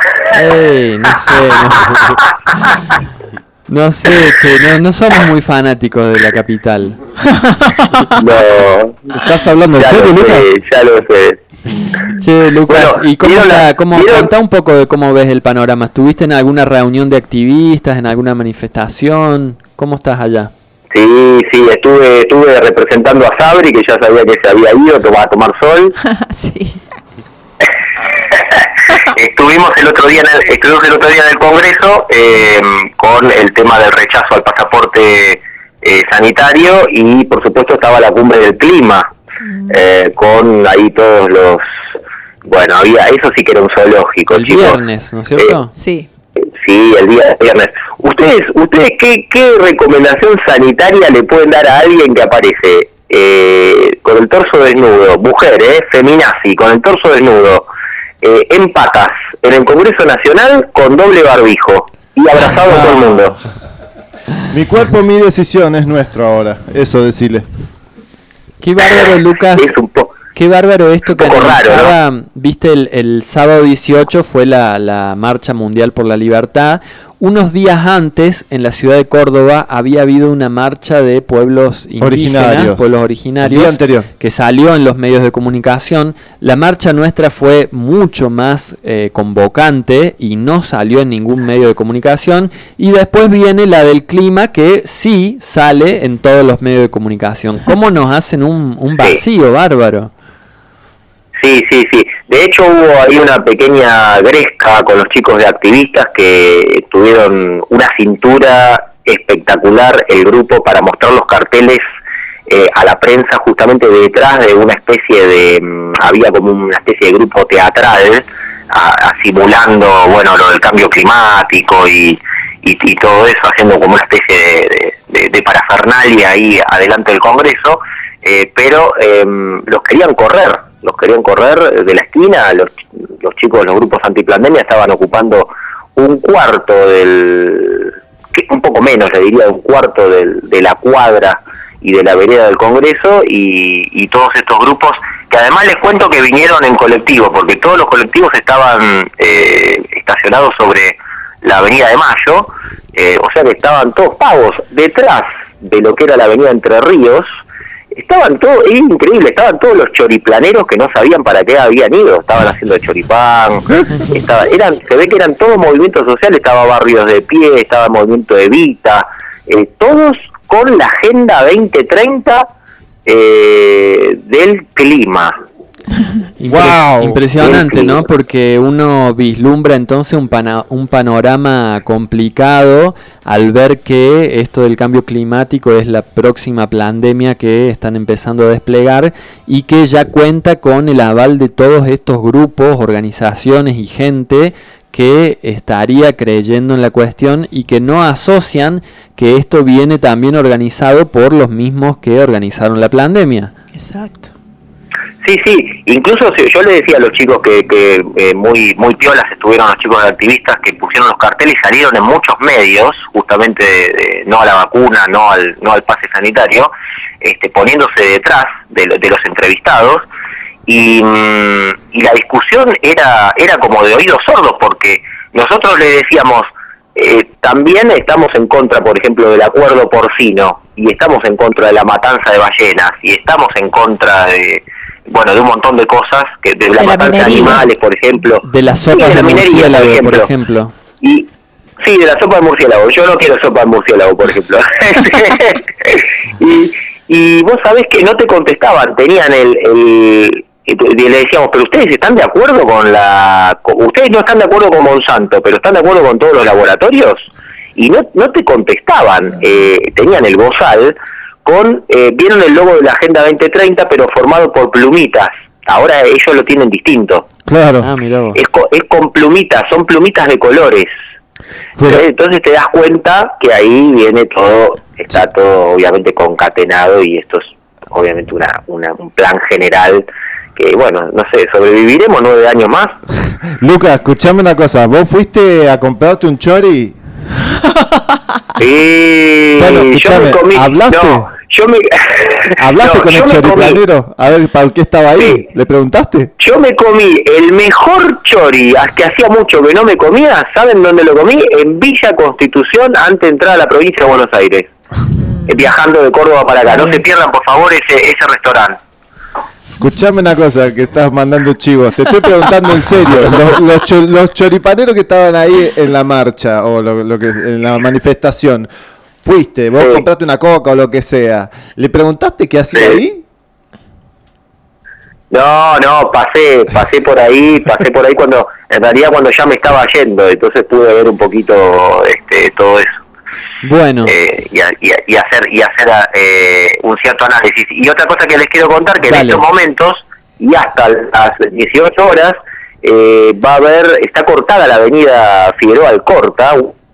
No sé, che, no somos muy fanáticos de la capital. No. ¿Estás hablando en serio, Lucas? Ya lo sé. Che, Lucas, Bueno, ¿y contá un poco de cómo ves el panorama? ¿Estuviste en alguna reunión de activistas, en alguna manifestación? ¿Cómo estás allá? Sí, estuve representando a Sabri, que ya sabía que se había ido a tomar sol. Sí. Estuvimos el otro día en el Congreso con el tema del rechazo al pasaporte sanitario, y por supuesto estaba la cumbre del clima, con ahí todos los... Bueno, eso sí que era un zoológico, el chicos. Viernes, ¿no es cierto? Sí. Sí, el día de viernes. ¿Ustedes qué recomendación sanitaria le pueden dar a alguien que aparece con el torso desnudo, mujer, feminazi, con el torso desnudo, en patas, en el Congreso Nacional, con doble barbijo y abrazado a todo el mundo? Mi cuerpo, mi decisión, es nuestro ahora. Eso decirle. Qué bárbaro, Lucas. Qué bárbaro esto que analizaba, ¿no? Viste, el sábado 18 fue la Marcha Mundial por la Libertad. Unos días antes, en la ciudad de Córdoba, había habido una marcha de pueblos indígenas, pueblos originarios, el día anterior, que salió en los medios de comunicación. La marcha nuestra fue mucho más convocante y no salió en ningún medio de comunicación. Y después viene la del clima, que sí sale en todos los medios de comunicación. ¿Cómo nos hacen un vacío bárbaro? Sí. De hecho hubo ahí una pequeña gresca con los chicos de activistas que tuvieron una cintura espectacular, el grupo, para mostrar los carteles a la prensa justamente detrás de una especie de... había como una especie de grupo teatral simulando, bueno, lo del cambio climático y todo eso, haciendo como una especie de parafernalia ahí adelante del Congreso, pero los querían correr de la esquina. Los chicos de los grupos antipandemia estaban ocupando un cuarto un poco menos, le diría, un cuarto de la cuadra y de la vereda del Congreso, y todos estos grupos, que además les cuento que vinieron en colectivo, porque todos los colectivos estaban estacionados sobre la Avenida de Mayo, o sea que estaban todos pagos detrás de lo que era la Avenida Entre Ríos. Estaban todos, es increíble, estaban todos los choriplaneros que no sabían para qué habían ido, estaban haciendo choripán, se ve que eran todos movimientos sociales, estaba Barrios de Pie, estaba el movimiento Evita, todos con la Agenda 2030 del clima. Wow, impresionante, ¿no? Porque uno vislumbra entonces un panorama complicado al ver que esto del cambio climático es la próxima pandemia que están empezando a desplegar, y que ya cuenta con el aval de todos estos grupos, organizaciones y gente que estaría creyendo en la cuestión, y que no asocian que esto viene también organizado por los mismos que organizaron la pandemia. Exacto. Sí, incluso yo le decía a los chicos que muy piolas estuvieron los chicos de activistas, que pusieron los carteles y salieron en muchos medios, justamente de no a la vacuna, no al pase sanitario, poniéndose detrás de los entrevistados, y la discusión era como de oídos sordos, porque nosotros le decíamos, también estamos en contra, por ejemplo, del acuerdo porcino, y estamos en contra de la matanza de ballenas, y estamos en contra de un montón de cosas, que de la matanza de animales, por ejemplo, de las sopas de murciélago, por ejemplo. Y sí, de la sopa de murciélago. Yo no quiero sopa de murciélago, por ejemplo. y vos sabés que no te contestaban, tenían le decíamos, pero ustedes están de acuerdo ustedes no están de acuerdo con Monsanto, pero están de acuerdo con todos los laboratorios, y no te contestaban. Tenían el bozal vieron el logo de la Agenda 2030, pero formado por plumitas. Ahora ellos lo tienen distinto. Claro. Es con plumitas, son plumitas de colores. Pero entonces te das cuenta que ahí viene todo, está todo obviamente concatenado, y esto es obviamente un plan general que, bueno, no sé, sobreviviremos 9 años más. Lucas, escuchame una cosa, ¿vos fuiste a comprarte un chori? Bueno, escuchame, ¿hablaste? No, ¿Hablaste no, con el choriplanero? A ver, ¿para qué estaba ahí? Sí. ¿Le preguntaste? Yo me comí el mejor chori, que hacía mucho que no me comía. ¿Saben dónde lo comí? En Villa Constitución, antes de entrar a la provincia de Buenos Aires. Viajando de Córdoba para acá. No se pierdan, por favor, ese restaurante. Escuchame una cosa, que estás mandando chivos. Te estoy preguntando en serio. Los choripaneros que estaban ahí en la marcha o lo que en la manifestación, fuiste, vos compraste una coca o lo que sea. ¿Le preguntaste qué hacía ahí? No, pasé por ahí cuando, en realidad cuando ya me estaba yendo, entonces pude ver un poquito todo eso. Bueno. Y hacer un cierto análisis. Y otra cosa que les quiero contar, que en estos momentos, y hasta las 18 horas, está cortada la avenida Figueroa Alcorta,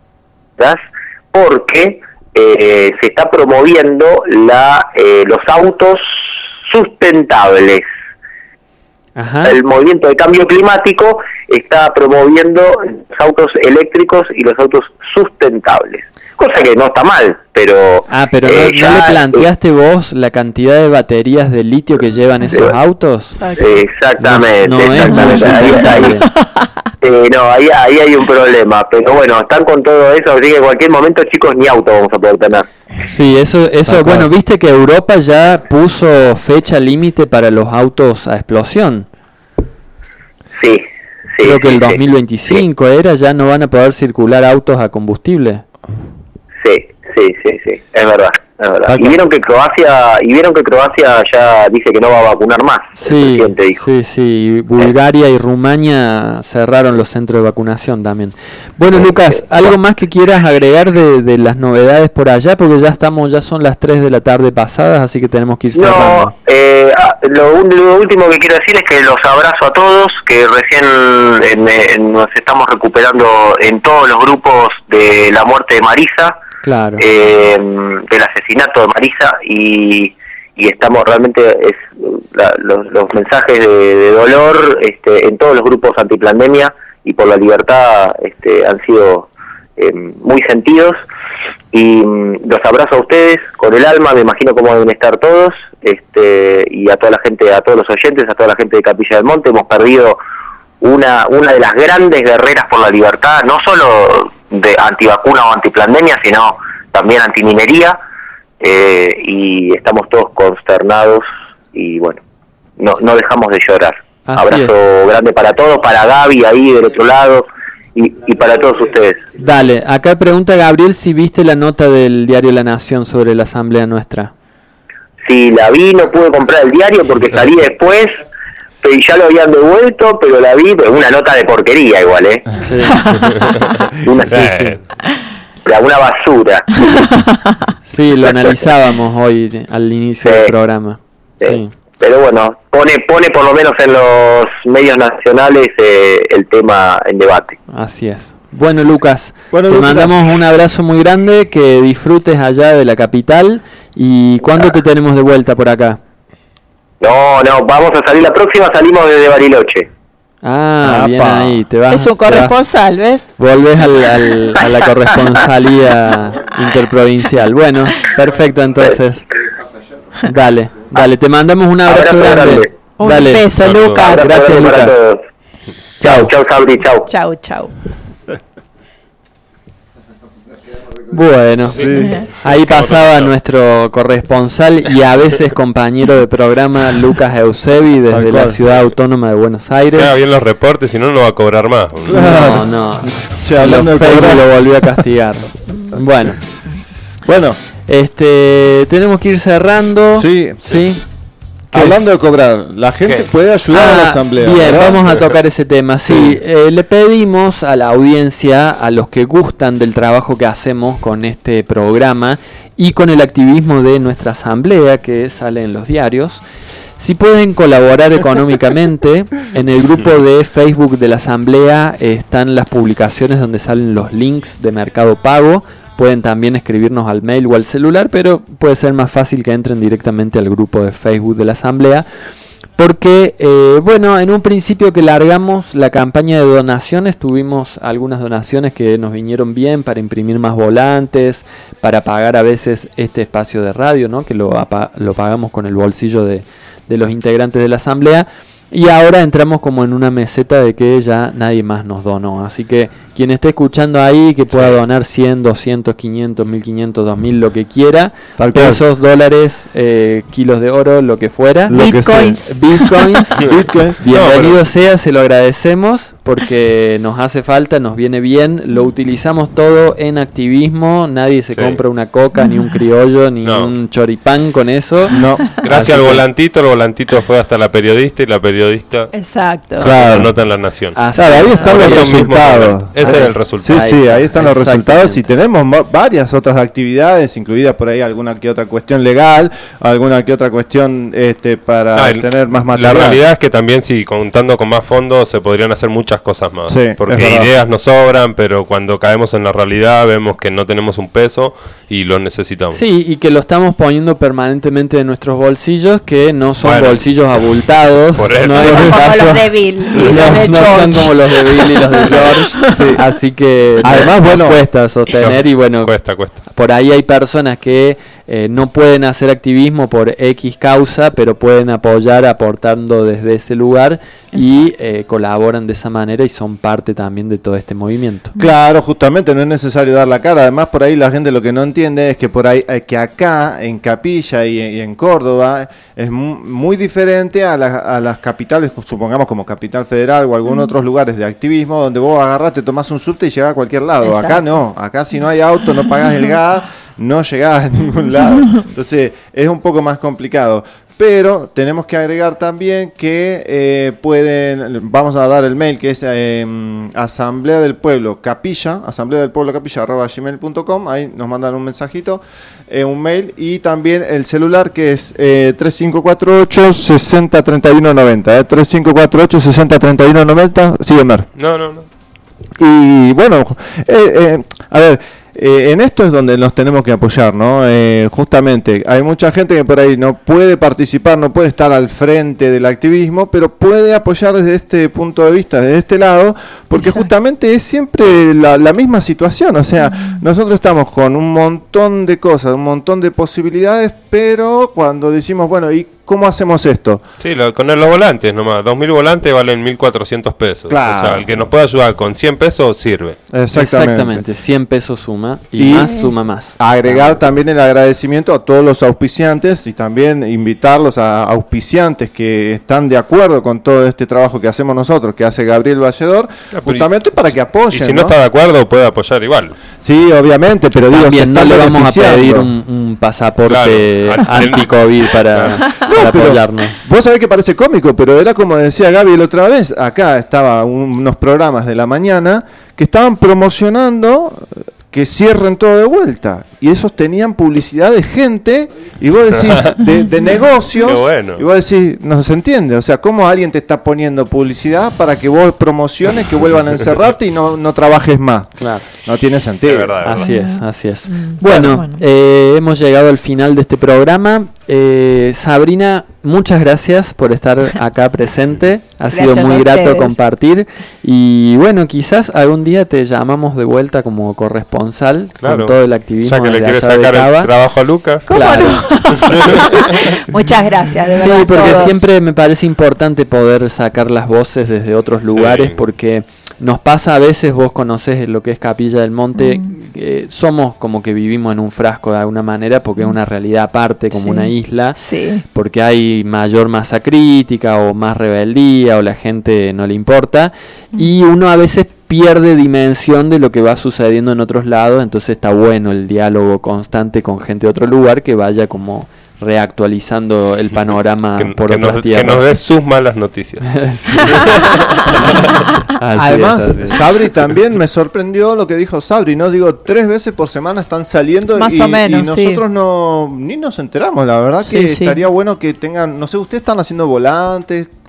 porque se está promoviendo los autos sustentables. Ajá. El movimiento de cambio climático está promoviendo los autos eléctricos y los autos sustentables. Cosa que no está mal, pero... pero ¿no le planteaste vos la cantidad de baterías de litio que llevan esos autos? Exactamente. No es muy sustentable. Ahí hay un problema, pero bueno, están con todo eso, así que en cualquier momento, chicos, ni auto vamos a poder tener. Sí, eso bueno, viste que Europa ya puso fecha límite para los autos a explosión. Sí. Creo que el 2025 ya no van a poder circular autos a combustible. Sí, es verdad. Y vieron que Croacia ya dice que no va a vacunar más. Sí. Bulgaria y Rumania cerraron los centros de vacunación también. Bueno, Lucas, ¿algo más que quieras agregar de las novedades por allá? Porque ya son las 3 de la tarde pasadas, así que tenemos que ir cerrando. Lo último que quiero decir es que los abrazo a todos, que recién nos estamos recuperando en todos los grupos de la muerte de Marisa. Claro. Del asesinato de Marisa y estamos realmente los mensajes de dolor en todos los grupos antiplandemia y por la libertad han sido muy sentidos y los abrazo a ustedes con el alma, me imagino cómo deben estar todos y a toda la gente, a todos los oyentes, a toda la gente de Capilla del Monte. Hemos perdido una de las grandes guerreras por la libertad, no solo de antivacuna o antiplandemia, sino también antiminería, y estamos todos consternados y bueno, no dejamos de llorar. Abrazo grande para todos, para Gaby ahí del otro lado y para todos ustedes. Dale, acá pregunta Gabriel si viste la nota del diario La Nación sobre la asamblea nuestra. Sí, la vi, no pude comprar el diario porque salí después y ya lo habían devuelto, pero la vi, pero una nota de porquería igual, Sí. Una basura. Sí, lo analizábamos hoy al inicio del programa. Sí. Pero bueno, pone por lo menos en los medios nacionales el tema en debate. Así es. Bueno, Lucas, te mandamos un abrazo muy grande, que disfrutes allá de la capital. ¿Y cuándo te tenemos de vuelta por acá? No, vamos a salir, la próxima salimos desde Bariloche. Bien ahí, te vas. Es un corresponsal, ¿ves? Volvés a la corresponsalía interprovincial. Bueno, perfecto, entonces. Dale, te mandamos un abrazo grande. Un beso, Lucas. Gracias, Lucas. Chau, Sabri, chau. Bueno, ahí pasaba nuestro corresponsal y a veces compañero de programa Lucas Eusebi desde la Ciudad Autónoma de Buenos Aires. Queda bien los reportes, si no va a cobrar más. No. Facebook lo volvió a castigar. Bueno, tenemos que ir cerrando. Sí. Hablando de cobrar, la gente puede ayudar a la asamblea. Bien, ¿verdad? vamos a tocar ese tema. Sí, le pedimos a la audiencia, a los que gustan del trabajo que hacemos con este programa y con el activismo de nuestra asamblea que sale en los diarios, si pueden colaborar económicamente. En el grupo de Facebook de la asamblea están las publicaciones donde salen los links de Mercado Pago. Pueden también escribirnos al mail o al celular, pero puede ser más fácil que entren directamente al grupo de Facebook de la Asamblea. porque, bueno, en un principio que largamos la campaña de donaciones, tuvimos algunas donaciones que nos vinieron bien para imprimir más volantes, para pagar a veces este espacio de radio, ¿no? Que lo pagamos con el bolsillo de los integrantes de la asamblea. Y ahora entramos como en una meseta de que ya nadie más nos donó. Así que quien esté escuchando ahí, que pueda donar 100, 200, 500, 1500, 2000, lo que quiera, pesos, dólares, kilos de oro, lo que fuera. Bitcoins. Bienvenido sea, se lo agradecemos porque nos hace falta, nos viene bien. Lo utilizamos todo en activismo. Nadie se compra una coca, ni un criollo, ni un choripán con eso. No. Gracias al volantito, el volantito fue hasta la periodista y la periodista. Exacto. Claro. Nota en La Nación. Claro, ahí están los resultados. Ese es el resultado. Sí, ahí están los resultados y tenemos varias otras actividades, incluidas por ahí alguna que otra cuestión legal, alguna que otra cuestión para tener más material. La realidad es que también, si contando con más fondos, se podrían hacer muchas cosas más. Sí, porque ideas nos sobran, pero cuando caemos en la realidad vemos que no tenemos un peso y lo necesitamos. Sí, y que lo estamos poniendo permanentemente en nuestros bolsillos, que no son bolsillos abultados. Por eso. No son como los de Bill y los de no George. son como los de Bill y los de George. Sí. Así que además, bueno, cuesta sostener y bueno, cuesta. Por ahí hay personas que no pueden hacer activismo por X causa, pero pueden apoyar aportando desde ese lugar y colaboran de esa manera y son parte también de todo este movimiento. Claro, justamente no es necesario dar la cara. Además, por ahí la gente lo que no entiende es que por ahí que acá en Capilla y en Córdoba es muy diferente a las capitales, supongamos como Capital Federal o algún otros lugares de activismo donde vos agarrás, te tomás un subte y llegás a cualquier lado. Exacto. Acá no, acá si no hay auto, no pagás el gas, no llegás a ningún lado. Entonces es un poco más complicado. Pero tenemos que agregar también que vamos a dar el mail que es Asamblea del Pueblo Capilla, asambleadelpueblocapilla@gmail.com. Ahí nos mandan un mensajito, un mail, y también el celular que es 3548-603190. 3548-603190. Sí, Omar. No. Y bueno, a ver, en esto es donde nos tenemos que apoyar, ¿no? Justamente, hay mucha gente que por ahí no puede participar, no puede estar al frente del activismo, pero puede apoyar desde este punto de vista, desde este lado, porque justamente es siempre la misma situación. O sea, nosotros estamos con un montón de cosas, un montón de posibilidades, pero cuando decimos, bueno, ¿y cómo hacemos esto? Sí, con los volantes nomás. 2.000 volantes valen 1.400 pesos. Claro. O sea, el que nos pueda ayudar con 100 pesos sirve. Exactamente. 100 pesos suma y más suma más. Agregar también el agradecimiento a todos los auspiciantes y también invitarlos a auspiciantes que están de acuerdo con todo este trabajo que hacemos nosotros, que hace Gabriel Valledor, justamente para que apoyen. Y si no está de acuerdo, puede apoyar igual. Sí, obviamente, pero digo, también no le vamos a pedir un pasaporte anti-COVID para apoyarnos. Vos sabés que parece cómico, pero era como decía Gaby la otra vez. Acá estaba unos programas de la mañana que estaban promocionando que cierren todo de vuelta, y esos tenían publicidad de gente, y vos decís, de negocios. Qué bueno. Y vos decís, no se entiende, o sea, ¿cómo alguien te está poniendo publicidad para que vos promociones, que vuelvan a encerrarte y no trabajes más? Claro. No tiene sentido. Es verdad. Así es. Bueno, hemos llegado al final de este programa. Sabrina, muchas gracias por estar acá presente. Ha sido muy grato compartir. Y bueno, quizás algún día te llamamos de vuelta como corresponsal con todo el activismo. Ya que le quieres sacar el trabajo a Lucas. Claro. Muchas gracias, de verdad. Sí, porque siempre me parece importante poder sacar las voces desde otros lugares, porque nos pasa a veces, vos conocés lo que es Capilla del Monte, somos como que vivimos en un frasco de alguna manera, porque es una realidad aparte, como una isla, porque hay mayor masa crítica o más rebeldía o la gente no le importa, y uno a veces pierde dimensión de lo que va sucediendo en otros lados. Entonces está bueno el diálogo constante con gente de otro lugar que vaya como reactualizando el panorama por otras tierras. Que nos dé sus malas noticias. Además, Sabri también me sorprendió lo que dijo Sabri, ¿no? Digo, 3 veces por semana están saliendo más o menos, y nosotros ni nos enteramos. La verdad que estaría bueno que tengan, no sé, ustedes están haciendo volantes.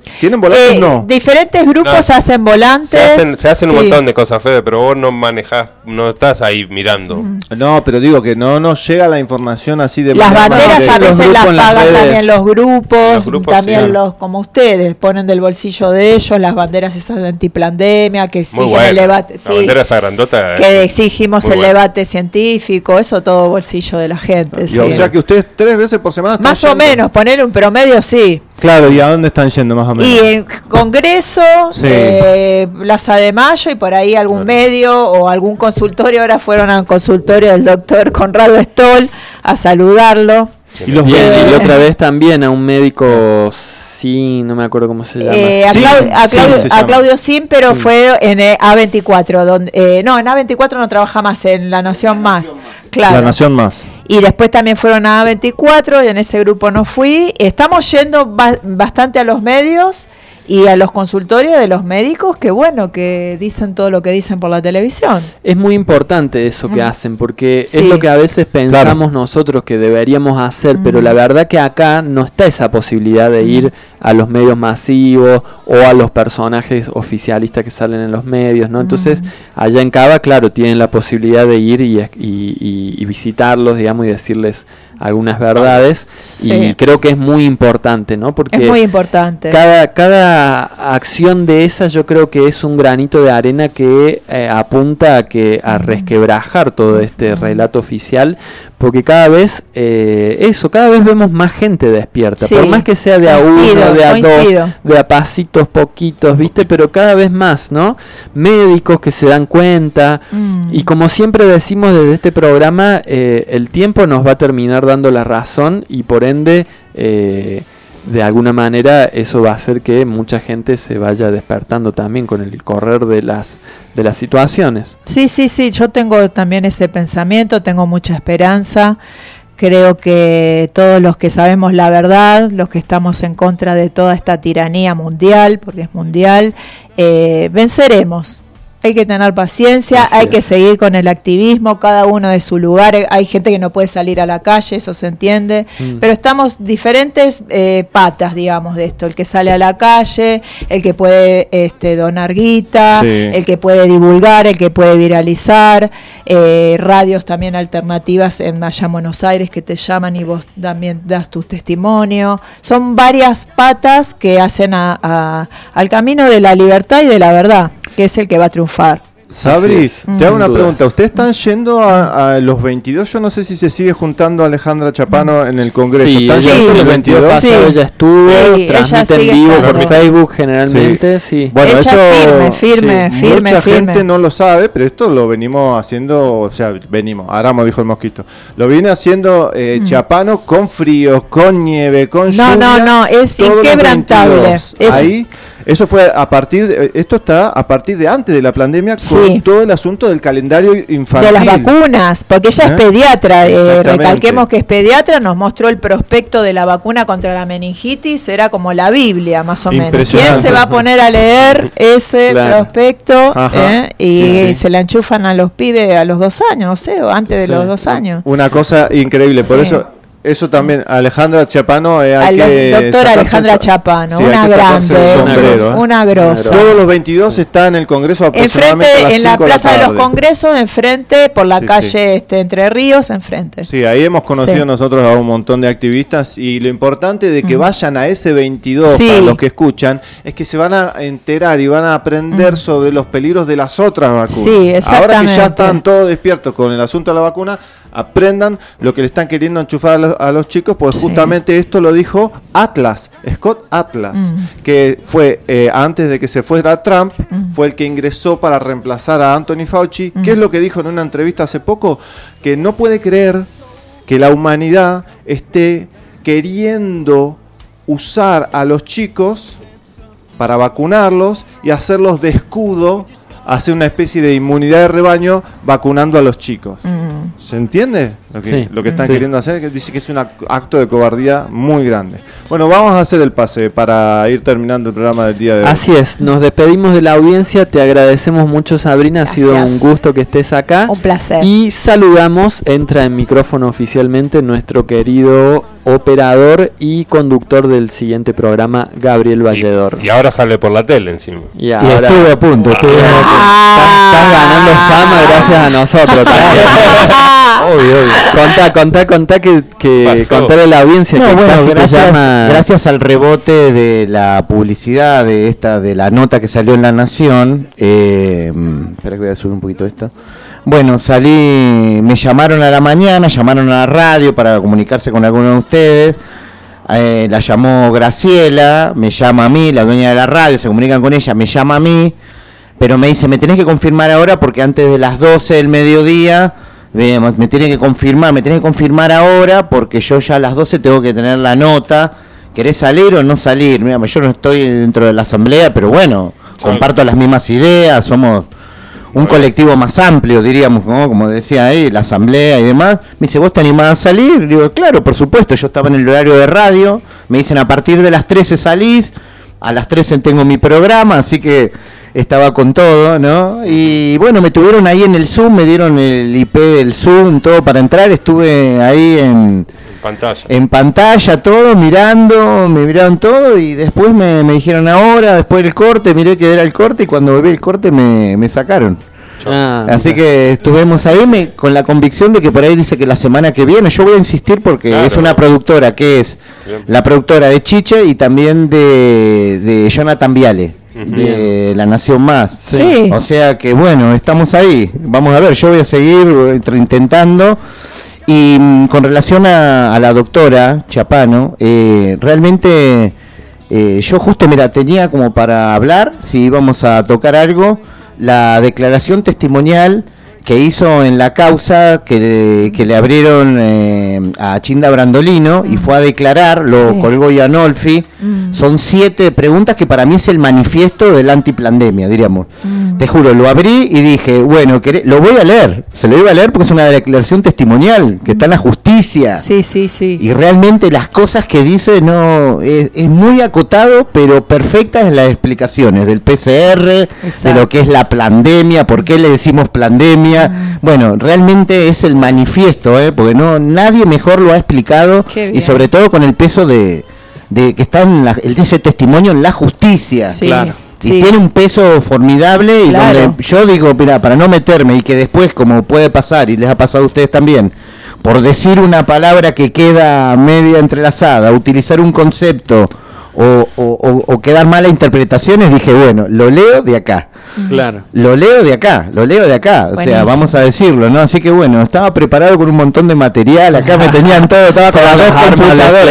¿Tienen volantes? No. Diferentes grupos hacen volantes. Se hacen un montón de cosas, Fede, pero vos no manejás, no estás ahí mirando. No, pero digo que no nos llega la información así de las banderas a veces las pagan también los grupos también los, como ustedes, ponen del bolsillo de ellos las banderas esas de antiplandemia que exigen el debate. La bandera esa grandota. Que exigimos el debate científico, eso todo bolsillo de la gente. Y o sea que ustedes 3 veces por semana más o menos, poner un promedio, sí. Claro, ¿y a dónde están yendo más o menos? Y en Congreso, Plaza de Mayo y por ahí algún medio o algún consultorio. Ahora fueron al consultorio del doctor Conrado Stoll a saludarlo. Y la otra vez también a un médico, sí, no me acuerdo cómo se llama. A Claudio Sim, pero fue en A24. Donde, en A24 no trabaja más, en La Nación Más. Claro. La Nación Más. Y después también fueron a A24 y en ese grupo no fui. Estamos yendo bastante a los medios y a los consultorios de los médicos que bueno, que dicen todo lo que dicen por la televisión. Es muy importante eso que hacen, porque es lo que a veces pensamos nosotros que deberíamos hacer, pero la verdad que acá no está esa posibilidad de ir a los medios masivos o a los personajes oficialistas que salen en los medios, ¿no? Entonces, allá en Cava, claro, tienen la posibilidad de ir y visitarlos, digamos, y decirles algunas verdades, y creo que es muy importante, ¿no? Porque es muy importante. Cada acción de esas yo creo que es un granito de arena que apunta a resquebrajar todo este relato oficial, porque cada vez vemos más gente despierta, por más que sea de a uno, de a dos, de a pasitos poquitos, ¿viste? Pero cada vez más, ¿no? Médicos que se dan cuenta, y como siempre decimos desde este programa, el tiempo nos va a terminar dando la razón, y por ende de alguna manera eso va a hacer que mucha gente se vaya despertando también con el correr de las situaciones. Sí, yo tengo también ese pensamiento, tengo mucha esperanza. Creo que todos los que sabemos la verdad, los que estamos en contra de toda esta tiranía mundial, porque es mundial, venceremos. Hay que tener paciencia, hay que seguir con el activismo, cada uno de su lugar. Hay gente que no puede salir a la calle, eso se entiende, pero estamos diferentes patas, digamos, de esto. El que sale a la calle, el que puede donar guita, el que puede divulgar, el que puede viralizar, radios también alternativas allá en Buenos Aires que te llaman y vos también das tu testimonio. Son varias patas que hacen al camino de la libertad y de la verdad, que es el que va a triunfar. Sabri, te hago una pregunta. ¿Ustedes están yendo a los 22? Yo no sé si se sigue juntando Alejandra Chapano en el Congreso. Sí, ¿Están yendo los 22? Ella estuvo, transmite en vivo por Facebook generalmente. Bueno, ella eso firme. Mucha gente no lo sabe, pero esto lo venimos haciendo, o sea, Aramo dijo el mosquito. Lo viene haciendo Chapano con frío, con nieve, con lluvia. No, es inquebrantable. Ahí... Eso fue esto está a partir de antes de la pandemia, con todo el asunto del calendario infantil. De las vacunas, porque ella es pediatra, recalquemos que es pediatra, nos mostró el prospecto de la vacuna contra la meningitis, era como la Biblia más o menos. ¿Quién se va a poner a leer ese prospecto se la enchufan a los pibes a los 2 años, no sé, o antes de los 2 años? Una cosa increíble, por eso también, Alejandra Chapano, doctora Alejandra Chapano, una grande, una grosa. Todos los 22 está en el Congreso aproximadamente a las 5 en la Plaza de los Congresos, enfrente, por la calle Entre Ríos, enfrente. Sí, ahí hemos conocido nosotros a un montón de activistas, y lo importante de que vayan a ese 22, para los que escuchan, es que se van a enterar y van a aprender sobre los peligros de las otras vacunas. Sí, exactamente. Ahora que ya están todos despiertos con el asunto de la vacuna, aprendan lo que le están queriendo enchufar a los chicos, pues justamente esto lo dijo Scott Atlas, que fue antes de que se fuera Trump, fue el que ingresó para reemplazar a Anthony Fauci. ¿Qué es lo que dijo en una entrevista hace poco? Que no puede creer que la humanidad esté queriendo usar a los chicos para vacunarlos y hacerlos de escudo, hacer una especie de inmunidad de rebaño vacunando a los chicos. ¿Se entiende lo que están queriendo hacer? Que dice que es un acto de cobardía muy grande. Bueno, vamos a hacer el pase para ir terminando el programa del día de hoy. Así es, nos despedimos de la audiencia, te agradecemos mucho, Sabrina, ha sido un gusto que estés acá. Un placer. Y saludamos, entra en micrófono oficialmente nuestro querido operador y conductor del siguiente programa, Gabriel Valledor. Y ahora sale por la tele encima. Y ahora estuve a punto. Estás ganando fama gracias a nosotros también. Obvio. Contá que contarle a la audiencia. No, que bueno, llama... gracias al rebote de la publicidad de la nota que salió en La Nación. Espera que voy a subir un poquito esto. Bueno, me llamaron a la mañana, llamaron a la radio para comunicarse con alguno de ustedes. La llamó Graciela, me llama a mí, la dueña de la radio, se comunican con ella, me llama a mí, pero me dice, me tenés que confirmar ahora porque antes de las 12 del mediodía, me tenés que confirmar ahora porque yo ya a las 12 tengo que tener la nota. ¿Querés salir o no salir? Mira, yo no estoy dentro de la asamblea, pero bueno, comparto las mismas ideas, somos un colectivo más amplio, diríamos, ¿no? Como decía ahí, la asamblea y demás. Me dice, ¿vos te animás a salir? Digo, claro, por supuesto, yo estaba en el horario de radio. Me dicen, a partir de las 13 salís, a las 13 tengo mi programa, así que estaba con todo, ¿no? Y bueno, me tuvieron ahí en el Zoom, me dieron el IP del Zoom, todo para entrar. Estuve ahí en pantalla, todo, me miraron todo y después me dijeron ahora, después del corte, miré que era el corte y cuando volví el corte me sacaron. Así que estuvimos ahí con la convicción de que por ahí dice que la semana que viene, yo voy a insistir porque es una productora que es la productora de Chiche y también de Jonathan Viale, de La Nación Más. Sí. O sea que bueno, estamos ahí, vamos a ver, yo voy a seguir intentando. Y con relación a la doctora Chapano, realmente yo justo, mira, tenía como para hablar, si íbamos a tocar algo, la declaración testimonial que hizo en la causa que le abrieron a Chinda Brandolino y fue a declarar, lo colgó Ianolfi. Son 7 preguntas que para mí es el manifiesto de la antiplandemia, diríamos. Te juro, lo abrí y dije, bueno, lo voy a leer, se lo iba a leer porque es una declaración testimonial que está en la justicia. Sí. Y realmente las cosas que dice es muy acotado, pero perfectas en las explicaciones del PCR, de lo que es la pandemia, por qué le decimos pandemia. Bueno, realmente es el manifiesto, porque nadie mejor lo ha explicado y sobre todo con el peso de que está ese testimonio en la justicia. Sí. Claro. Y tiene un peso formidable y donde yo digo, mira, para no meterme y que después, como puede pasar y les ha pasado a ustedes también, por decir una palabra que queda media entrelazada, utilizar un concepto o quedar malas interpretaciones, dije, bueno, lo leo de acá. Claro. Lo leo de acá. O sea, vamos a decirlo, ¿no? Así que bueno, estaba preparado con un montón de material, acá me tenían todo, estaba con las 2 computadoras,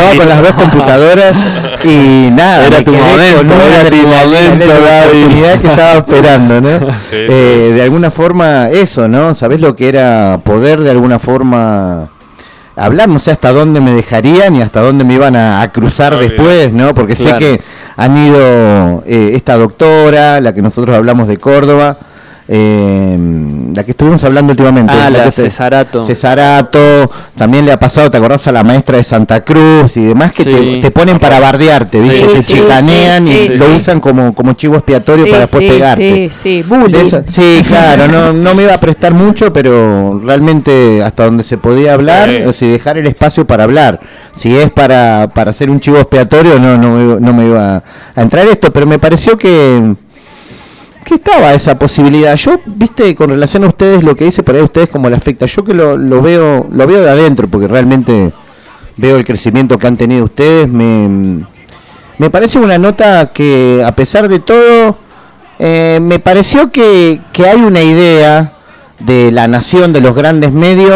y nada, era tu momento, la oportunidad que estaba esperando, ¿no? De alguna forma eso, ¿no? ¿Sabés lo que era poder de alguna forma hablar? No sé hasta dónde me dejarían y hasta dónde me iban a cruzar después, ¿no? Porque sé que han ido esta doctora, la que nosotros hablamos de Córdoba, la que estuvimos hablando últimamente, la Cesarato. También le ha pasado, ¿te acordás? A la maestra de Santa Cruz y demás, que te ponen para bardearte, ¿viste? Te chicanean y lo usan como chivo expiatorio para después pegarte. Sí, claro, no me iba a prestar mucho, pero realmente hasta donde se podía hablar, o sea, dejar el espacio para hablar. Si es para hacer un chivo expiatorio, no me iba a entrar esto, pero me pareció que estaba esa posibilidad. Yo, viste, con relación a ustedes, lo que dice por ahí ustedes como le afecta, yo que lo veo de adentro, porque realmente veo el crecimiento que han tenido ustedes, me parece una nota que, a pesar de todo, me pareció que hay una idea de La Nación, de los grandes medios,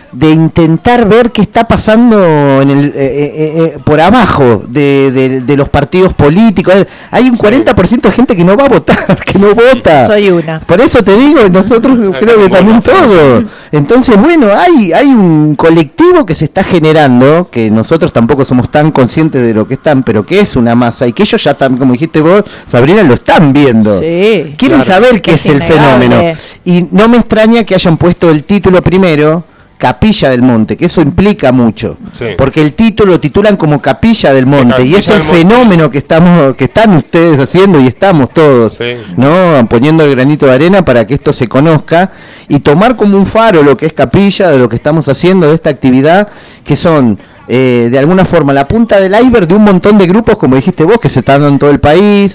de intentar ver qué está pasando en el por abajo de los partidos políticos. Hay un 40% de gente que no va a votar, que no vota. Soy una. Por eso te digo, nosotros creo que también todos. Entonces, bueno, hay un colectivo que se está generando, que nosotros tampoco somos tan conscientes de lo que están, pero que es una masa, y que ellos ya también, como dijiste vos, Sabrina, lo están viendo. Sí, quieren saber qué es el fenómeno. Y no me extraña que hayan puesto el título primero, Capilla del Monte, que eso implica mucho, porque el título lo titulan como Capilla del Monte, y es el fenómeno que están ustedes haciendo y estamos todos, ¿no? Poniendo el granito de arena para que esto se conozca y tomar como un faro lo que es Capilla, de lo que estamos haciendo, de esta actividad, que son de alguna forma la punta del iceberg de un montón de grupos, como dijiste vos, que se están dando en todo el país,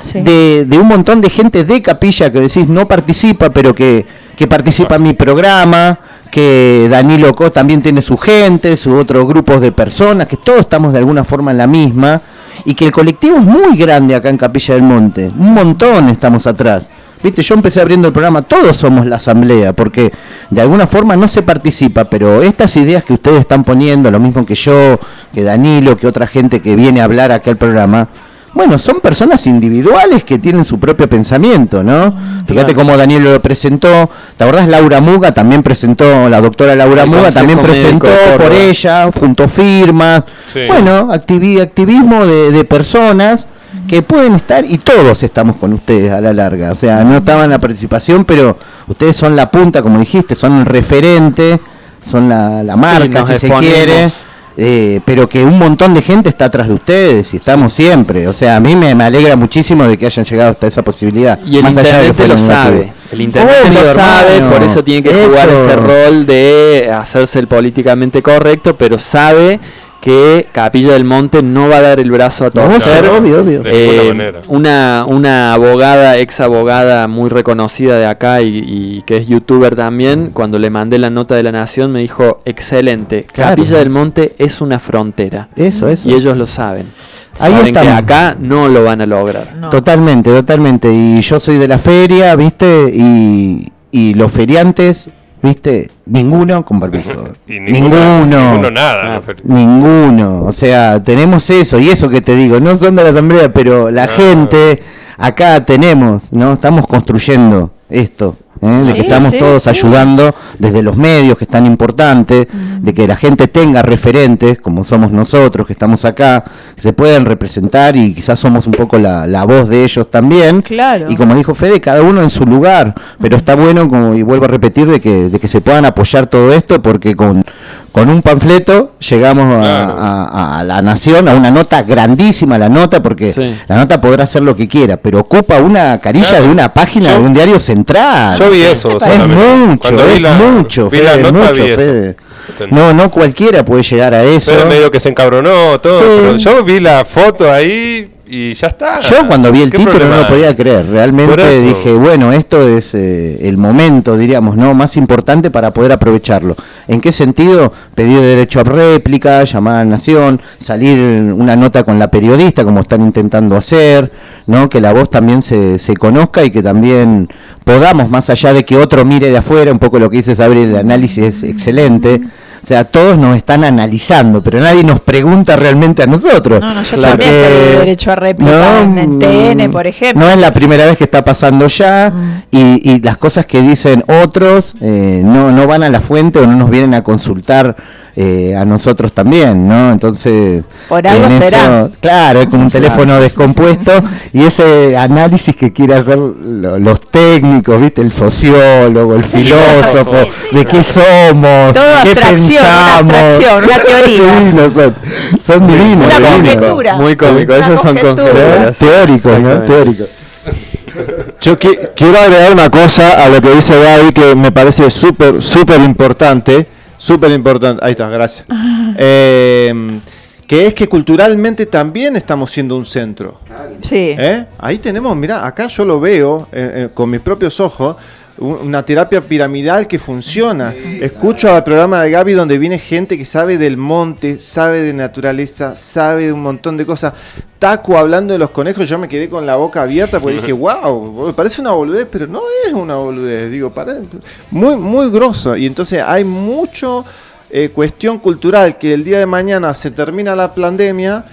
de un montón de gente de Capilla que decís no participa, pero que participa en mi programa, que Danilo Co también tiene su gente, sus otros grupos de personas, que todos estamos de alguna forma en la misma, y que el colectivo es muy grande acá en Capilla del Monte, un montón estamos atrás. Viste, yo empecé abriendo el programa, todos somos la asamblea, porque de alguna forma no se participa, pero estas ideas que ustedes están poniendo, lo mismo que yo, que Danilo, que otra gente que viene a hablar acá al programa, bueno, son personas individuales que tienen su propio pensamiento, ¿no? Fíjate cómo Danilo lo presentó. ¿Te acordás? Laura Muga también presentó, la doctora Laura Muga también presentó por ella, juntó firmas. Sí. Bueno, activismo de personas que pueden estar, y todos estamos con ustedes a la larga. O sea, no estaban en la participación, pero ustedes son la punta, como dijiste, son el referente, son la marca, si se quiere. Pero que un montón de gente está atrás de ustedes y estamos siempre. O sea, a mí me alegra muchísimo de que hayan llegado hasta esa posibilidad. Y el intendente lo sabe. El intendente lo sabe, por eso tiene que jugar ese rol de hacerse el políticamente correcto, pero sabe que Capilla del Monte no va a dar el brazo a torcer. Obvio. Una abogada, ex abogada muy reconocida de acá y que es youtuber también, cuando le mandé la nota de La Nación me dijo, excelente, Capilla del Monte es una frontera. Eso. Y ellos lo saben. Ahí saben estamos. que acá no lo van a lograr. No. Totalmente. Y yo soy de la feria, ¿viste? Y los feriantes, ¿viste? Ninguno con barbijo. Ninguno nada. Ninguno. O sea, tenemos eso. Y eso que te digo, no son de la asamblea, pero la gente, acá tenemos, ¿no? Estamos construyendo esto. De que estamos todos ayudando desde los medios, que es tan importante, de que la gente tenga referentes, como somos nosotros, que estamos acá, que se pueden representar y quizás somos un poco la voz de ellos también. Claro. Y como dijo Fede, cada uno en su lugar, pero está bueno, como y vuelvo a repetir, de que se puedan apoyar todo esto, porque con un panfleto llegamos a La Nación, a una nota grandísima, la nota, porque la nota podrá hacer lo que quiera, pero ocupa una carilla de una página de un diario central. Yo vi eso. Es mucho, Fede. No cualquiera puede llegar a eso. Pero medio que se encabronó todo, pero yo vi la foto ahí y ya está. Yo cuando vi el título no lo podía creer, realmente dije, bueno, esto es el momento, diríamos, no más importante para poder aprovecharlo. ¿En qué sentido? Pedir derecho a réplica, llamar a la Nación, salir una nota con la periodista, como están intentando hacer, ¿no? Que la voz también se conozca y que también podamos, más allá de que otro mire de afuera, un poco lo que dice Sabrina, el análisis es excelente. O sea, todos nos están analizando, pero nadie nos pregunta realmente a nosotros. No, yo también tengo derecho a réplica en TN, por ejemplo. No es la primera vez que está pasando ya, y las cosas que dicen otros no van a la fuente o no nos vienen a consultar a nosotros también, ¿no? Entonces, por algo será. Claro, es como un teléfono descompuesto, y ese análisis que quiere hacer los técnicos, ¿viste? El sociólogo, el filósofo, de qué somos, qué pensamos. Una teoría. Son divinos. Una conjetura. Muy cómico, esos son conjeturas. Teóricos, ¿no? Teóricos. Yo quiero agregar una cosa a lo que dice Gaby, que me parece súper importante. Ahí está, gracias. Que es que culturalmente también estamos siendo un centro. Sí. Ahí tenemos, mirá, acá yo lo veo con mis propios ojos, una terapia piramidal que funciona. Escucho al programa de Gaby donde viene gente que sabe del monte, sabe de naturaleza, sabe de un montón de cosas. Taco hablando de los conejos, yo me quedé con la boca abierta porque dije, wow, parece una boludez, pero no es una boludez, digo, muy grosso. Y entonces hay mucho cuestión cultural que el día de mañana se termina la pandemia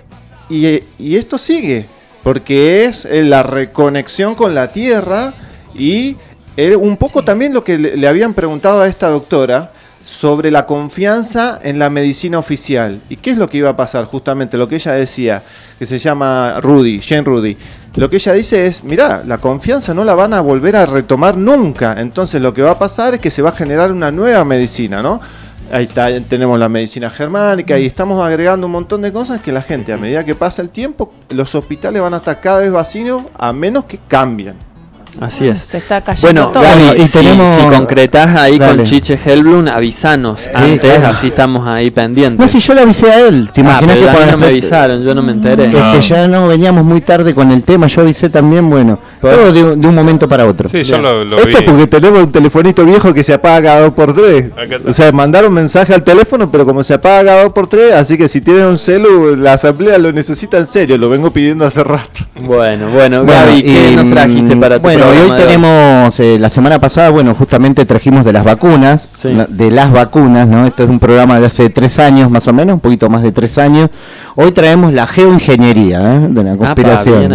y esto sigue, porque es la reconexión con la tierra y un poco también lo que le habían preguntado a esta doctora sobre la confianza en la medicina oficial. ¿Y qué es lo que iba a pasar? Justamente lo que ella decía, que se llama Jane Rudy. Lo que ella dice es, mirá, la confianza no la van a volver a retomar nunca. Entonces lo que va a pasar es que se va a generar una nueva medicina, ¿no? Ahí está, tenemos la medicina germánica y estamos agregando un montón de cosas que la gente, a medida que pasa el tiempo, los hospitales van a estar cada vez vacíos a menos que cambien. Así es. Se está cayendo bueno, todo. Gaby, y si concretás ahí con Chiche Helblum, avisanos antes, claro. Así estamos ahí pendientes. No, si yo le avisé a él, ¿te imaginas pero que a mí por no me avisaron, yo no me enteré. Es que ya no veníamos muy tarde con el tema, yo avisé también, bueno, todo de un momento para otro. Sí, yo lo Esto vi. porque tenemos un telefonito viejo que se apaga cada 2x3. O sea, mandaron mensaje al teléfono, pero como se apaga cada 2x3, así que si tienen un celu, la asamblea lo necesita en serio, lo vengo pidiendo hace rato. Bueno, Gaby, ¿qué nos trajiste para tu programa? Bueno, hoy tenemos, la semana pasada, justamente trajimos de las vacunas, ¿no? Este es un programa de hace 3 años más o menos, un poquito más de 3 años. Hoy traemos la geoingeniería, de la conspiración.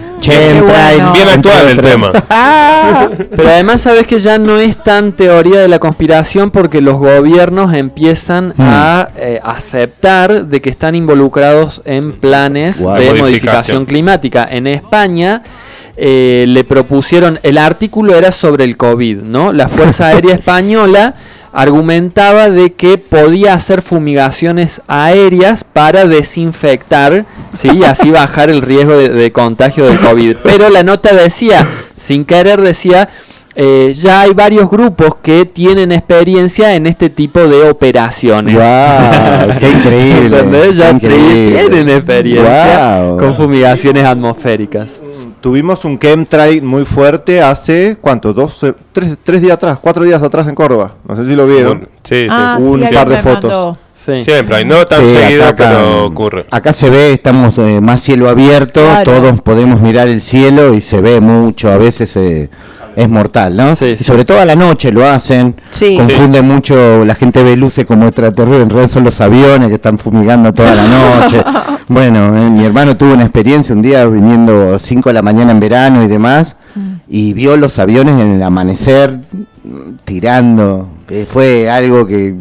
Bien actual el tema. Pero además sabes que ya no es tan teoría de la conspiración porque los gobiernos empiezan a aceptar de que están involucrados en planes de modificación climática. En España le propusieron, el artículo era sobre el COVID, ¿no? La Fuerza Aérea Española argumentaba de que podía hacer fumigaciones aéreas para desinfectar, ¿sí? Y así bajar el riesgo de contagio del COVID. Pero la nota decía, sin querer decía, ya hay varios grupos que tienen experiencia en este tipo de operaciones. ¡Wow! ¡Qué increíble! ¿Entendés? Ya tienen experiencia con fumigaciones atmosféricas. Tuvimos un chemtrail muy fuerte hace, ¿cuánto? 3 días atrás, 4 días atrás en Córdoba. No sé si lo vieron. Sí, un par de fotos. Sí. Siempre hay, no tan seguido, acá, pero ocurre. Acá se ve, estamos más cielo abierto, todos podemos mirar el cielo y se ve mucho, a veces es mortal, ¿no? Sí, y sobre todo a la noche lo hacen, confunden mucho, la gente ve luces como extraterrestres, en realidad son los aviones que están fumigando toda la noche. Bueno, mi hermano tuvo una experiencia un día viniendo 5 de la mañana en verano y demás, y vio los aviones en el amanecer tirando, fue algo que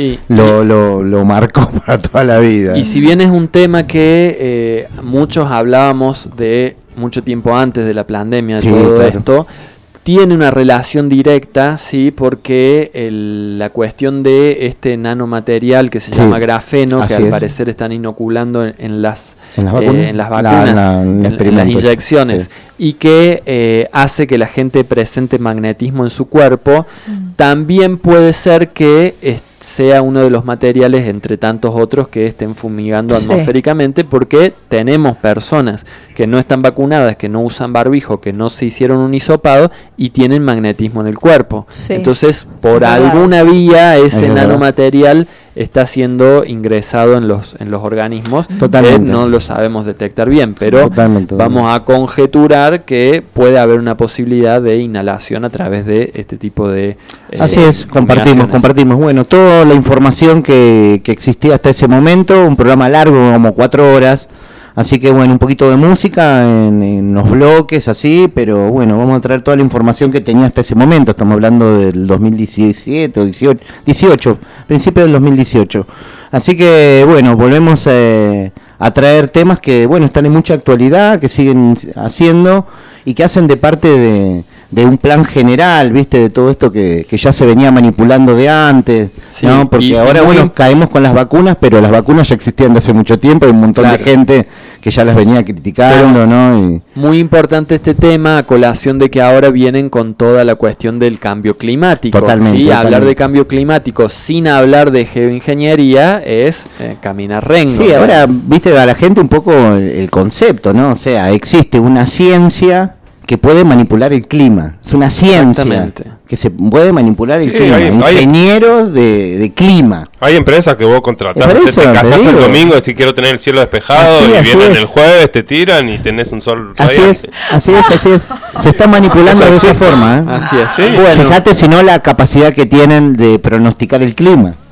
lo marcó para toda la vida. Y si bien es un tema que muchos hablábamos de mucho tiempo antes de la pandemia, todo esto tiene una relación directa, sí, porque la cuestión de este nanomaterial que se llama grafeno, que al parecer están inoculando en las vacunas, en las inyecciones, y que hace que la gente presente magnetismo en su cuerpo, también puede ser que sea uno de los materiales entre tantos otros que estén fumigando atmosféricamente, porque tenemos personas que no están vacunadas, que no usan barbijo, que no se hicieron un hisopado y tienen magnetismo en el cuerpo. Entonces, por alguna vía ese nanomaterial está siendo ingresado en los organismos. No lo sabemos detectar bien, pero vamos a conjeturar que puede haber una posibilidad de inhalación a través de este tipo de así es, compartimos. Bueno, toda la información que existía hasta ese momento, un programa largo, como 4 horas. Así que un poquito de música en los bloques, así, pero vamos a traer toda la información que tenía hasta ese momento. Estamos hablando del 2017 o 18, principio del 2018. Así que, volvemos a traer temas que, están en mucha actualidad, que siguen haciendo y que hacen de parte de un plan general, ¿viste? De todo esto que ya se venía manipulando de antes, ¿no? Porque ahora, caemos con las vacunas, pero las vacunas ya existían de hace mucho tiempo, hay un montón de gente que ya las venía criticando, ¿no? Muy importante este tema, a colación de que ahora vienen con toda la cuestión del cambio climático. Totalmente. Hablar de cambio climático sin hablar de geoingeniería es caminar rengo. Sí, ahora, viste, a la gente un poco el concepto, ¿no? O sea, existe una ciencia que puede manipular el clima. Es una ciencia que se puede manipular el clima. Ingenieros de clima. Hay empresas que vos contratás, te casás el domingo y si quiero tener el cielo despejado, y vienen el jueves, te tiran y tenés un sol radiante. Así es. Se está manipulando de esa forma. Así es. Fíjate si no la capacidad que tienen de pronosticar el clima.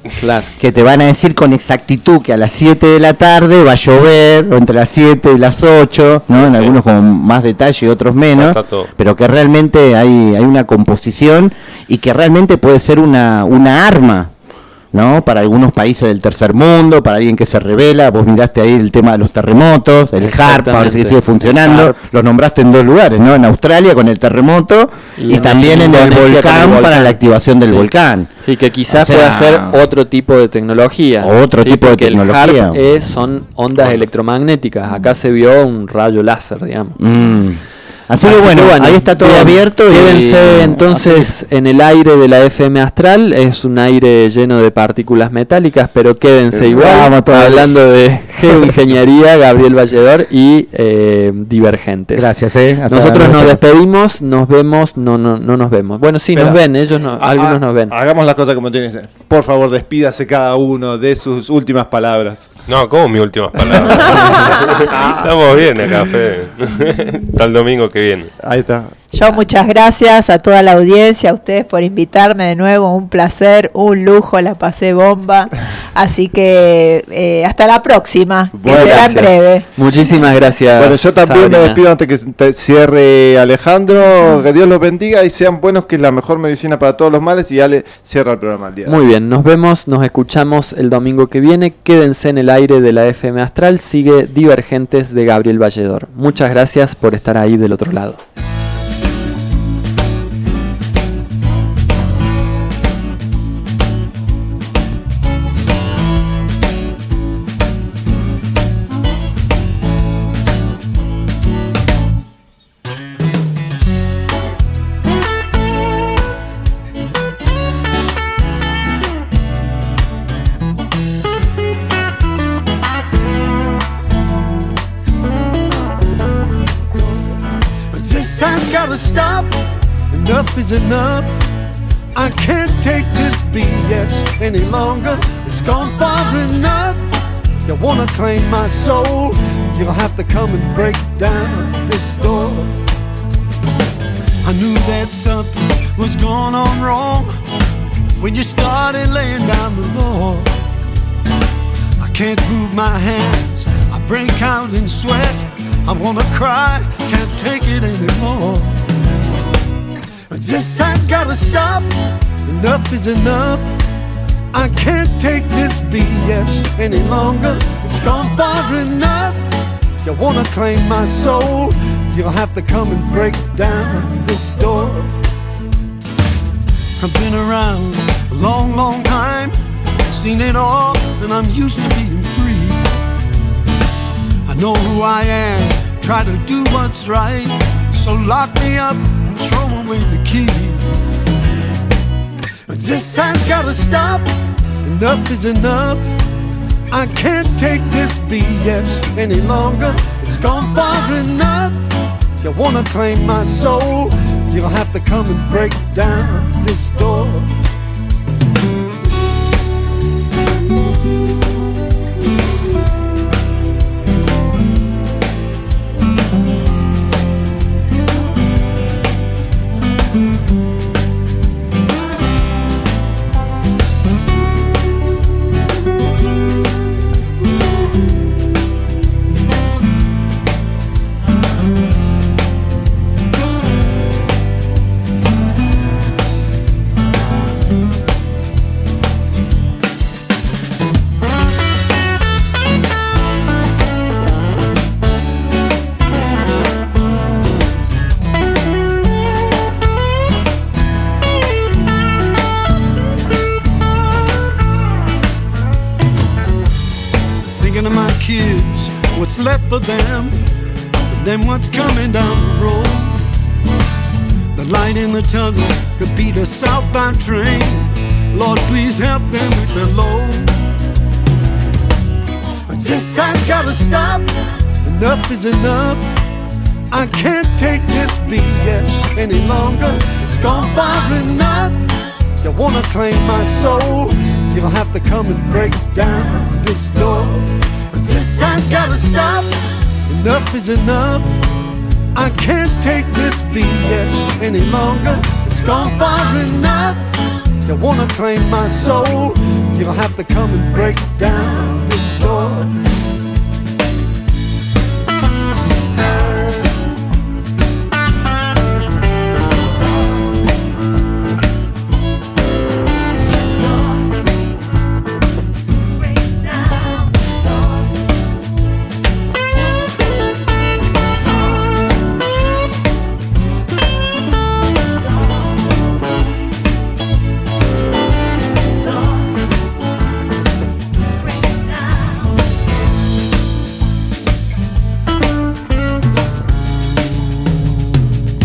Claro. Que te van a decir con exactitud que a las 7 de la tarde va a llover, o entre las 7 y las 8, ¿no? En algunos con más detalle y otros menos, pero que realmente hay una composición y que realmente puede ser una arma, ¿no? Para algunos países del tercer mundo, para alguien que se revela. Vos miraste ahí el tema de los terremotos, el HARP, a ver si sigue funcionando. Los nombraste en 2 lugares, ¿no? En Australia con el terremoto y también en el volcán para la activación del volcán. Sí, que quizás pueda ser otro tipo de tecnología. Otro tipo de tecnología. El HARP son ondas electromagnéticas. Acá se vio un rayo láser, digamos. Así que bueno, ahí está todo abierto. Quédense entonces en el aire de la FM Astral. Es un aire lleno de partículas metálicas, pero quédense igual. Hablando de geoingeniería, Gabriel Valledor y Divergentes. Gracias. Nosotros nos despedimos, nos vemos, no nos vemos. Bueno, sí, nos ven, ellos algunos nos ven. Hagamos la cosa como tiene que ser. Por favor, despídase cada uno de sus últimas palabras. No, ¿cómo mis últimas palabras? Estamos bien acá, Fede. Hasta el domingo que viene. Ahí está. Yo muchas gracias a toda la audiencia, a ustedes por invitarme de nuevo, un placer, un lujo, la pasé bomba, así que hasta la próxima, que será en breve. Muchísimas gracias. Bueno, yo también Sabrina. Me despido antes que te cierre Alejandro, que Dios los bendiga y sean buenos, que es la mejor medicina para todos los males, y Ale cierra el programa al día. Muy bien, nos vemos, nos escuchamos el domingo que viene, quédense en el aire de la FM Astral, sigue Divergentes de Gabriel Valledor. Muchas gracias por estar ahí del otro lado. Stop, enough is enough. I can't take this BS any longer. It's gone far enough. You wanna claim my soul, you'll have to come and break down this door. I knew that something was going on wrong when you started laying down the law. I can't move my hands, I break out in sweat. I wanna cry, can't take it anymore. This has gotta stop, enough is enough. I can't take this BS any longer. It's gone far enough. You wanna claim my soul, you'll have to come and break down this door. I've been around a long, long time, seen it all, and I'm used to being free. I know who I am, try to do what's right, so lock me up and throw away the key. But this has gotta stop, enough is enough. I can't take this BS any longer. It's gone far enough. You wanna claim my soul, you'll have to come and break down this door. Left for them, and then what's coming down the road. The light in the tunnel could be the southbound train. Lord, please help them with their load. But this has gotta stop, enough is enough. I can't take this BS any longer. It's gone far enough. You wanna claim my soul, you'll have to come and break down this door. This has gotta stop, enough is enough. I can't take this BS any longer. It's gone far enough. You wanna claim my soul, You'll have to come and break down this door.